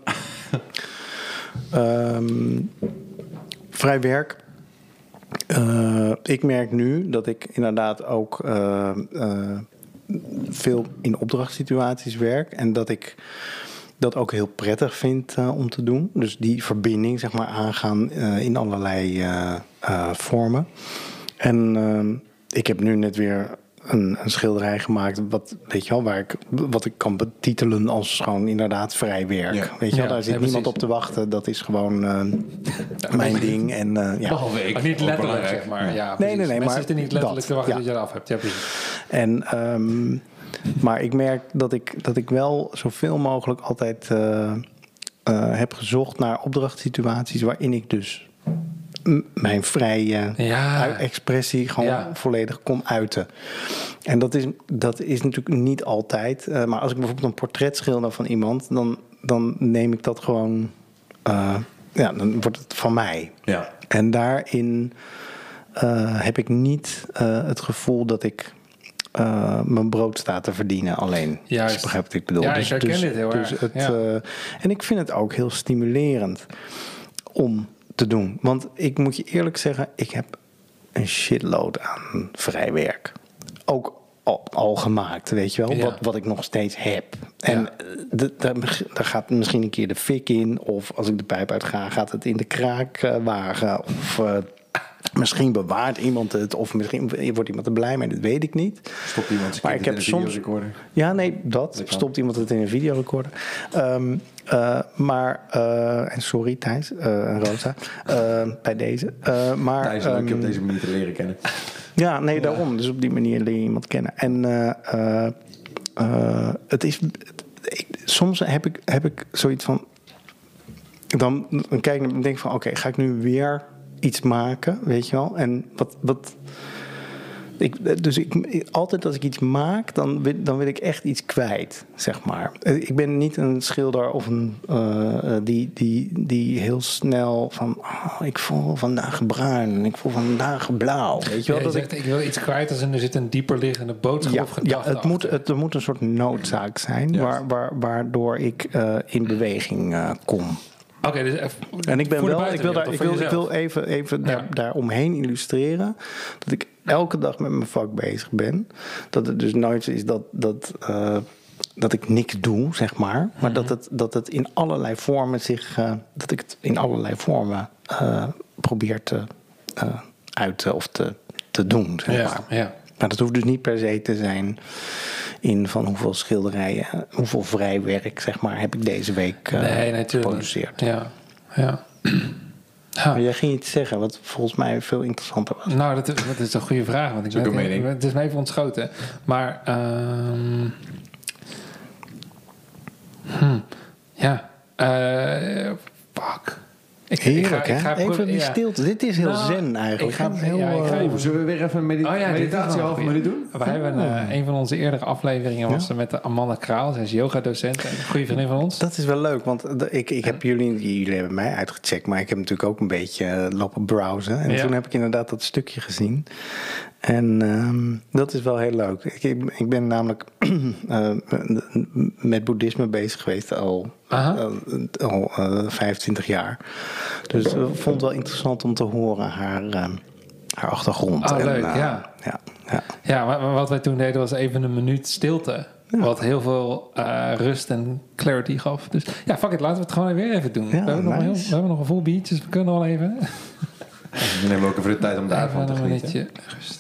um, vrij werk. Uh, ik merk nu dat ik inderdaad ook uh, uh, veel in opdrachtsituaties werk. En dat ik dat ook heel prettig vind uh, om te doen. Dus die verbinding, zeg maar, aangaan uh, in allerlei uh, uh, vormen. En uh, ik heb nu net weer een, een schilderij gemaakt, wat, weet je wel, waar ik, wat ik kan betitelen als gewoon inderdaad vrij werk. Ja. Weet je wel, Ja, daar zit ja, niemand precies. op te wachten. Dat is gewoon uh, mijn ding. En, uh, ja. Behalve ik. Maar niet Ook letterlijk, belangrijk. zeg maar. Ja, Nee, precies. nee, nee, Mensen maar zitten niet letterlijk dat, te wachten ja. dat je eraf hebt. Ja, precies. En, um, maar ik merk dat ik, dat ik wel zoveel mogelijk altijd uh, uh, heb gezocht naar opdrachtsituaties waarin ik dus m- mijn vrije Ja. ui- expressie gewoon Ja. volledig kon uiten. En dat is, dat is natuurlijk niet altijd. Uh, maar als ik bijvoorbeeld een portret schilder van iemand, dan, dan neem ik dat gewoon. Uh, ja, dan wordt het van mij. Ja. En daarin uh, heb ik niet uh, het gevoel dat ik uh, mijn brood sta te verdienen alleen. Juist. Als je begrijpt wat ik bedoel. Ja, ik herken dit heel dus erg. Het, Ja. uh, en ik vind het ook heel stimulerend om te doen. Want ik moet je eerlijk zeggen, ik heb een shitload aan vrij werk. Ook al, al gemaakt, weet je wel. Ja. Wat, wat ik nog steeds heb. En Ja. de, daar, daar gaat misschien een keer de fik in. Of als ik de pijp uit ga, gaat het in de kraakwagen. Uh, of uh, Misschien bewaart iemand het, of misschien wordt iemand er blij mee, dat weet ik niet. Stopt iemand maar ik heb in een soms. videorecorder? Ja, nee, dat. dat stopt iemand het in een videorecorder. Um, uh, maar, uh, en sorry Thijs uh, en Rosa, uh, bij deze. Uh, maar, Thijs, leuk um, je op deze manier te leren kennen. Ja, nee, ja. daarom. Dus op die manier leer je iemand kennen. En uh, uh, uh, het is. Ik, soms heb ik, heb ik zoiets van. Dan, dan kijk ik en denk van, oké, okay, ga ik nu weer iets maken, weet je wel? En wat, wat ik, dus ik, altijd als ik iets maak, dan wil, dan wil ik echt iets kwijt, zeg maar. Ik ben niet een schilder of een uh, die, die, die heel snel van, oh, ik voel vandaag bruin en ik voel vandaag blauw, weet je wel? Ja, je dat zegt, ik, ik wil iets kwijt als er zit een dieper liggende boodschap ja, of gedachte. Ja, het moet, het, er moet een soort noodzaak zijn, waar, waar, waardoor ik uh, in beweging uh, kom. Oké, okay, dus even, en ik ben wel, ik wil, daar, ik wil, ik wil even, even ja. daar, daar omheen illustreren dat ik elke dag met mijn vak bezig ben. Dat het dus nooit zo is dat, dat, uh, dat ik niks doe, zeg maar. Maar mm-hmm. dat, het, dat het in allerlei vormen zich, uh, dat ik het in allerlei vormen uh, probeer te uh, uiten of te, te doen, zeg ja, maar. Ja. Maar dat hoeft dus niet per se te zijn in van hoeveel schilderijen, hoeveel vrij werk, zeg maar, heb ik deze week uh, nee, geproduceerd. Ja, ja. Ja. Maar jij ging iets zeggen wat volgens mij veel interessanter was. Nou, dat is, dat is een goede vraag. Want ik ben, mening. Het is me even ontschoten. Maar, um, hmm, ja, uh, fuck. Ik, Heerlijk, ik ga, ik ga hè? Even die ja. stilte. Dit is heel nou, zen eigenlijk. Ik ga, heel, ja, ik ga even, zullen we weer even een medita- oh, ja, meditatie half minuut doen? We hebben uh, een van onze eerdere afleveringen was ja. met de Amanda Kraal. Zij is yoga-docent en een goede vriendin van ons. Dat is wel leuk, want de, ik, ik heb jullie, jullie hebben mij uitgecheckt, maar ik heb natuurlijk ook een beetje uh, lopen browsen. En ja. toen heb ik inderdaad dat stukje gezien. En um, dat is wel heel leuk. Ik, ik ben namelijk uh, met boeddhisme bezig geweest al, uh, al uh, vijfentwintig jaar. Dus ik vond het wel interessant om te horen haar, uh, haar achtergrond. Oh, en, leuk, uh, ja. Ja, ja. ja maar wat wij toen deden was even een minuut stilte. Ja. Wat heel veel uh, rust en clarity gaf. Dus ja, fuck it, laten we het gewoon weer even doen. Ja, we, hebben nice. nog heel, we hebben nog een vol biertje, dus we kunnen wel even. We nemen ook even de tijd om daarvan te genieten. Een minuutje rust.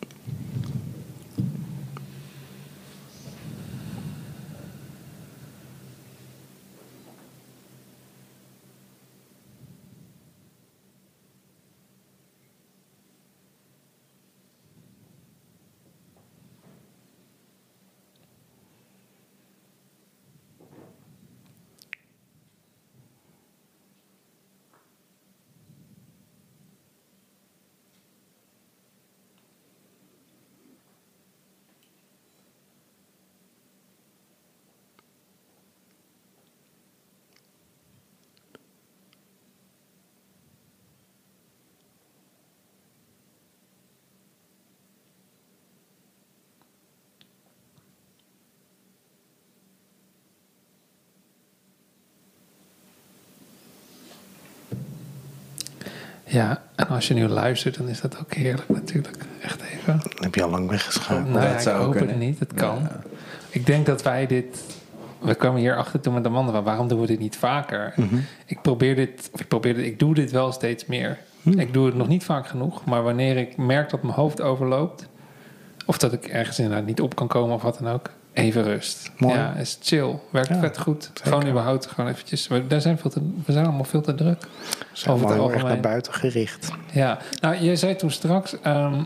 Ja, en als je nu luistert, dan is dat ook heerlijk natuurlijk. Echt even. Dan heb je al lang weggeschaald. Nou, ja, ik hoop het niet. Het kan. Ja. Ik denk dat wij dit... We kwamen hier achter toen met Amanda. Waarom doen we dit niet vaker? Mm-hmm. Ik probeer dit... Of ik probeer dit... Ik doe dit wel steeds meer. Mm. Ik doe het nog niet vaak genoeg. Maar wanneer ik merk dat mijn hoofd overloopt... Of dat ik ergens inderdaad niet op kan komen of wat dan ook... Even rust. Mooi. Ja, is chill. Werkt ja, vet goed. Zeker. Gewoon überhaupt gewoon eventjes. We, daar zijn veel te, we zijn allemaal veel te druk. Zijn over het algemeen. Echt naar buiten gericht. Ja. Nou, je zei toen straks um,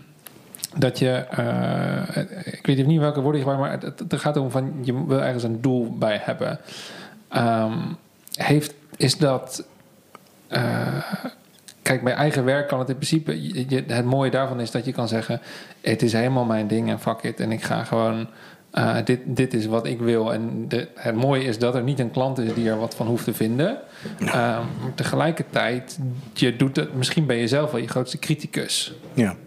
dat je... Uh, ik weet niet welke woorden je gebruikt, maar het, het, het gaat om van... Je wil ergens een doel bij hebben. Um, heeft, is dat... Uh, Kijk, bij eigen werk kan het in principe... Je, het mooie daarvan is dat je kan zeggen... Het is helemaal mijn ding en fuck it. En ik ga gewoon... Uh, dit, dit is wat ik wil. En de, het mooie is dat er niet een klant is die er wat van hoeft te vinden. Uh, maar tegelijkertijd... Je doet het, misschien ben je zelf wel je grootste criticus. Ja.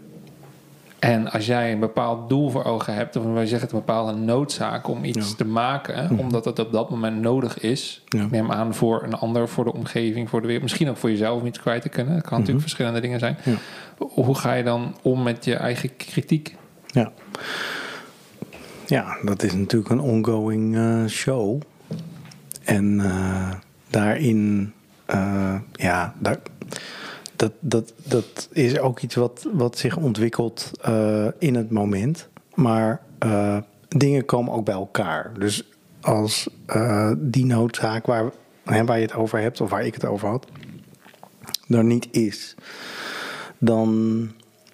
En als jij een bepaald doel voor ogen hebt... of wij zeggen het een bepaalde noodzaak om iets ja. te maken... Mm. omdat het op dat moment nodig is... Ja. Ik neem aan voor een ander, voor de omgeving, voor de wereld... misschien ook voor jezelf om iets kwijt te kunnen. Het kan mm-hmm. natuurlijk verschillende dingen zijn. Ja. Hoe ga je dan om met je eigen kritiek? Ja, ja dat is natuurlijk een ongoing uh, show. En uh, daarin... Uh, ja, daar... dat, dat, dat is ook iets wat, wat zich ontwikkelt uh, in het moment. Maar uh, dingen komen ook bij elkaar. Dus als uh, die noodzaak waar, hè, waar je het over hebt, of waar ik het over had, er niet is, dan...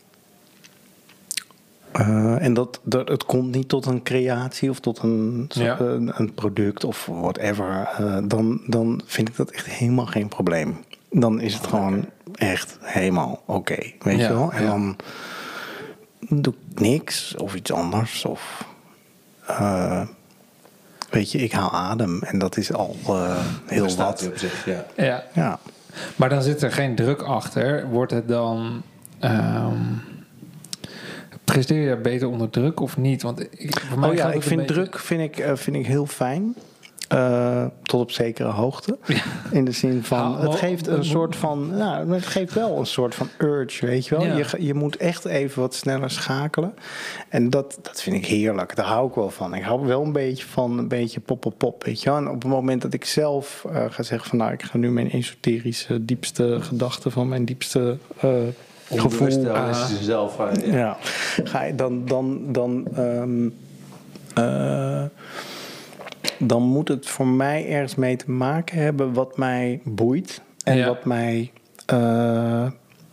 Uh, en dat, dat, het komt niet tot een creatie of tot een, ja. een, een product of whatever. Uh, dan, dan vind ik dat echt helemaal geen probleem. Dan is het gewoon echt helemaal oké. Okay, weet ja, je wel? En ja. dan doe ik niks of iets anders. Of uh, weet je, ik haal adem. En dat is al uh, heel wat. Op zich, ja. Ja. ja. Maar dan zit er geen druk achter. Wordt het dan... Um, presteer je beter onder druk of niet? Want ik, voor mij oh ja, ik vind beetje... druk vind ik, uh, vind ik heel fijn. Uh, tot op zekere hoogte. Ja. In de zin van, nou, het geeft een soort van... Nou, het geeft wel een soort van urge, weet je wel. Ja. Je, je moet echt even wat sneller schakelen. En dat, dat vind ik heerlijk. Daar hou ik wel van. Ik hou wel een beetje van een beetje pop, pop, pop, weet je wel. En op het moment dat ik zelf uh, ga zeggen van... nou, ik ga nu mijn esoterische diepste gedachten van mijn diepste... Uh, gevoel uh, zelf, uh, ja. ja. Ga je dan dan dan um, uh, dan moet het voor mij ergens mee te maken hebben wat mij boeit en ja. wat mij uh,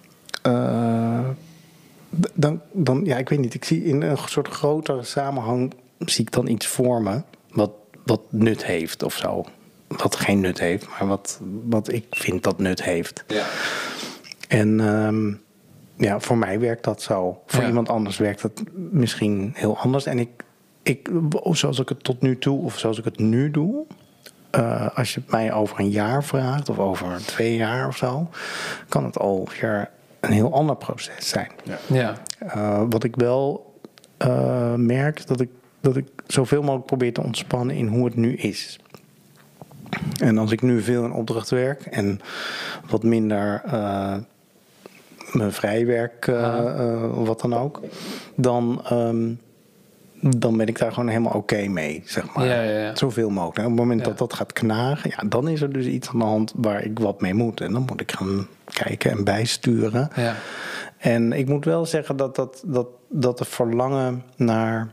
uh, dan dan ja ik weet niet, ik zie in een soort grotere samenhang zie ik dan iets voor me wat wat nut heeft of zo, wat geen nut heeft, maar wat wat ik vind dat nut heeft. Ja. En um, ja, voor mij werkt dat zo. Voor ja. iemand anders werkt dat misschien heel anders. En ik, ik, zoals ik het tot nu toe, of zoals ik het nu doe... Uh, als je het mij over een jaar vraagt, of over twee jaar of zo... kan het alweer een heel ander proces zijn. Ja. Ja. Uh, wat ik wel uh, merk, dat ik, dat ik zoveel mogelijk probeer te ontspannen in hoe het nu is. En als ik nu veel in opdracht werk en wat minder... Uh, mijn vrijwerk, uh, uh, wat dan ook, dan, um, dan ben ik daar gewoon helemaal oké okay mee, zeg maar. Ja, ja, ja. Zoveel mogelijk. En op het moment ja. dat dat gaat knagen, ja, dan is er dus iets aan de hand waar ik wat mee moet. En dan moet ik gaan kijken en bijsturen. Ja. En ik moet wel zeggen dat, dat, dat, dat de verlangen naar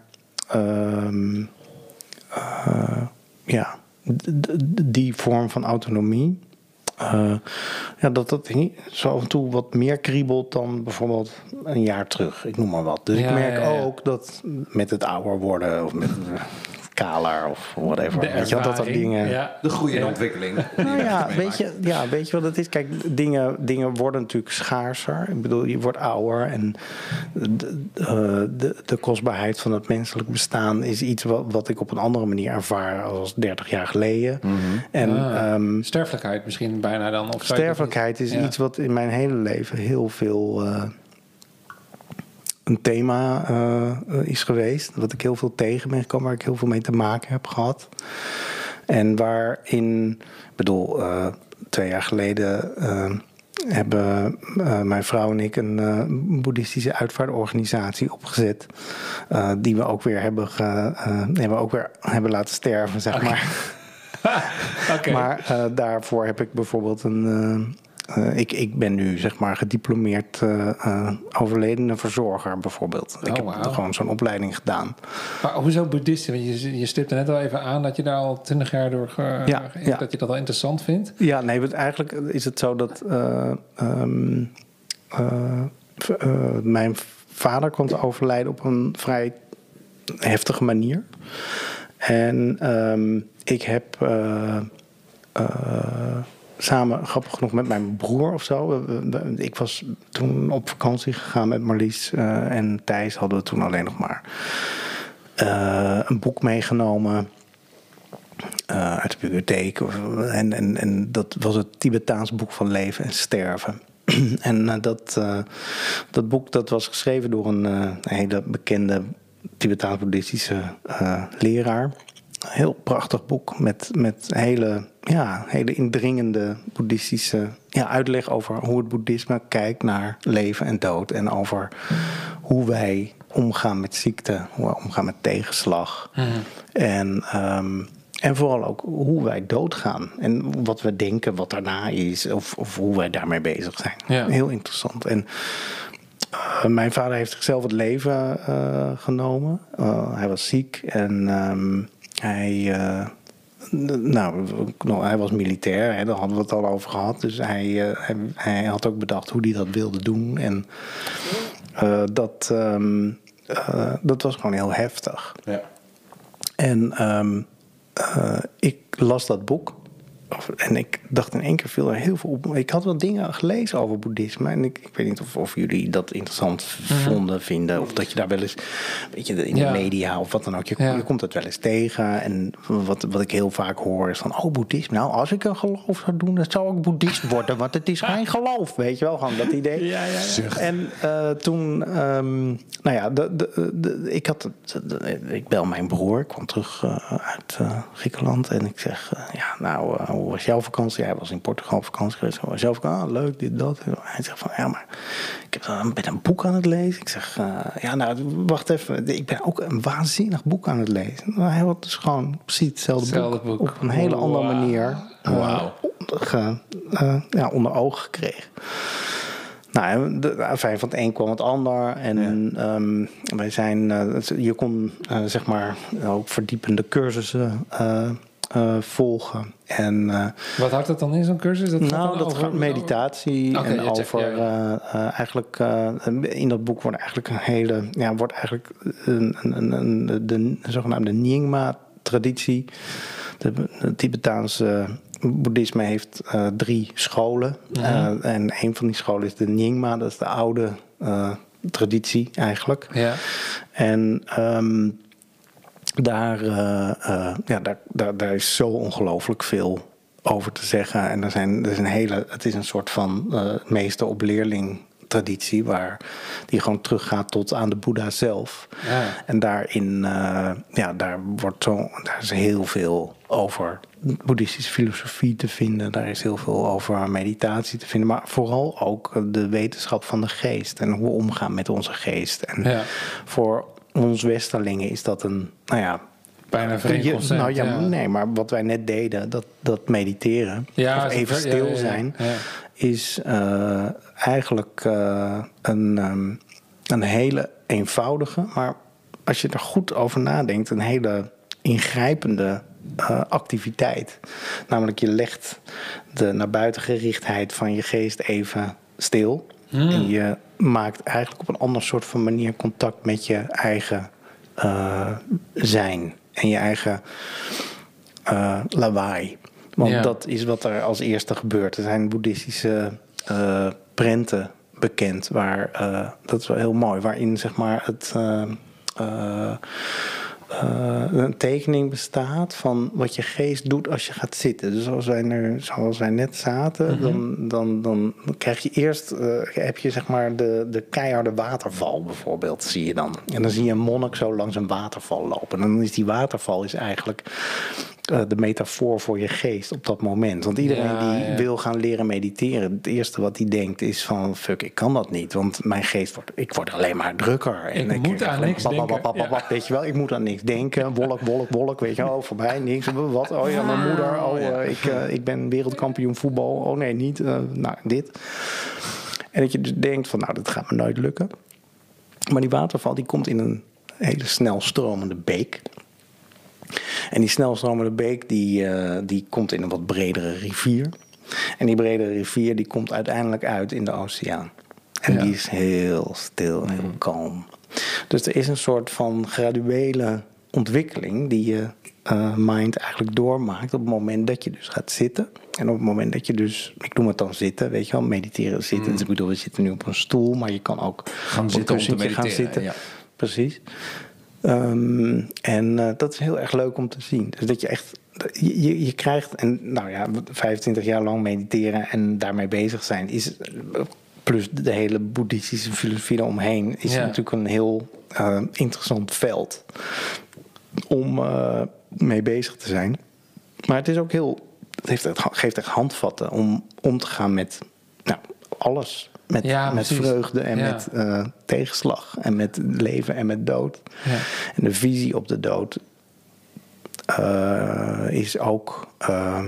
um, uh, ja, d- d- die vorm van autonomie... Uh, ja, dat dat zo af en toe wat meer kriebelt dan bijvoorbeeld een jaar terug. Ik noem maar wat. Dus ja, ik merk ja, ja. ook dat met het ouder worden of met het kaler of whatever. Weet je wel, dat dat dingen... Ja. De groei en ja. ontwikkeling. Nou ja, weet je, ja, weet je wat het is? Kijk, dingen, dingen worden natuurlijk schaarser. Ik bedoel, je wordt ouder en de, de, de kostbaarheid van het menselijk bestaan is iets wat, wat ik op een andere manier ervaar als dertig jaar geleden. Mm-hmm. En, ah, um, sterfelijkheid misschien bijna dan? Of sterfelijkheid is ja. iets wat in mijn hele leven heel veel... Uh, een thema uh, is geweest. Wat ik heel veel tegen ben gekomen. Waar ik heel veel mee te maken heb gehad. En waarin... Ik bedoel, uh, twee jaar geleden... Uh, hebben uh, mijn vrouw en ik een uh, boeddhistische uitvaartorganisatie opgezet. Uh, die we ook weer hebben, ge, uh, hebben, we ook weer hebben laten sterven, zeg okay. maar. okay. Maar uh, daarvoor heb ik bijvoorbeeld een... Uh, Uh, ik, ik ben nu zeg maar gediplomeerd uh, uh, overledene verzorger bijvoorbeeld. Oh, ik heb wow. gewoon zo'n opleiding gedaan. Maar hoezo boeddhisten? Want je, je stipte net al even aan dat je daar al twintig jaar door ge, ja, ge, ja. dat je dat al interessant vindt. Ja, nee, want eigenlijk is het zo dat uh, um, uh, uh, mijn vader kwam te overlijden op een vrij heftige manier. En um, ik heb uh, uh, samen, grappig genoeg, met mijn broer of zo. Ik was toen op vakantie gegaan met Marlies uh, en Thijs. Hadden we toen alleen nog maar uh, een boek meegenomen uh, uit de bibliotheek. En, en, en dat was het Tibetaans boek van leven en sterven. En uh, dat, uh, dat boek dat was geschreven door een uh, hele bekende Tibetaans-boeddhistische uh, leraar. Een heel prachtig boek met, met hele, ja, hele indringende boeddhistische ja, uitleg over hoe het boeddhisme kijkt naar leven en dood. En over hoe wij omgaan met ziekte, hoe we omgaan met tegenslag. Mm-hmm. En um, En vooral ook hoe wij doodgaan. En wat we denken wat daarna is. Of, of hoe wij daarmee bezig zijn. Ja. Heel interessant. En uh, mijn vader heeft zichzelf het leven uh, genomen. Uh, hij was ziek. En um, hij... Uh, nou, hij was militair. Hè, daar hadden we het al over gehad. Dus hij, uh, hij, hij had ook bedacht hoe hij dat wilde doen. En uh, dat, um, uh, dat was gewoon heel heftig. Ja. En... Um, Uh, ik las dat boek en ik dacht in één keer viel er heel veel op. Ik had wel dingen gelezen over boeddhisme en ik, ik weet niet of, of jullie dat interessant vonden, vinden, of dat je daar wel eens, weet je, in de ja. media of wat dan ook, je, ja. je komt het wel eens tegen. En wat, wat ik heel vaak hoor is van, oh, boeddhisme, nou, als ik een geloof zou doen, dan zou ik boeddhist worden, want het is geen geloof, weet je wel, gewoon dat idee. Ja, ja, ja. En uh, toen, um, nou ja, de, de, de, ik had, de, de, ik bel mijn broer, ik kwam terug uh, uit uh, Griekenland en ik zeg, uh, ja, nou, uh, hoe was jouw vakantie? Hij was in Portugal op vakantie geweest. Hoe was jouw vakantie? Ah, leuk, dit, dat. Hij zegt van, ja, maar ik heb een, ben een boek aan het lezen. Ik zeg, uh, ja, nou, wacht even. Ik ben ook een waanzinnig boek aan het lezen. Hij had dus gewoon precies hetzelfde, hetzelfde boek, boek op een hele wow. andere manier uh, wow. ge, uh, ja, onder ogen gekregen. Nou, de, de, van het een kwam het ander. En ja. um, wij zijn, uh, je kon uh, zeg maar ook verdiepende cursussen uh, uh, volgen. En, uh, wat houdt dat dan in, zo'n cursus? Dat nou, gaat dat over gaat meditatie okay, en ja, over ja. Uh, uh, eigenlijk uh, in dat boek wordt eigenlijk een hele, ja, wordt eigenlijk een, een, een, de, de zogenaamde Nyingma-traditie, de, de Tibetaanse boeddhisme heeft uh, drie scholen. Mm-hmm. Uh, en een van die scholen is de Nyingma, dat is de oude uh, traditie eigenlijk. Ja. En um, daar, uh, uh, ja, daar, daar, daar is zo ongelooflijk veel over te zeggen. En er zijn, er is een hele, het is een soort van uh, meester op leerling traditie, waar die gewoon teruggaat tot aan de Boeddha zelf. Ja. En daarin, uh, ja, daar wordt zo, daar is heel veel over boeddhistische filosofie te vinden. Daar is heel veel over meditatie te vinden, maar vooral ook de wetenschap van de geest en hoe we omgaan met onze geest. En ja. voor ons Westerlingen is dat een, nou ja, bijna vreemd concept. Nou ja, ja, nee, maar wat wij net deden, dat, dat mediteren, ja, of even stil ja, ja, zijn, ja, ja. is uh, eigenlijk uh, een, um, een hele eenvoudige, maar als je er goed over nadenkt, een hele ingrijpende uh, activiteit. Namelijk, je legt de naar buiten gerichtheid van je geest even stil. Hmm. En je maakt eigenlijk op een ander soort van manier contact met je eigen uh, zijn. En je eigen uh, lawaai. Want ja. dat is wat er als eerste gebeurt. Er zijn boeddhistische uh, prenten bekend. Waar, uh, dat is wel heel mooi. Waarin zeg maar het... Uh, uh, Uh, een tekening bestaat van wat je geest doet als je gaat zitten. Dus als wij, er, zoals wij net zaten, mm-hmm. dan, dan, dan krijg je eerst, uh, heb je zeg maar de, de keiharde waterval bijvoorbeeld, zie je dan. En dan zie je een monnik zo langs een waterval lopen. En dan is die waterval is eigenlijk uh, de metafoor voor je geest op dat moment. Want iedereen ja, die ja. wil gaan leren mediteren, het eerste wat hij denkt is van, fuck, ik kan dat niet. Want mijn geest wordt, ik word alleen maar drukker. En ik, ik moet aan niks denken. Bap, bap, bap, bap, ja. Weet je wel, ik moet aan niks denken. Wolk, wolk, wolk, weet je wel, voorbij, niks. Wat? Oh ja, mijn moeder. Oh, uh, ik, uh, ik ben wereldkampioen voetbal. Oh nee, niet. Uh, nou, dit. En dat je dus denkt van, nou, dat gaat me nooit lukken. Maar die waterval, die komt in een hele snel stromende beek. En die snel stromende beek, die, uh, die komt in een wat bredere rivier. En die bredere rivier, die komt uiteindelijk uit in de oceaan. En ja. die is heel stil en heel kalm. Dus er is een soort van graduele ontwikkeling die je uh, mind eigenlijk doormaakt op het moment dat je dus gaat zitten. En op het moment dat je dus, ik noem het dan zitten, weet je wel, mediteren zitten. Mm. Dus ik bedoel, we zitten nu op een stoel, maar je kan ook gaan zitten om te mediteren. Gaan zitten. Ja. Precies. Um, en uh, dat is heel erg leuk om te zien. Dus dat je echt, je, je, je krijgt, en nou ja, vijfentwintig jaar lang mediteren en daarmee bezig zijn, is... plus de hele boeddhistische filosofie eromheen, is ja. natuurlijk een heel uh, interessant veld om uh, mee bezig te zijn. Maar het is ook heel, het heeft, het geeft echt handvatten om om te gaan met nou, alles. Met, ja, met vreugde en ja. met uh, tegenslag en met leven en met dood. Ja. En de visie op de dood uh, uh, is ook, uh,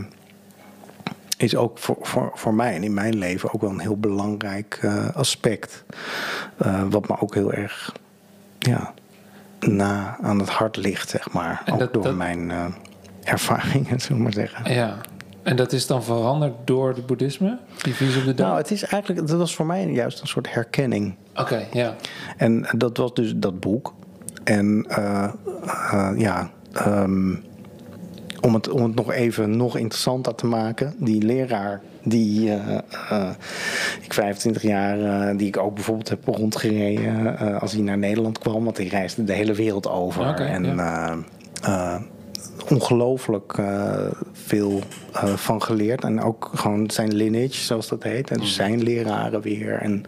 is ook voor, voor, voor mij en in mijn leven ook wel een heel belangrijk uh, aspect. Uh, wat me ook heel erg ja, na aan het hart ligt, zeg maar. En ook dat, door dat... mijn uh, ervaringen, zullen we maar zeggen. Ja. En dat is dan veranderd door het boeddhisme? Die visie op de dood? Nou, het is eigenlijk, dat was voor mij juist een soort herkenning. Oké, okay, ja. En dat was dus dat boek. En uh, uh, ja, um, om, het, om het nog even nog interessanter te maken, die leraar die uh, uh, ik vijfentwintig jaar, uh, die ik ook bijvoorbeeld heb rondgereden uh, als hij naar Nederland kwam, want hij reisde de hele wereld over. Okay, en ja. uh, uh, ongelooflijk uh, veel uh, van geleerd. En ook gewoon zijn lineage, zoals dat heet. En dus zijn leraren weer. En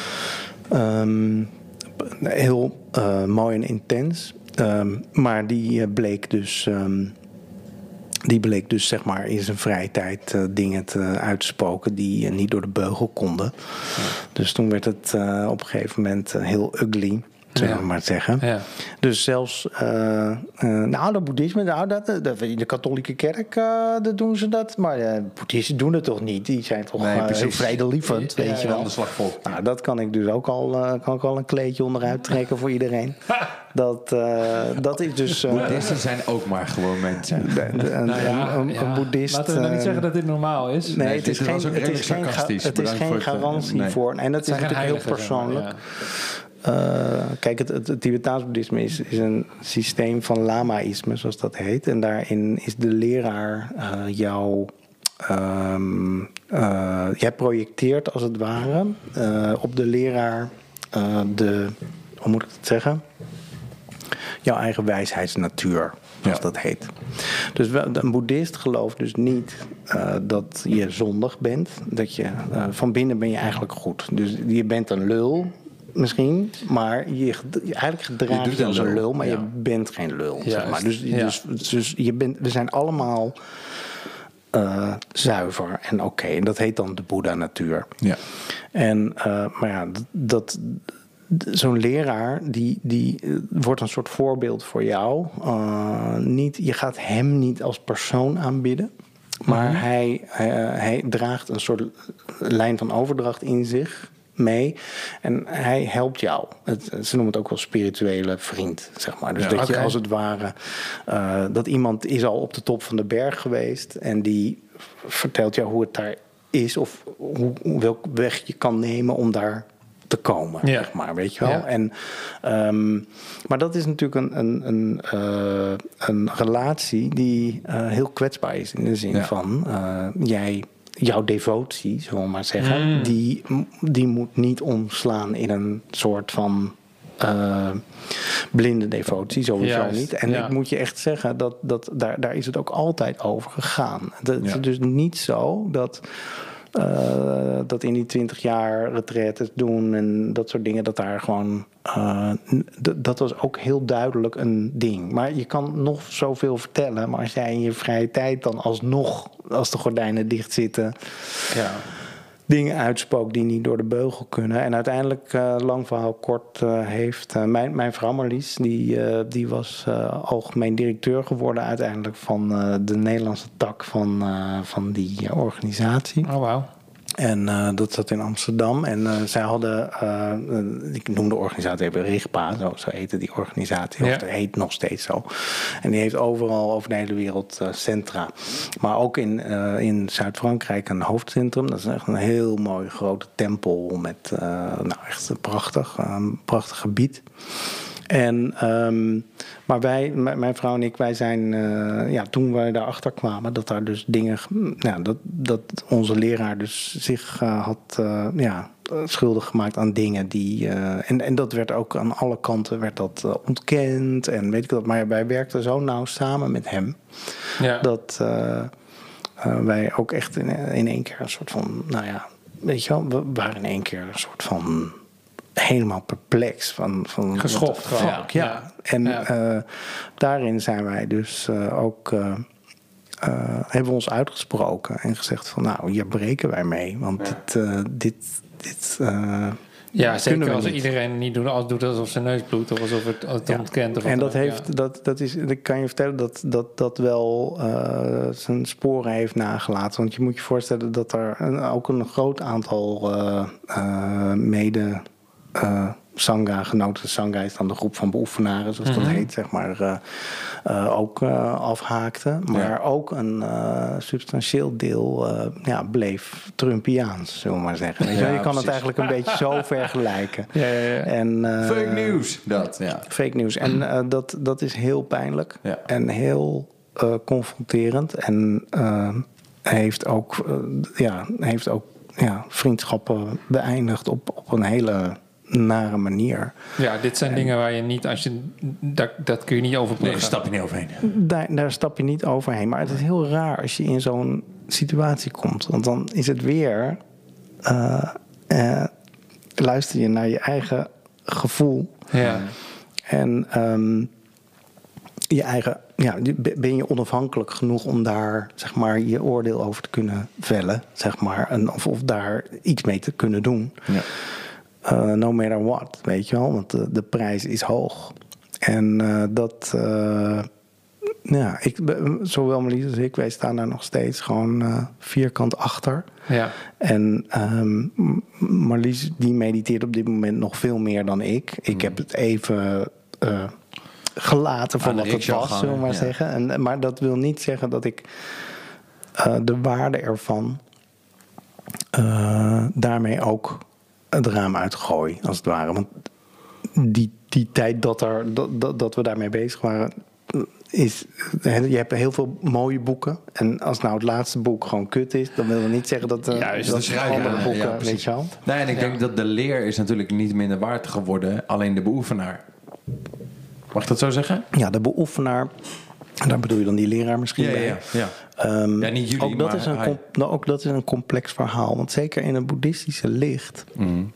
um, heel uh, mooi en intens. Um, maar die uh, bleek dus... Um, die bleek dus zeg maar in zijn vrije tijd uh, dingen te uitspoken die uh, niet door de beugel konden. Ja. Dus toen werd het uh, op een gegeven moment uh, heel ugly. Zullen we ja. maar zeggen. Ja. Dus zelfs, uh, uh, nou, dat boeddhisme, nou, dat, dat, in de katholieke kerk, uh, dat doen ze dat. Maar uh, boeddhisten doen het toch niet? Die zijn toch nee, uh, heel vredelievend, ja, weet ja, je wel. Ja, de slagvolk. Nou, dat kan ik dus ook al, uh, kan ik al een kleedje onderuit trekken voor iedereen. Dat, uh, dat is dus... Uh, boeddhisten zijn ook maar gewoon mensen. De, de, een, nou ja, een, ja. een boeddhist... Laten we nou niet zeggen dat dit normaal is. Nee, nee het is geen, het is geen, het is geen garantie nee. voor. En dat is natuurlijk heel persoonlijk. Ja. Uh, kijk, het, het, het Tibetaans boeddhisme is, is een systeem van lamaïsme, zoals dat heet. En daarin is de leraar uh, jouw... Um, uh, jij projecteert als het ware uh, op de leraar uh, de... Hoe moet ik het zeggen? Jouw eigen wijsheidsnatuur, zoals ja. dat heet. Dus een boeddhist gelooft dus niet uh, dat je zondig bent. Dat je, uh, van binnen ben je eigenlijk goed. Dus je bent een lul... Misschien, maar je, je eigenlijk gedraag je, je als een lul, maar ja. je bent geen lul. Zeg maar. Dus, ja. dus, dus je bent, we zijn allemaal uh, zuiver en oké. Okay. En dat heet dan de Boeddha-natuur. Ja. En, uh, maar ja, dat, zo'n leraar, die, die uh, wordt een soort voorbeeld voor jou. Uh, niet, je gaat hem niet als persoon aanbidden. Maar mm-hmm. hij, hij, hij draagt een soort lijn van overdracht in zich... mee. En hij helpt jou. Het, ze noemen het ook wel spirituele vriend, zeg maar. Dus ja, dat okay. je als het ware... Uh, dat iemand is al op de top van de berg geweest... en die vertelt jou hoe het daar is... of hoe, welke weg je kan nemen om daar te komen, ja. zeg maar. Weet je wel? Ja. En, um, maar dat is natuurlijk een, een, een, uh, een relatie... die uh, heel kwetsbaar is. In de zin ja. van... Uh, jij... jouw devotie, zullen we maar zeggen... Mm. Die, die moet niet omslaan in een soort van uh, blinde devotie. Sowieso Juist, niet. En ja. ik moet je echt zeggen... dat, dat daar, daar is het ook altijd over gegaan. Het is ja. dus niet zo dat... Uh, dat in die twintig jaar retraites doen... en dat soort dingen, dat daar gewoon... Uh, d- dat was ook heel duidelijk een ding. Maar je kan nog zoveel vertellen... maar als jij in je vrije tijd dan alsnog... als de gordijnen dicht zitten... Ja. dingen uitspookt die niet door de beugel kunnen. En uiteindelijk, uh, lang verhaal kort, uh, heeft... Uh, mijn, mijn vrouw Marlies, die, uh, die was uh, algemeen directeur geworden... uiteindelijk van uh, de Nederlandse tak van, uh, van die uh, organisatie. Oh, wauw. En uh, dat zat in Amsterdam. En uh, zij hadden, uh, ik noem de organisatie even RIGPA, zo, zo heette die organisatie. Ja. Of dat heet nog steeds zo. En die heeft overal over de hele wereld uh, centra. Maar ook in, uh, in Zuid-Frankrijk een hoofdcentrum. Dat is echt een heel mooi grote tempel met, uh, nou echt een prachtig, um, prachtig gebied. En, um, maar wij, m- mijn vrouw en ik, wij zijn, uh, ja, toen wij daarachter kwamen, dat daar dus dingen, ja, dat, dat onze leraar dus zich uh, had, uh, ja, schuldig gemaakt aan dingen die, uh, en, en dat werd ook aan alle kanten werd dat uh, ontkend en weet ik dat, maar wij werkten zo nauw samen met hem, ja. dat uh, uh, wij ook echt in, in één keer een soort van, nou ja, weet je wel, we waren in één keer een soort van helemaal perplex van, van geschokt gewoon. Ja. ja. En ja. Uh, daarin zijn wij dus uh, ook uh, uh, hebben we ons uitgesproken en gezegd van nou, hier breken wij mee, want ja. dit, uh, dit, dit uh, Ja, zeker kunnen we als niet. iedereen niet doet, als doet alsof zijn neus bloedt of alsof het, het Ja. ontkent. Of En wat dat dan ook, heeft, ja. dat, dat is, ik kan je vertellen dat dat, dat wel uh, zijn sporen heeft nagelaten. Want je moet je voorstellen dat er een, ook een groot aantal uh, uh, mede uh, Sangha, genoten Sangha is dan de groep van beoefenaren, zoals Mm-hmm. dat heet, zeg maar, uh, uh, ook uh, afhaakte. Maar Ja. ook een uh, substantieel deel uh, ja, bleef Trumpiaans, zullen we maar zeggen. Weet je, Ja, je kan precies. het eigenlijk een beetje zo vergelijken. Ja, ja, ja. En, uh, Fake nieuws, dat, ja. Fake nieuws. En uh, dat, dat is heel pijnlijk Ja. en heel uh, confronterend. En uh, heeft ook, uh, ja, heeft ook ja, vriendschappen beëindigd op, op een hele nare manier. Ja, dit zijn en, dingen waar je niet, als je, dat, dat kun je niet overbruggen. Nee, daar stap je niet overheen. Daar, daar stap je niet overheen. Maar het is heel raar als je in zo'n situatie komt. Want dan is het weer, uh, uh, luister je naar je eigen gevoel. Ja. En um, je eigen, ja, ben je onafhankelijk genoeg om daar, zeg maar, je oordeel over te kunnen vellen, zeg maar, en of, of daar iets mee te kunnen doen. Ja. Uh, no matter what, weet je wel, want de, de prijs is hoog. En uh, dat, uh, ja, ik, zowel Marlies als ik, wij staan daar nog steeds gewoon uh, vierkant achter. Ja. En um, Marlies, die mediteert op dit moment nog veel meer dan ik. Ik heb het even uh, gelaten voor wat het was, zullen we maar ja. zeggen. En, maar dat wil niet zeggen dat ik uh, de waarde ervan uh, daarmee ook het raam uitgooi, als het ware. Want die, die tijd dat, er, dat, dat we daarmee bezig waren, is, je hebt heel veel mooie boeken. En als nou het laatste boek gewoon kut is, dan wil dat niet zeggen dat, uh, Juist, dat de schrijver, andere ja, boeken, ja, weet je wel. Nee, en ik ja. denk dat de leer is natuurlijk niet minder waard geworden, alleen de beoefenaar. Mag ik dat zo zeggen? Ja, de beoefenaar, daar bedoel je dan die leraar misschien ja, bij. Ja, ja. Um, ja, niet jullie, ook, dat maar is een hij. com- nou, ook dat is een complex verhaal. Want zeker in het boeddhistische licht, Mm.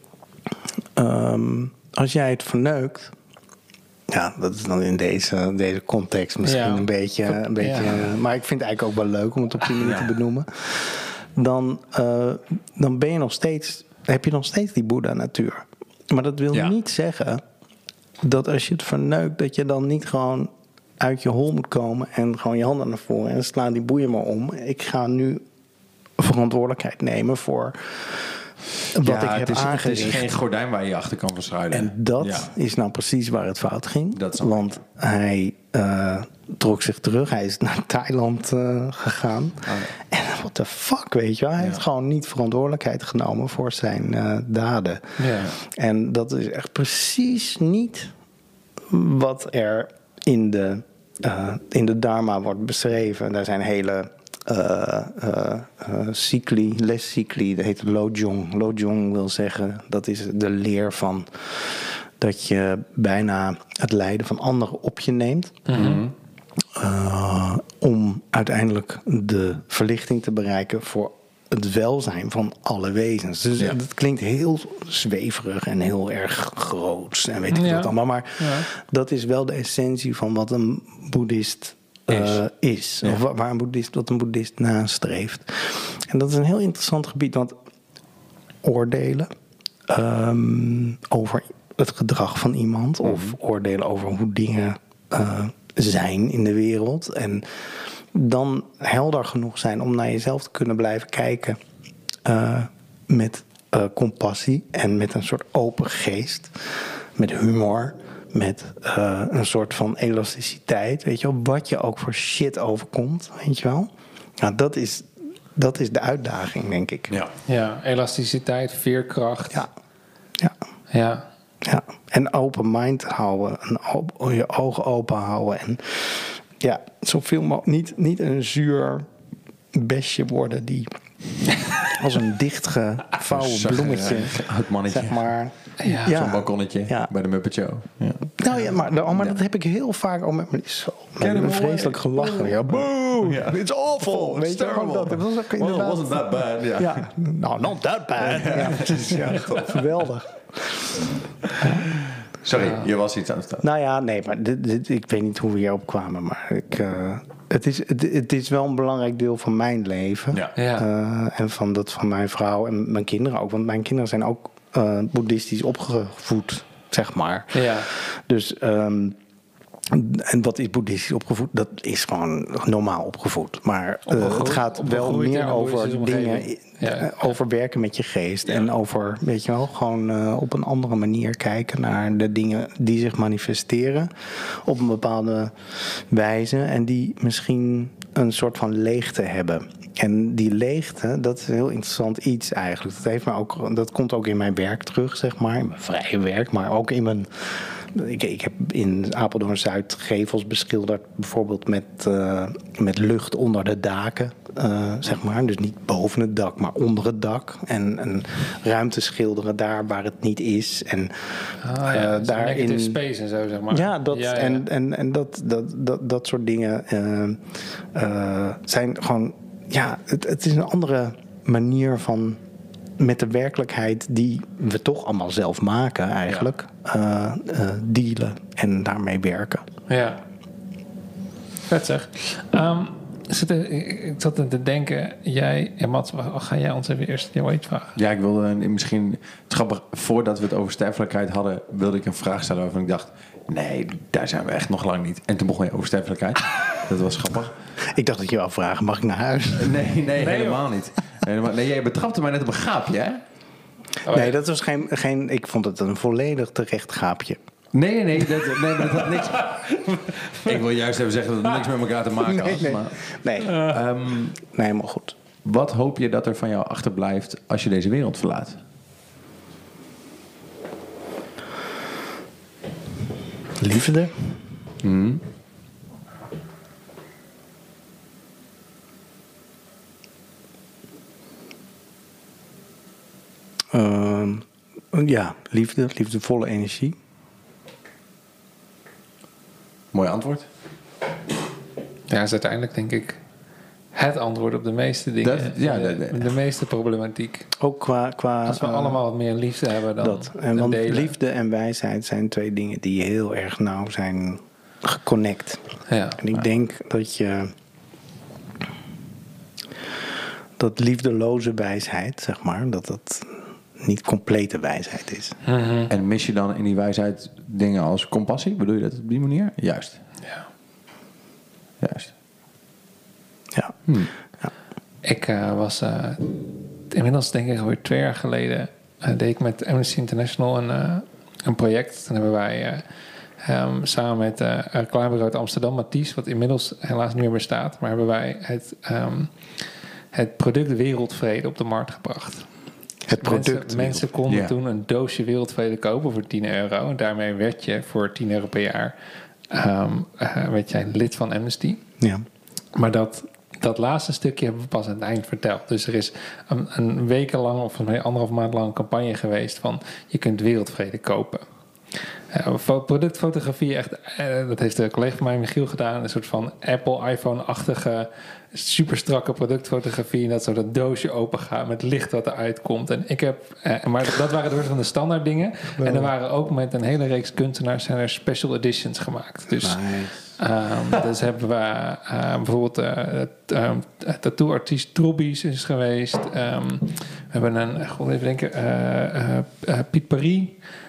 um, als jij het verneukt, ja, dat is dan in deze, deze context misschien ja. een beetje, een beetje ja. maar ik vind het eigenlijk ook wel leuk om het op die manier ja. te benoemen. Dan, uh, dan ben je nog steeds, heb je nog steeds die Boeddha-natuur. Maar dat wil ja. niet zeggen dat als je het verneukt, dat je dan niet gewoon uit je hol moet komen en gewoon je handen naar voren en slaan die boeien maar om. Ik ga nu verantwoordelijkheid nemen voor wat ja, ik heb het is, aangericht. Het is geen gordijn waar je je achter kan verschuilen. En dat ja. is nou precies waar het fout ging. Dat want hij uh, trok zich terug. Hij is naar Thailand uh, gegaan. Oh, ja. En what the fuck, weet je wel. Hij ja. heeft gewoon niet verantwoordelijkheid genomen voor zijn uh, daden. Ja. En dat is echt precies niet wat er in de, uh, in de Dharma wordt beschreven. Daar zijn hele uh, uh, uh, cycli, lescycli, dat heet Lojong. Lojong wil zeggen, dat is de leer van dat je bijna het lijden van anderen op je neemt. Mm-hmm. Uh, om uiteindelijk de verlichting te bereiken voor het welzijn van alle wezens. Dus ja. dat klinkt heel zweverig en heel erg groots en weet ik ja. wat allemaal. Maar ja. dat is wel de essentie van wat een boeddhist uh, is. is. Ja. Of waar een boeddhist, wat een boeddhist nastreeft. En dat is een heel interessant gebied, want oordelen um, over het gedrag van iemand mm. of oordelen over hoe dingen uh, zijn in de wereld en dan helder genoeg zijn om naar jezelf te kunnen blijven kijken uh, met uh, compassie en met een soort open geest, met humor, met uh, een soort van elasticiteit, weet je wel, wat je ook voor shit overkomt, weet je wel. Nou, dat is, dat is de uitdaging, denk ik. Ja, ja, elasticiteit, veerkracht. Ja, ja. Ja. Ja, en open mind houden, en op, je ogen open houden en ja, zoveel mogelijk niet, niet een zuur besje worden die als een dichtgevouwen bloemetje, oud mannetje, zeg maar, ja. Ja. Zo'n balkonnetje ja. bij de Muppet Show. Ja. Nou ja, maar, oh, maar ja. dat heb ik heel vaak al met me zo, met een vreselijk gelachen. Ja, boe, yeah. It's awful. Weet je wel, dat was ook inderdaad. Well, wasn't that bad? Yeah. Ja, nou, not that bad. Ja, ja, het is ja, geweldig. Sorry, je was iets aan het vertellen. Nou ja, nee, maar dit, dit, ik weet niet hoe we hierop kwamen, maar ik, uh, het, is, het, het is wel een belangrijk deel van mijn leven. Ja. Ja. Uh, en van dat van mijn vrouw en mijn kinderen ook. Want mijn kinderen zijn ook uh, boeddhistisch opgevoed, zeg maar. Ja. Dus, um, en wat is boeddhistisch opgevoed? Dat is gewoon normaal opgevoed. Maar uh, het gaat wel meer over dingen, ja. over werken met je geest. Ja. En over, weet je wel, gewoon uh, op een andere manier kijken naar de dingen die zich manifesteren. Op een bepaalde wijze. En die misschien een soort van leegte hebben. En die leegte, dat is een heel interessant iets eigenlijk. Dat, heeft me ook, dat komt ook in mijn werk terug, zeg maar. In mijn vrije werk, maar ook in mijn... Ik, ik heb in Apeldoorn-Zuid gevels beschilderd, bijvoorbeeld met, uh, met lucht onder de daken, uh, zeg maar. Dus niet boven het dak, maar onder het dak. En, en ruimte schilderen daar waar het niet is. En ah, ja, uh, daar in space en zo, zeg maar. Ja, dat, ja, ja. En, en, en dat, dat, dat, dat soort dingen uh, uh, zijn gewoon... Ja, het, het is een andere manier van... met de werkelijkheid die we toch allemaal zelf maken eigenlijk, ja. uh, uh, dealen en daarmee werken. Ja, vet zeg. Um, zit er, ik zat te denken, jij en Mats, ga jij ons even eerst jou iets vragen? Ja, ik wilde misschien, grappig, voordat we het over sterfelijkheid hadden, wilde ik een vraag stellen waarvan ik dacht, nee, daar zijn we echt nog lang niet. En toen begon je over sterfelijkheid. Dat was grappig. Ik dacht dat je wou vragen, mag ik naar huis? Nee, nee, nee helemaal niet. Helemaal, nee, jij betrapte mij net op een gaapje, hè? Oh, nee, ja. dat was geen, geen... Ik vond het een volledig terecht gaapje. Nee, nee, dat, nee maar dat had niks... Ik wil juist even zeggen dat het niks met elkaar te maken had. Nee, nee. Maar, nee. Uh, um, nee, helemaal goed. Wat hoop je dat er van jou achterblijft als je deze wereld verlaat? Liefde. Hmm. Uh, ja, liefde, liefdevolle energie. Mooi antwoord. Ja, is uiteindelijk denk ik het antwoord op de meeste dingen. Dat, ja, de, de, de meeste problematiek. Ook qua... qua Als we uh, allemaal wat meer liefde hebben dan dat. En want delen. Liefde en wijsheid zijn twee dingen die heel erg nauw zijn geconnect. Ja, en ik ja. denk dat je... dat liefdeloze wijsheid, zeg maar, dat dat niet complete wijsheid is. Mm-hmm. En mis je dan in die wijsheid dingen als compassie? Bedoel je dat op die manier? Juist. Ja. Juist. Ja. Hmm. ja. Ik uh, was uh, inmiddels denk ik alweer twee jaar geleden uh, deed ik met Amnesty International een, uh, een project. Dan hebben wij uh, um, samen met uh, een reclamebureau uit Amsterdam, Mathies, wat inmiddels helaas niet meer bestaat, maar hebben wij het, um, het product Wereldvrede op de markt gebracht. Het product. Mensen, mensen konden yeah. toen een doosje Wereldvrede kopen voor tien euro. En daarmee werd je voor tien euro per jaar um, uh, werd jij lid van Amnesty. Ja. Maar dat, dat laatste stukje hebben we pas aan het eind verteld. Dus er is een, een wekenlang of een anderhalf maand lang een campagne geweest van je kunt Wereldvrede kopen. Uh, productfotografie, echt, uh, dat heeft de collega van mij, Michiel, gedaan. Een soort van Apple, iPhone-achtige, super strakke productfotografie. En dat zo dat doosje open gaat met licht wat eruit komt. En ik heb, uh, maar dat waren de van de standaard dingen. Wow. En er waren ook met een hele reeks kunstenaars zijn er special editions gemaakt. Dus, nice. um, dus hebben we uh, bijvoorbeeld uh, um, tattoo-artiest Trobbies is geweest. Um, we hebben een, goed even denken, uh, uh, uh, Piet Paris.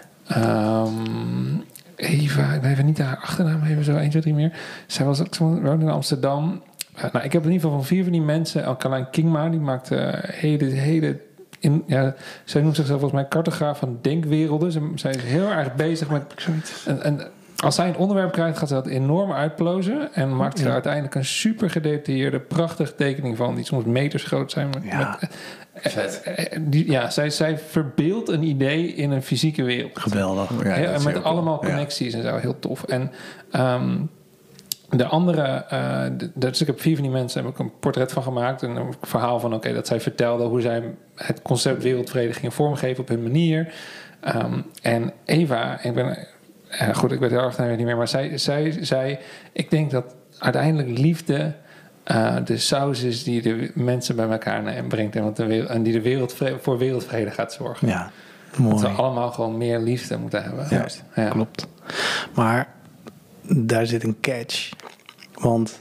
Um, Eva, ik ben even niet haar achternaam, even zo één, twee, drie meer. Zij was ook woonde in Amsterdam. Uh, nou, ik heb in ieder geval van vier van die mensen. Alkaline Kingma, die maakte uh, hele, hele in, ja, zij noemt zichzelf volgens mij cartograaf van denkwerelden. Ze, zij is heel erg bezig met. En, en als zij een onderwerp krijgt, gaat ze dat enorm uitplozen. En maakt ze ja. er uiteindelijk een super gedetailleerde, prachtige tekening van. Die soms meters groot zijn. Met, ja. met, Vet. Die, ja, zij, zij verbeeldt een idee in een fysieke wereld. Geweldig. Ja, en met allemaal connecties ja. en zo. Heel tof. En um, de andere... Uh, de, dus ik heb vier van die mensen heb ik een portret van gemaakt. En een verhaal van... Oké, okay, dat zij vertelden hoe zij het concept wereldvrede gingen vormgeven op hun manier. Um, en Eva... Ik ben, uh, goed, ik weet heel erg niet meer. Maar zij zei... Zij, ik denk dat uiteindelijk liefde... Uh, de saus is die de mensen bij elkaar brengt en, de wereld, en die de wereldvrede, voor wereldvrede gaat zorgen. Ja, mooi. Dat we allemaal gewoon meer liefde moeten hebben. Juist, ja. Klopt. Maar daar zit een catch. Want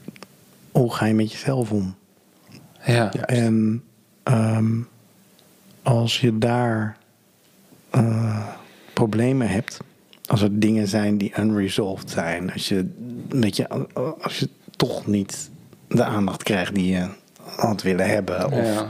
hoe ga je met jezelf om? Ja. En um, als je daar uh, problemen hebt, als er dingen zijn die unresolved zijn, als je, een beetje, als je toch niet de aandacht krijgt die je had willen hebben, of Ja.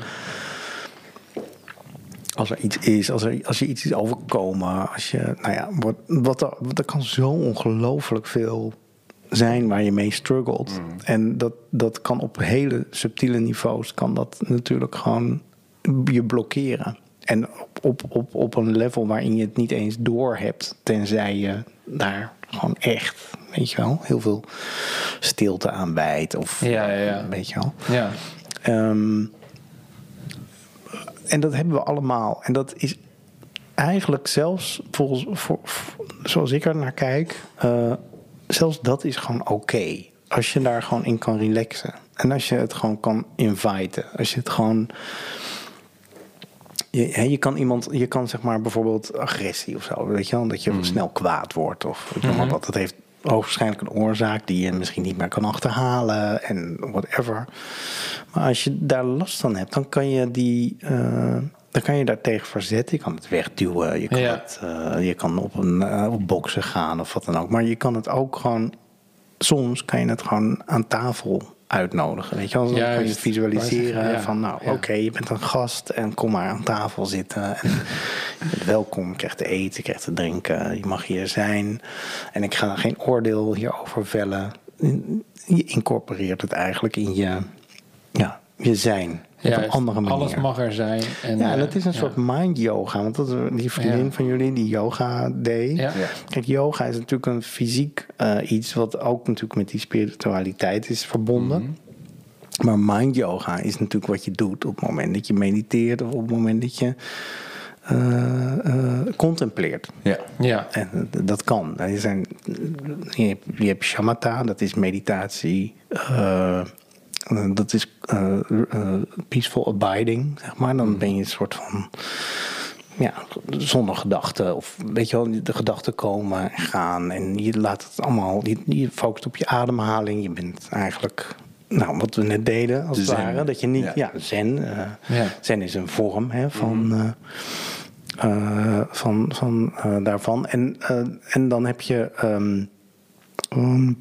als er iets is, als, er, als je iets is overkomen, als je, nou ja, wat, wat er, wat er kan zo ongelooflijk veel zijn waar je mee struggelt. Mm. En dat, dat kan op hele subtiele niveaus, kan dat natuurlijk gewoon je blokkeren. En op, op, op, op een level waarin je het niet eens door hebt, tenzij je daar gewoon echt, weet je wel, heel veel stilte aan wijdt. Of, ja, ja, ja. weet je wel. Ja. Um, en dat hebben we allemaal. En dat is eigenlijk zelfs, volgens, voor, voor, zoals ik er naar kijk, uh, zelfs dat is gewoon oké. Okay, als je daar gewoon in kan relaxen. En als je het gewoon kan inviten. Als je het gewoon... Je, je kan iemand, je kan zeg maar bijvoorbeeld agressie of zo, weet je wel, dat je mm. snel kwaad wordt of weet je wel, dat, dat heeft hoogstwaarschijnlijk een oorzaak die je misschien niet meer kan achterhalen en whatever. Maar als je daar last van hebt, dan kan je die, uh, dan kan je daar tegen verzetten. Je kan het wegduwen, je kan ja. het, uh, je kan op een uh, op boksen gaan of wat dan ook. Maar je kan het ook gewoon, soms kan je het gewoon aan tafel uitnodigen. Weet je wel, dan Juist. kan je het visualiseren ja. van nou, ja. oké, okay, je bent een gast en kom maar aan tafel zitten. En je bent welkom, je krijgt te eten, je krijgt te drinken, je mag hier zijn. En ik ga geen oordeel hierover vellen. Je incorporeert het eigenlijk in je, ja, je zijn. Op ja, een andere manier. Alles mag er zijn. En, ja, en dat is een ja. soort mind yoga. Want dat, die vriendin ja. van jullie die yoga deed. Ja. Ja. Kijk, yoga is natuurlijk een fysiek uh, iets wat ook natuurlijk met die spiritualiteit is verbonden. Mm-hmm. Maar mind yoga is natuurlijk wat je doet op het moment dat je mediteert of op het moment dat je uh, uh, contempleert. Ja. Ja. En dat kan. Er zijn, je, hebt, je hebt shamatha, dat is meditatie. Uh, Uh, dat is uh, uh, peaceful abiding, zeg maar. Dan ben je een soort van, ja, zonder gedachten. Of weet je wel, de gedachten komen en gaan. En je laat het allemaal, je, je focust op je ademhaling. Je bent eigenlijk, nou, wat we net deden, als het ware. Dat je niet, ja, ja zen. Uh, ja. Zen is een vorm, hè, van... Uh, uh, van, van uh, daarvan. En, uh, en dan heb je... Um, um,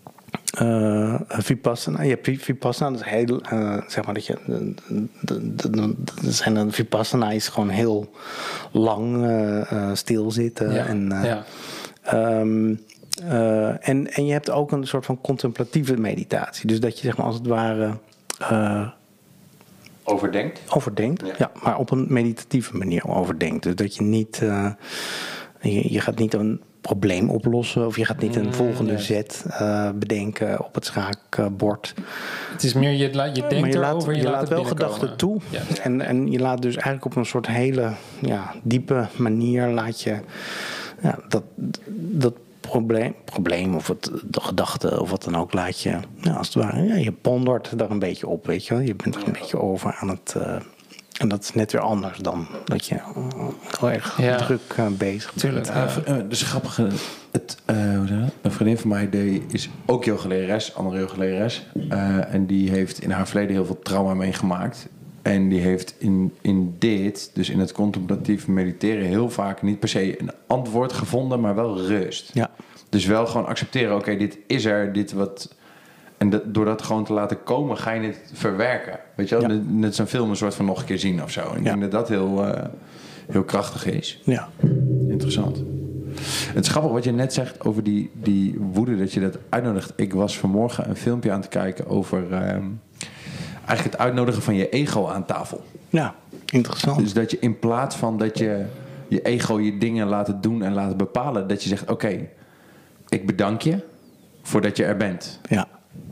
Uh, Vipassana, ja, Vipassana, dat is heel, uh, zeg maar dat je, de, de, de, de zijn een Vipassana is gewoon heel lang uh, uh, stilzitten. Ja, en, uh, ja. um, uh, en, en je hebt ook een soort van contemplatieve meditatie. Dus dat je zeg maar als het ware uh, overdenkt. Overdenkt, ja. ja, maar op een meditatieve manier overdenkt. Dus dat je niet, uh, je, je gaat niet een probleem oplossen of je gaat niet een mm, volgende ja. zet uh, bedenken op het schaakbord. Het is meer, je, la, je denkt je erover, laat, je, je laat, laat wel gedachten toe. Ja. En, en je laat dus eigenlijk op een soort hele ja, diepe manier laat je ja, dat, dat probleem, probleem of het, de gedachte of wat dan ook laat je, ja, als het ware, ja, je pondert daar een beetje op, weet je wel. Je bent er een beetje over aan het... Uh, En dat is net weer anders dan dat je heel erg ja. druk uh, bezig bent. Tuurlijk. Uh, uh, dus grappig. Het, uh, hoe zeg dat? Een vriendin van mij deed, is ook yogalerares, andere yogalerares. Uh, en die heeft in haar verleden heel veel trauma meegemaakt. En die heeft in, in dit, dus in het contemplatief mediteren, heel vaak niet per se een antwoord gevonden, maar wel rust. Ja. Dus wel gewoon accepteren, oké, okay, dit is er, dit wat... En de, door dat gewoon te laten komen, ga je het verwerken. Weet je wel? Ja. Net zo'n film een soort van nog een keer zien of zo. En ik ja. denk dat dat heel, uh, heel krachtig is. Ja. Interessant. Het is grappig wat je net zegt over die, die woede, dat je dat uitnodigt. Ik was vanmorgen een filmpje aan het kijken over uh, eigenlijk het uitnodigen van je ego aan tafel. Ja, interessant. Dus dat je in plaats van dat je je ego je dingen laten doen en laten bepalen, dat je zegt, oké, okay, ik bedank je voordat je er bent. Ja.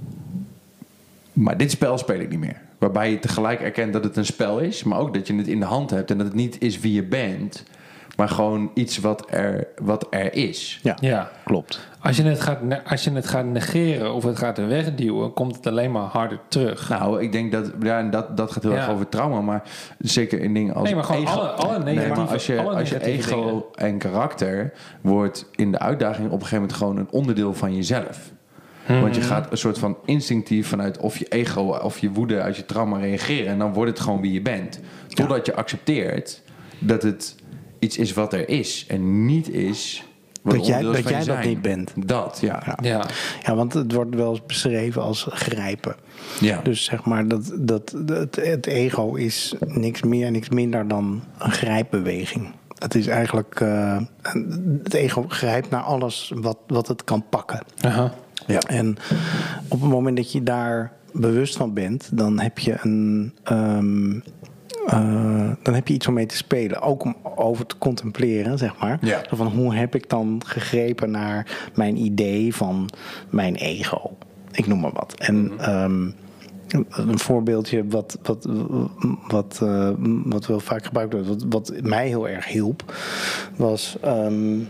Maar dit spel speel ik niet meer. Waarbij je tegelijk erkent dat het een spel is, maar ook dat je het in de hand hebt en dat het niet is wie je bent, maar gewoon iets wat er, wat er is. Ja, ja, klopt. Als je, het gaat, als je het gaat negeren of het gaat wegduwen, komt het alleen maar harder terug. Nou, ik denk dat, ja, dat, dat gaat heel ja. erg over trauma, maar zeker in dingen als nee, maar gewoon ego. Alle, alle negatieve, nee, maar als je, als je ego dingen. En karakter wordt in de uitdaging op een gegeven moment gewoon een onderdeel van jezelf. Hmm. Want je gaat een soort van instinctief vanuit of je ego of je woede uit je trauma reageren. En dan wordt het gewoon wie je bent. Totdat je accepteert dat het iets is wat er is. En niet is wat Dat jij, onderdeel is dat, van je jij dat zijn. niet bent. Dat, ja. Ja. Ja. Ja, want het wordt wel eens beschreven als grijpen. Ja. Dus zeg maar, dat, dat, het, het ego is niks meer, niks minder dan een grijpbeweging. Het is eigenlijk, uh, het ego grijpt naar alles wat, wat het kan pakken. Aha. Ja. En op het moment dat je daar bewust van bent, dan heb je een... Um, Uh, dan heb je iets om mee te spelen. Ook om over te contempleren, zeg maar. Ja. Zo van, hoe heb ik dan gegrepen naar mijn idee van mijn ego? Ik noem maar wat. En mm-hmm. um, een voorbeeldje wat, wat, wat, uh, wat wel vaak gebruikt wordt, wat, wat mij heel erg hielp, was... Um,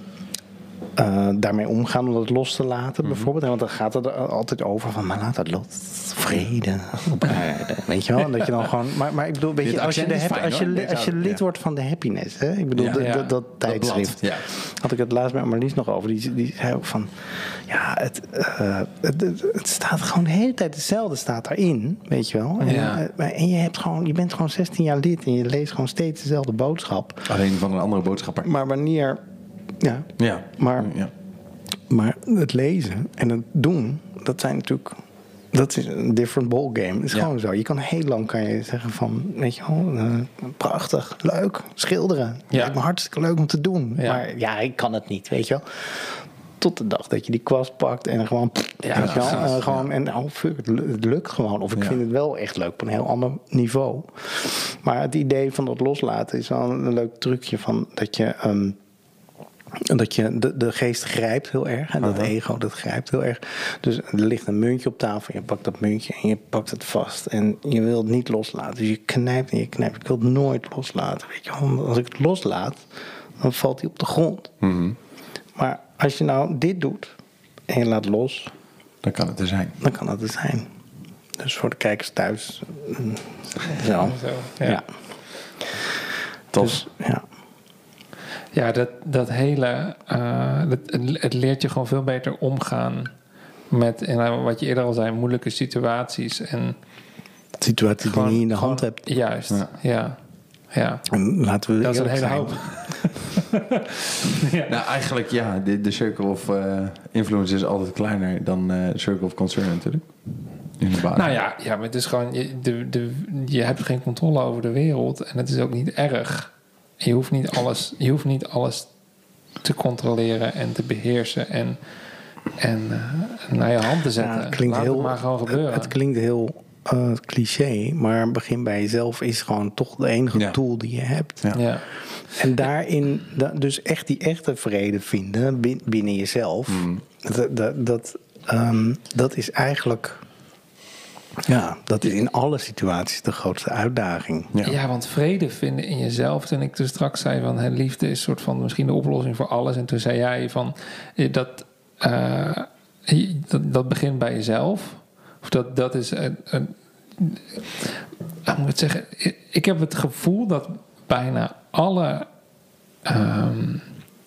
Uh, daarmee omgaan om dat los te laten, mm-hmm. bijvoorbeeld. Want dan gaat het er altijd over van, maar laat het los, vrede op aarde, weet je wel? En dat je dan gewoon, maar, maar ik bedoel, weet je, als je, de happy, fijn, als je, als je lid ja. wordt van de happiness, hè? Ik bedoel, ja, de, ja. De, dat tijdschrift, ja. had ik het laatst met Marlies nog over. Die, die zei ook van, ja, het, uh, het, het, het staat gewoon de hele tijd hetzelfde staat daarin, weet je wel? En, ja. uh, en je hebt gewoon, je bent gewoon zestien jaar lid en je leest gewoon steeds dezelfde boodschap. Alleen van een andere boodschapper. Maar wanneer Ja, ja. Maar, ja. maar het lezen en het doen, dat zijn natuurlijk... Dat is een different ballgame. Het is ja. gewoon zo. Je kan heel lang kan je zeggen van... Weet je wel, uh, prachtig, leuk, schilderen. Ja. Lijkt me hartstikke leuk om te doen. Ja. Maar ja, ik kan het niet, weet je wel. Tot de dag dat je die kwast pakt en gewoon... Pff, ja, weet je wel, uh, gewoon ja. en oh, fuck, het, het lukt gewoon. Of ik ja. vind het wel echt leuk op een heel ander niveau. Maar het idee van dat loslaten is wel een leuk trucje van dat je... Um, Dat je de, de geest grijpt heel erg. En dat uh-huh. ego, dat grijpt heel erg. Dus er ligt een muntje op tafel. Je pakt dat muntje en je pakt het vast. En je wilt het niet loslaten. Dus je knijpt en je knijpt. Ik wil het nooit loslaten. Weet je, als ik het loslaat, dan valt hij op de grond. Mm-hmm. Maar als je nou dit doet en je laat los... Dan kan het er zijn. Dan kan het er zijn. Dus voor de kijkers thuis... Zo. Zo ja. ja. Tof. Dus, ja. Ja, dat, dat hele... Uh, dat, het leert je gewoon veel beter omgaan met, en wat je eerder al zei, moeilijke situaties. En situaties gewoon, die je in de gewoon, hand hebt. Juist, ja. ja. ja. En laten we dat is een hele zijn. hoop. ja. Nou, eigenlijk ja, de, de circle of uh, influence is altijd kleiner dan de uh, circle of concern natuurlijk. In de basis. Nou ja, ja, maar het is gewoon... Je, de, de, je hebt geen controle over de wereld en het is ook niet erg. Je hoeft niet alles, je hoeft niet alles te controleren en te beheersen en, en uh, naar je hand te zetten. Ja, het klinkt Laat heel, het maar gewoon gebeuren. Het, het klinkt heel uh, cliché, maar begin bij jezelf is gewoon toch de enige ja. tool die je hebt. Ja. Ja. En daarin, dus echt die echte vrede vinden binnen jezelf, mm. dat, dat, dat, um, dat is eigenlijk... Ja, dat is in alle situaties de grootste uitdaging. Ja, ja want vrede vinden in jezelf. Toen ik dus straks zei van... Hè, liefde is soort van misschien de oplossing voor alles. En toen zei jij van... Dat, uh, dat, dat begint bij jezelf. Of dat, dat is... Een, een, ik moet zeggen... Ik heb het gevoel dat bijna alle... Um,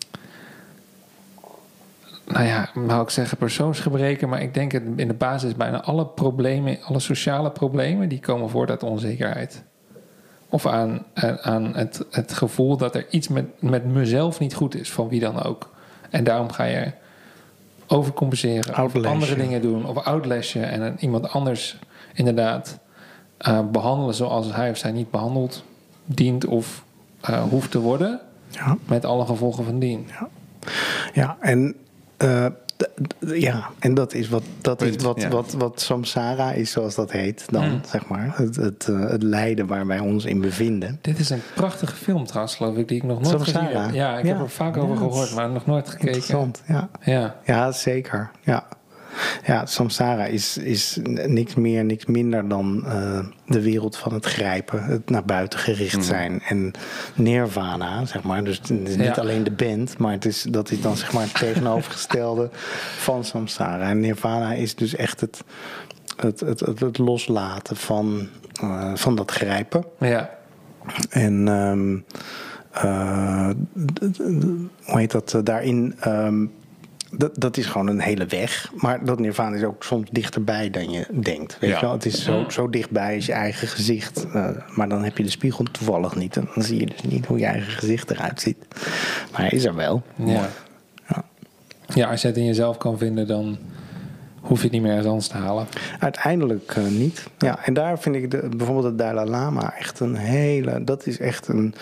nou ja, wou ik zeggen persoonsgebreken, maar ik denk het in de basis bijna alle problemen, alle sociale problemen, die komen voort uit onzekerheid. Of aan, aan het, het gevoel dat er iets met, met mezelf niet goed is, van wie dan ook. En daarom ga je overcompenseren, of andere dingen doen, of outlashen en iemand anders inderdaad uh, behandelen zoals hij of zij niet behandeld dient of uh, hoeft te worden, ja. Met alle gevolgen van dien. Ja, ja en Uh, d- d- ja, en dat is wat dat Punt, is wat, ja. wat, wat samsara is, zoals dat heet dan, mm. zeg maar. Het, het, uh, het lijden waar wij ons in bevinden. Dit is een prachtige film trouwens, geloof ik, die ik nog nooit samsara. gezien heb. Ja, ik ja. heb er vaak over ja, gehoord, maar nog nooit gekeken. Interessant, ja. Ja, ja zeker, ja. Ja, samsara is, is niks meer, niks minder dan uh, de wereld van het grijpen, het naar buiten gericht zijn. Mm. En nirvana, zeg maar. Dus het is niet ja. alleen de band, maar het is, dat is dan zeg maar het tegenovergestelde van samsara. En nirvana is dus echt het, het, het, het, het loslaten van, uh, van dat grijpen. Ja. En um, uh, d- d- d- hoe heet dat? Daarin... Um, dat, dat is gewoon een hele weg. Maar dat nirvana is ook soms dichterbij dan je denkt. Weet Ja. je wel? Het is zo, zo dichtbij als je eigen gezicht. Uh, maar dan heb je de spiegel toevallig niet. En dan zie je dus niet hoe je eigen gezicht eruit ziet. Maar hij is er wel. Ja. Ja. Ja, als je het in jezelf kan vinden, dan hoef je het niet meer ergens anders te halen. Uiteindelijk uh, niet. Ja, en daar vind ik de, bijvoorbeeld de Dalai Lama echt een hele... Dat is echt een...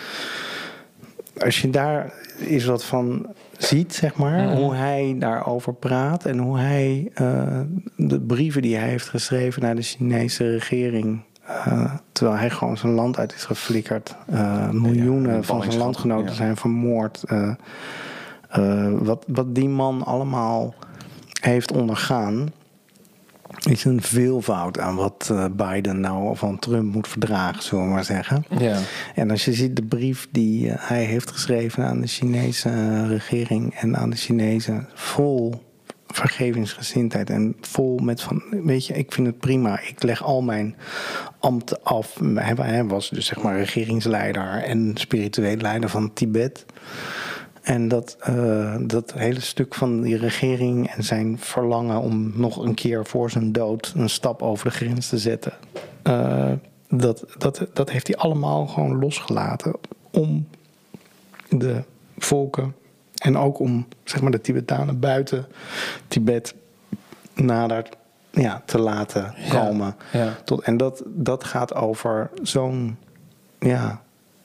Als je daar eens wat van ziet, zeg maar, mm. hoe hij daarover praat en hoe hij uh, de brieven die hij heeft geschreven naar de Chinese regering, uh, terwijl hij gewoon zijn land uit is geflikkerd, uh, miljoenen ja, van zijn landgenoten ja. zijn vermoord. Uh, uh, wat, wat die man allemaal heeft ondergaan, is een veelvoud aan wat uh, Biden nou van Trump moet verdragen, zullen we maar zeggen. Ja. En als je ziet de brief die uh, hij heeft geschreven aan de Chinese uh, regering en aan de Chinezen, vol vergevingsgezindheid en vol met van, weet je, ik vind het prima. Ik leg al mijn ambten af. Hij, hij was dus zeg maar regeringsleider en spiritueel leider van Tibet. En dat, uh, dat hele stuk van die regering en zijn verlangen om nog een keer voor zijn dood een stap over de grens te zetten. Uh, dat, dat, dat heeft hij allemaal gewoon losgelaten om de volken en ook om zeg maar, de Tibetanen buiten Tibet nader ja, te laten komen. Ja, ja. Tot, en dat, dat gaat over zo'n ja,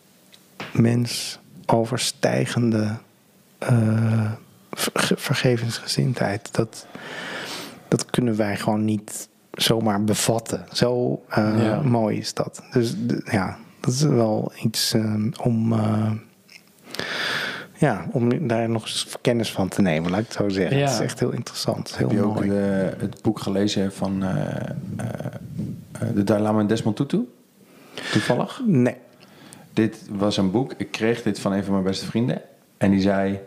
mens overstijgende Uh, vergevingsgezindheid. Dat, dat kunnen wij gewoon niet zomaar bevatten. Zo uh, ja. mooi is dat. Dus d- ja, dat is wel iets uh, om, uh, ja, om daar nog eens kennis van te nemen, laat ik het zo zeggen. Ja. Het is echt heel interessant. Heel Heb je mooi. ook de, het boek gelezen van uh, uh, de Dalai Lama en Desmond Tutu? Toevallig? Nee. Dit was een boek. Ik kreeg dit van een van mijn beste vrienden. En die zei...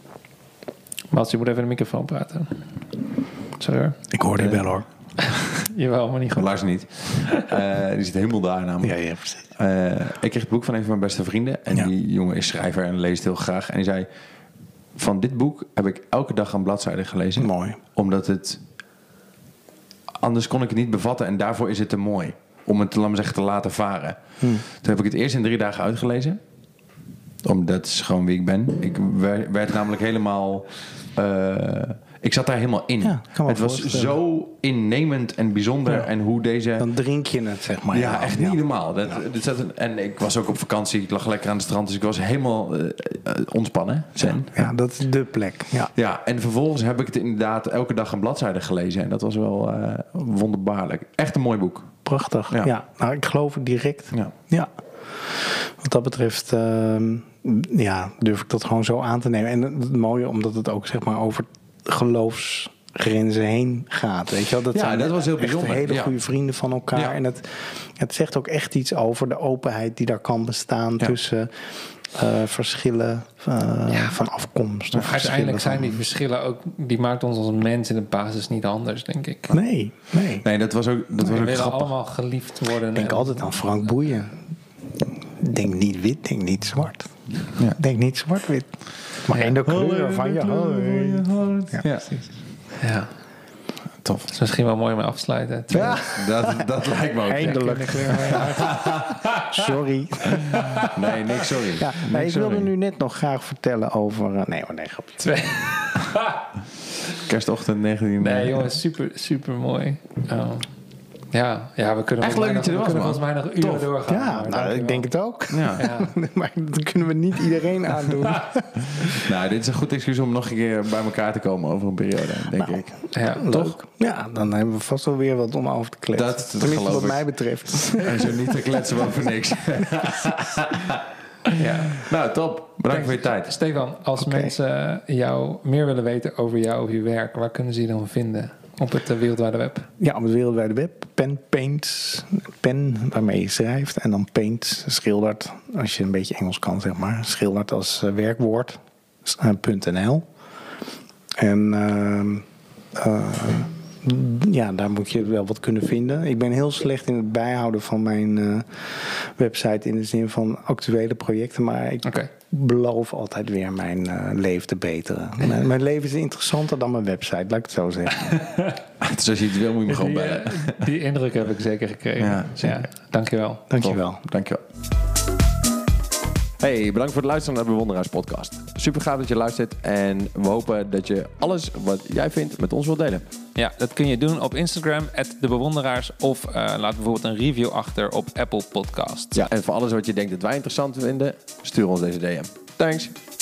Mats, je moet even in de microfoon praten. Sorry hoor. Ik hoorde je wel hoor. Jawel, maar niet goed. Luister niet. Uh, die zit helemaal daar namelijk. Ja, ja, precies. Uh, ik kreeg het boek van een van mijn beste vrienden. En ja. die jongen is schrijver en leest heel graag. En die zei... Van dit boek heb ik elke dag een bladzijde gelezen. Mooi. Omdat het... Anders kon ik het niet bevatten. En daarvoor is het te mooi. Om het, laat maar zeggen, te laten varen. Hm. Toen heb ik het eerst in drie dagen uitgelezen. Omdat dat is gewoon wie ik ben. Ik werd namelijk helemaal... Uh, ik zat daar helemaal in. Ja, het was zo innemend en bijzonder. Ja. En hoe deze... Dan drink je het, zeg maar. Ja, ja. echt niet ja. normaal. Dat, ja. dat zat een, en ik was ook op vakantie. Ik lag lekker aan het strand. Dus ik was helemaal uh, ontspannen. Zen. Ja, ja, dat is de plek. Ja. ja, en vervolgens heb ik het inderdaad elke dag een bladzijde gelezen. En dat was wel uh, wonderbaarlijk. Echt een mooi boek. Prachtig. Ja, ja. Nou, ik geloof het direct. Ja. ja. Wat dat betreft... Uh, ja, durf ik dat gewoon zo aan te nemen. En het mooie, omdat het ook zeg maar over geloofsgrenzen heen gaat. Weet je wel? Dat ja, zijn dat was heel bijzonder. Hele ja. goede vrienden van elkaar. Ja. En het, het zegt ook echt iets over de openheid die daar kan bestaan ja. tussen uh, verschillen uh, ja. van afkomst. Maar uiteindelijk zijn die verschillen ook, die maakt ons als mens in de basis niet anders, denk ik. Nee, nee. Nee, dat was ook, dat was we ook willen grappig. allemaal geliefd worden. Ik denk en, altijd aan Frank Boeien. Denk niet wit, denk niet zwart. Ja. Denk niet zwart-wit. Maar in de kleur van je hart. Ja, ja, precies. Ja. Tof. Dat is misschien wel mooi om af te sluiten. Ja, dat, dat lijkt me ook. Eindelijk. Sorry. Nee, niks sorry. Ja, niks nee, ik wilde sorry. nu net nog graag vertellen over... Uh, nee, maar nee, grapje. Twee. Kerstochtend negentien... Nee, jongens, super, super mooi. Oh. Ja, ja, we kunnen, echt volgens, leuk mij nog, dat je er was, we kunnen volgens mij nog uren Tof. doorgaan. Ja, nou, ik denk het ook. Ja. Ja. Maar dat kunnen we niet iedereen aandoen. Nou, dit is een goed excuus om nog een keer bij elkaar te komen over een periode, denk nou, ik. Ja, leuk. Toch? Ja, dan hebben we vast wel weer wat om over te kletsen. Dat, dat Tenminste, geloof wat ik. mij betreft. En zo niet te kletsen we over niks. Ja. Nou, top. Bedankt voor je tijd. Stefan, als okay. mensen jou meer willen weten over jou of je werk, waar kunnen ze je dan vinden? Op het uh, wereldwijde web? Ja, op het wereldwijde web. Pen Paints. Pen waarmee je schrijft. En dan paint, schildert. Als je een beetje Engels kan, zeg maar. Schildert als uh, werkwoord. Uh, .nl. En uh, uh, ja, daar moet je wel wat kunnen vinden. Ik ben heel slecht in het bijhouden van mijn uh, website in de zin van actuele projecten. Maar ik okay. beloof altijd weer mijn uh, leven te beteren. mijn, mijn leven is interessanter dan mijn website, laat ik het zo zeggen. Dus als je het wil, moet je me gewoon die, bellen. Uh, die indruk heb ik zeker gekregen. Ja, zeker. Ja, dankjewel. Dankjewel. Dankjewel. Hey, bedankt voor het luisteren naar de Bewonderaars podcast. Super gaaf dat je luistert en we hopen dat je alles wat jij vindt met ons wilt delen. Ja, dat kun je doen op Instagram, at de Bewonderaars, of uh, laat bijvoorbeeld een review achter op Apple Podcasts. Ja, en voor alles wat je denkt dat wij interessant vinden, stuur ons deze D M. Thanks.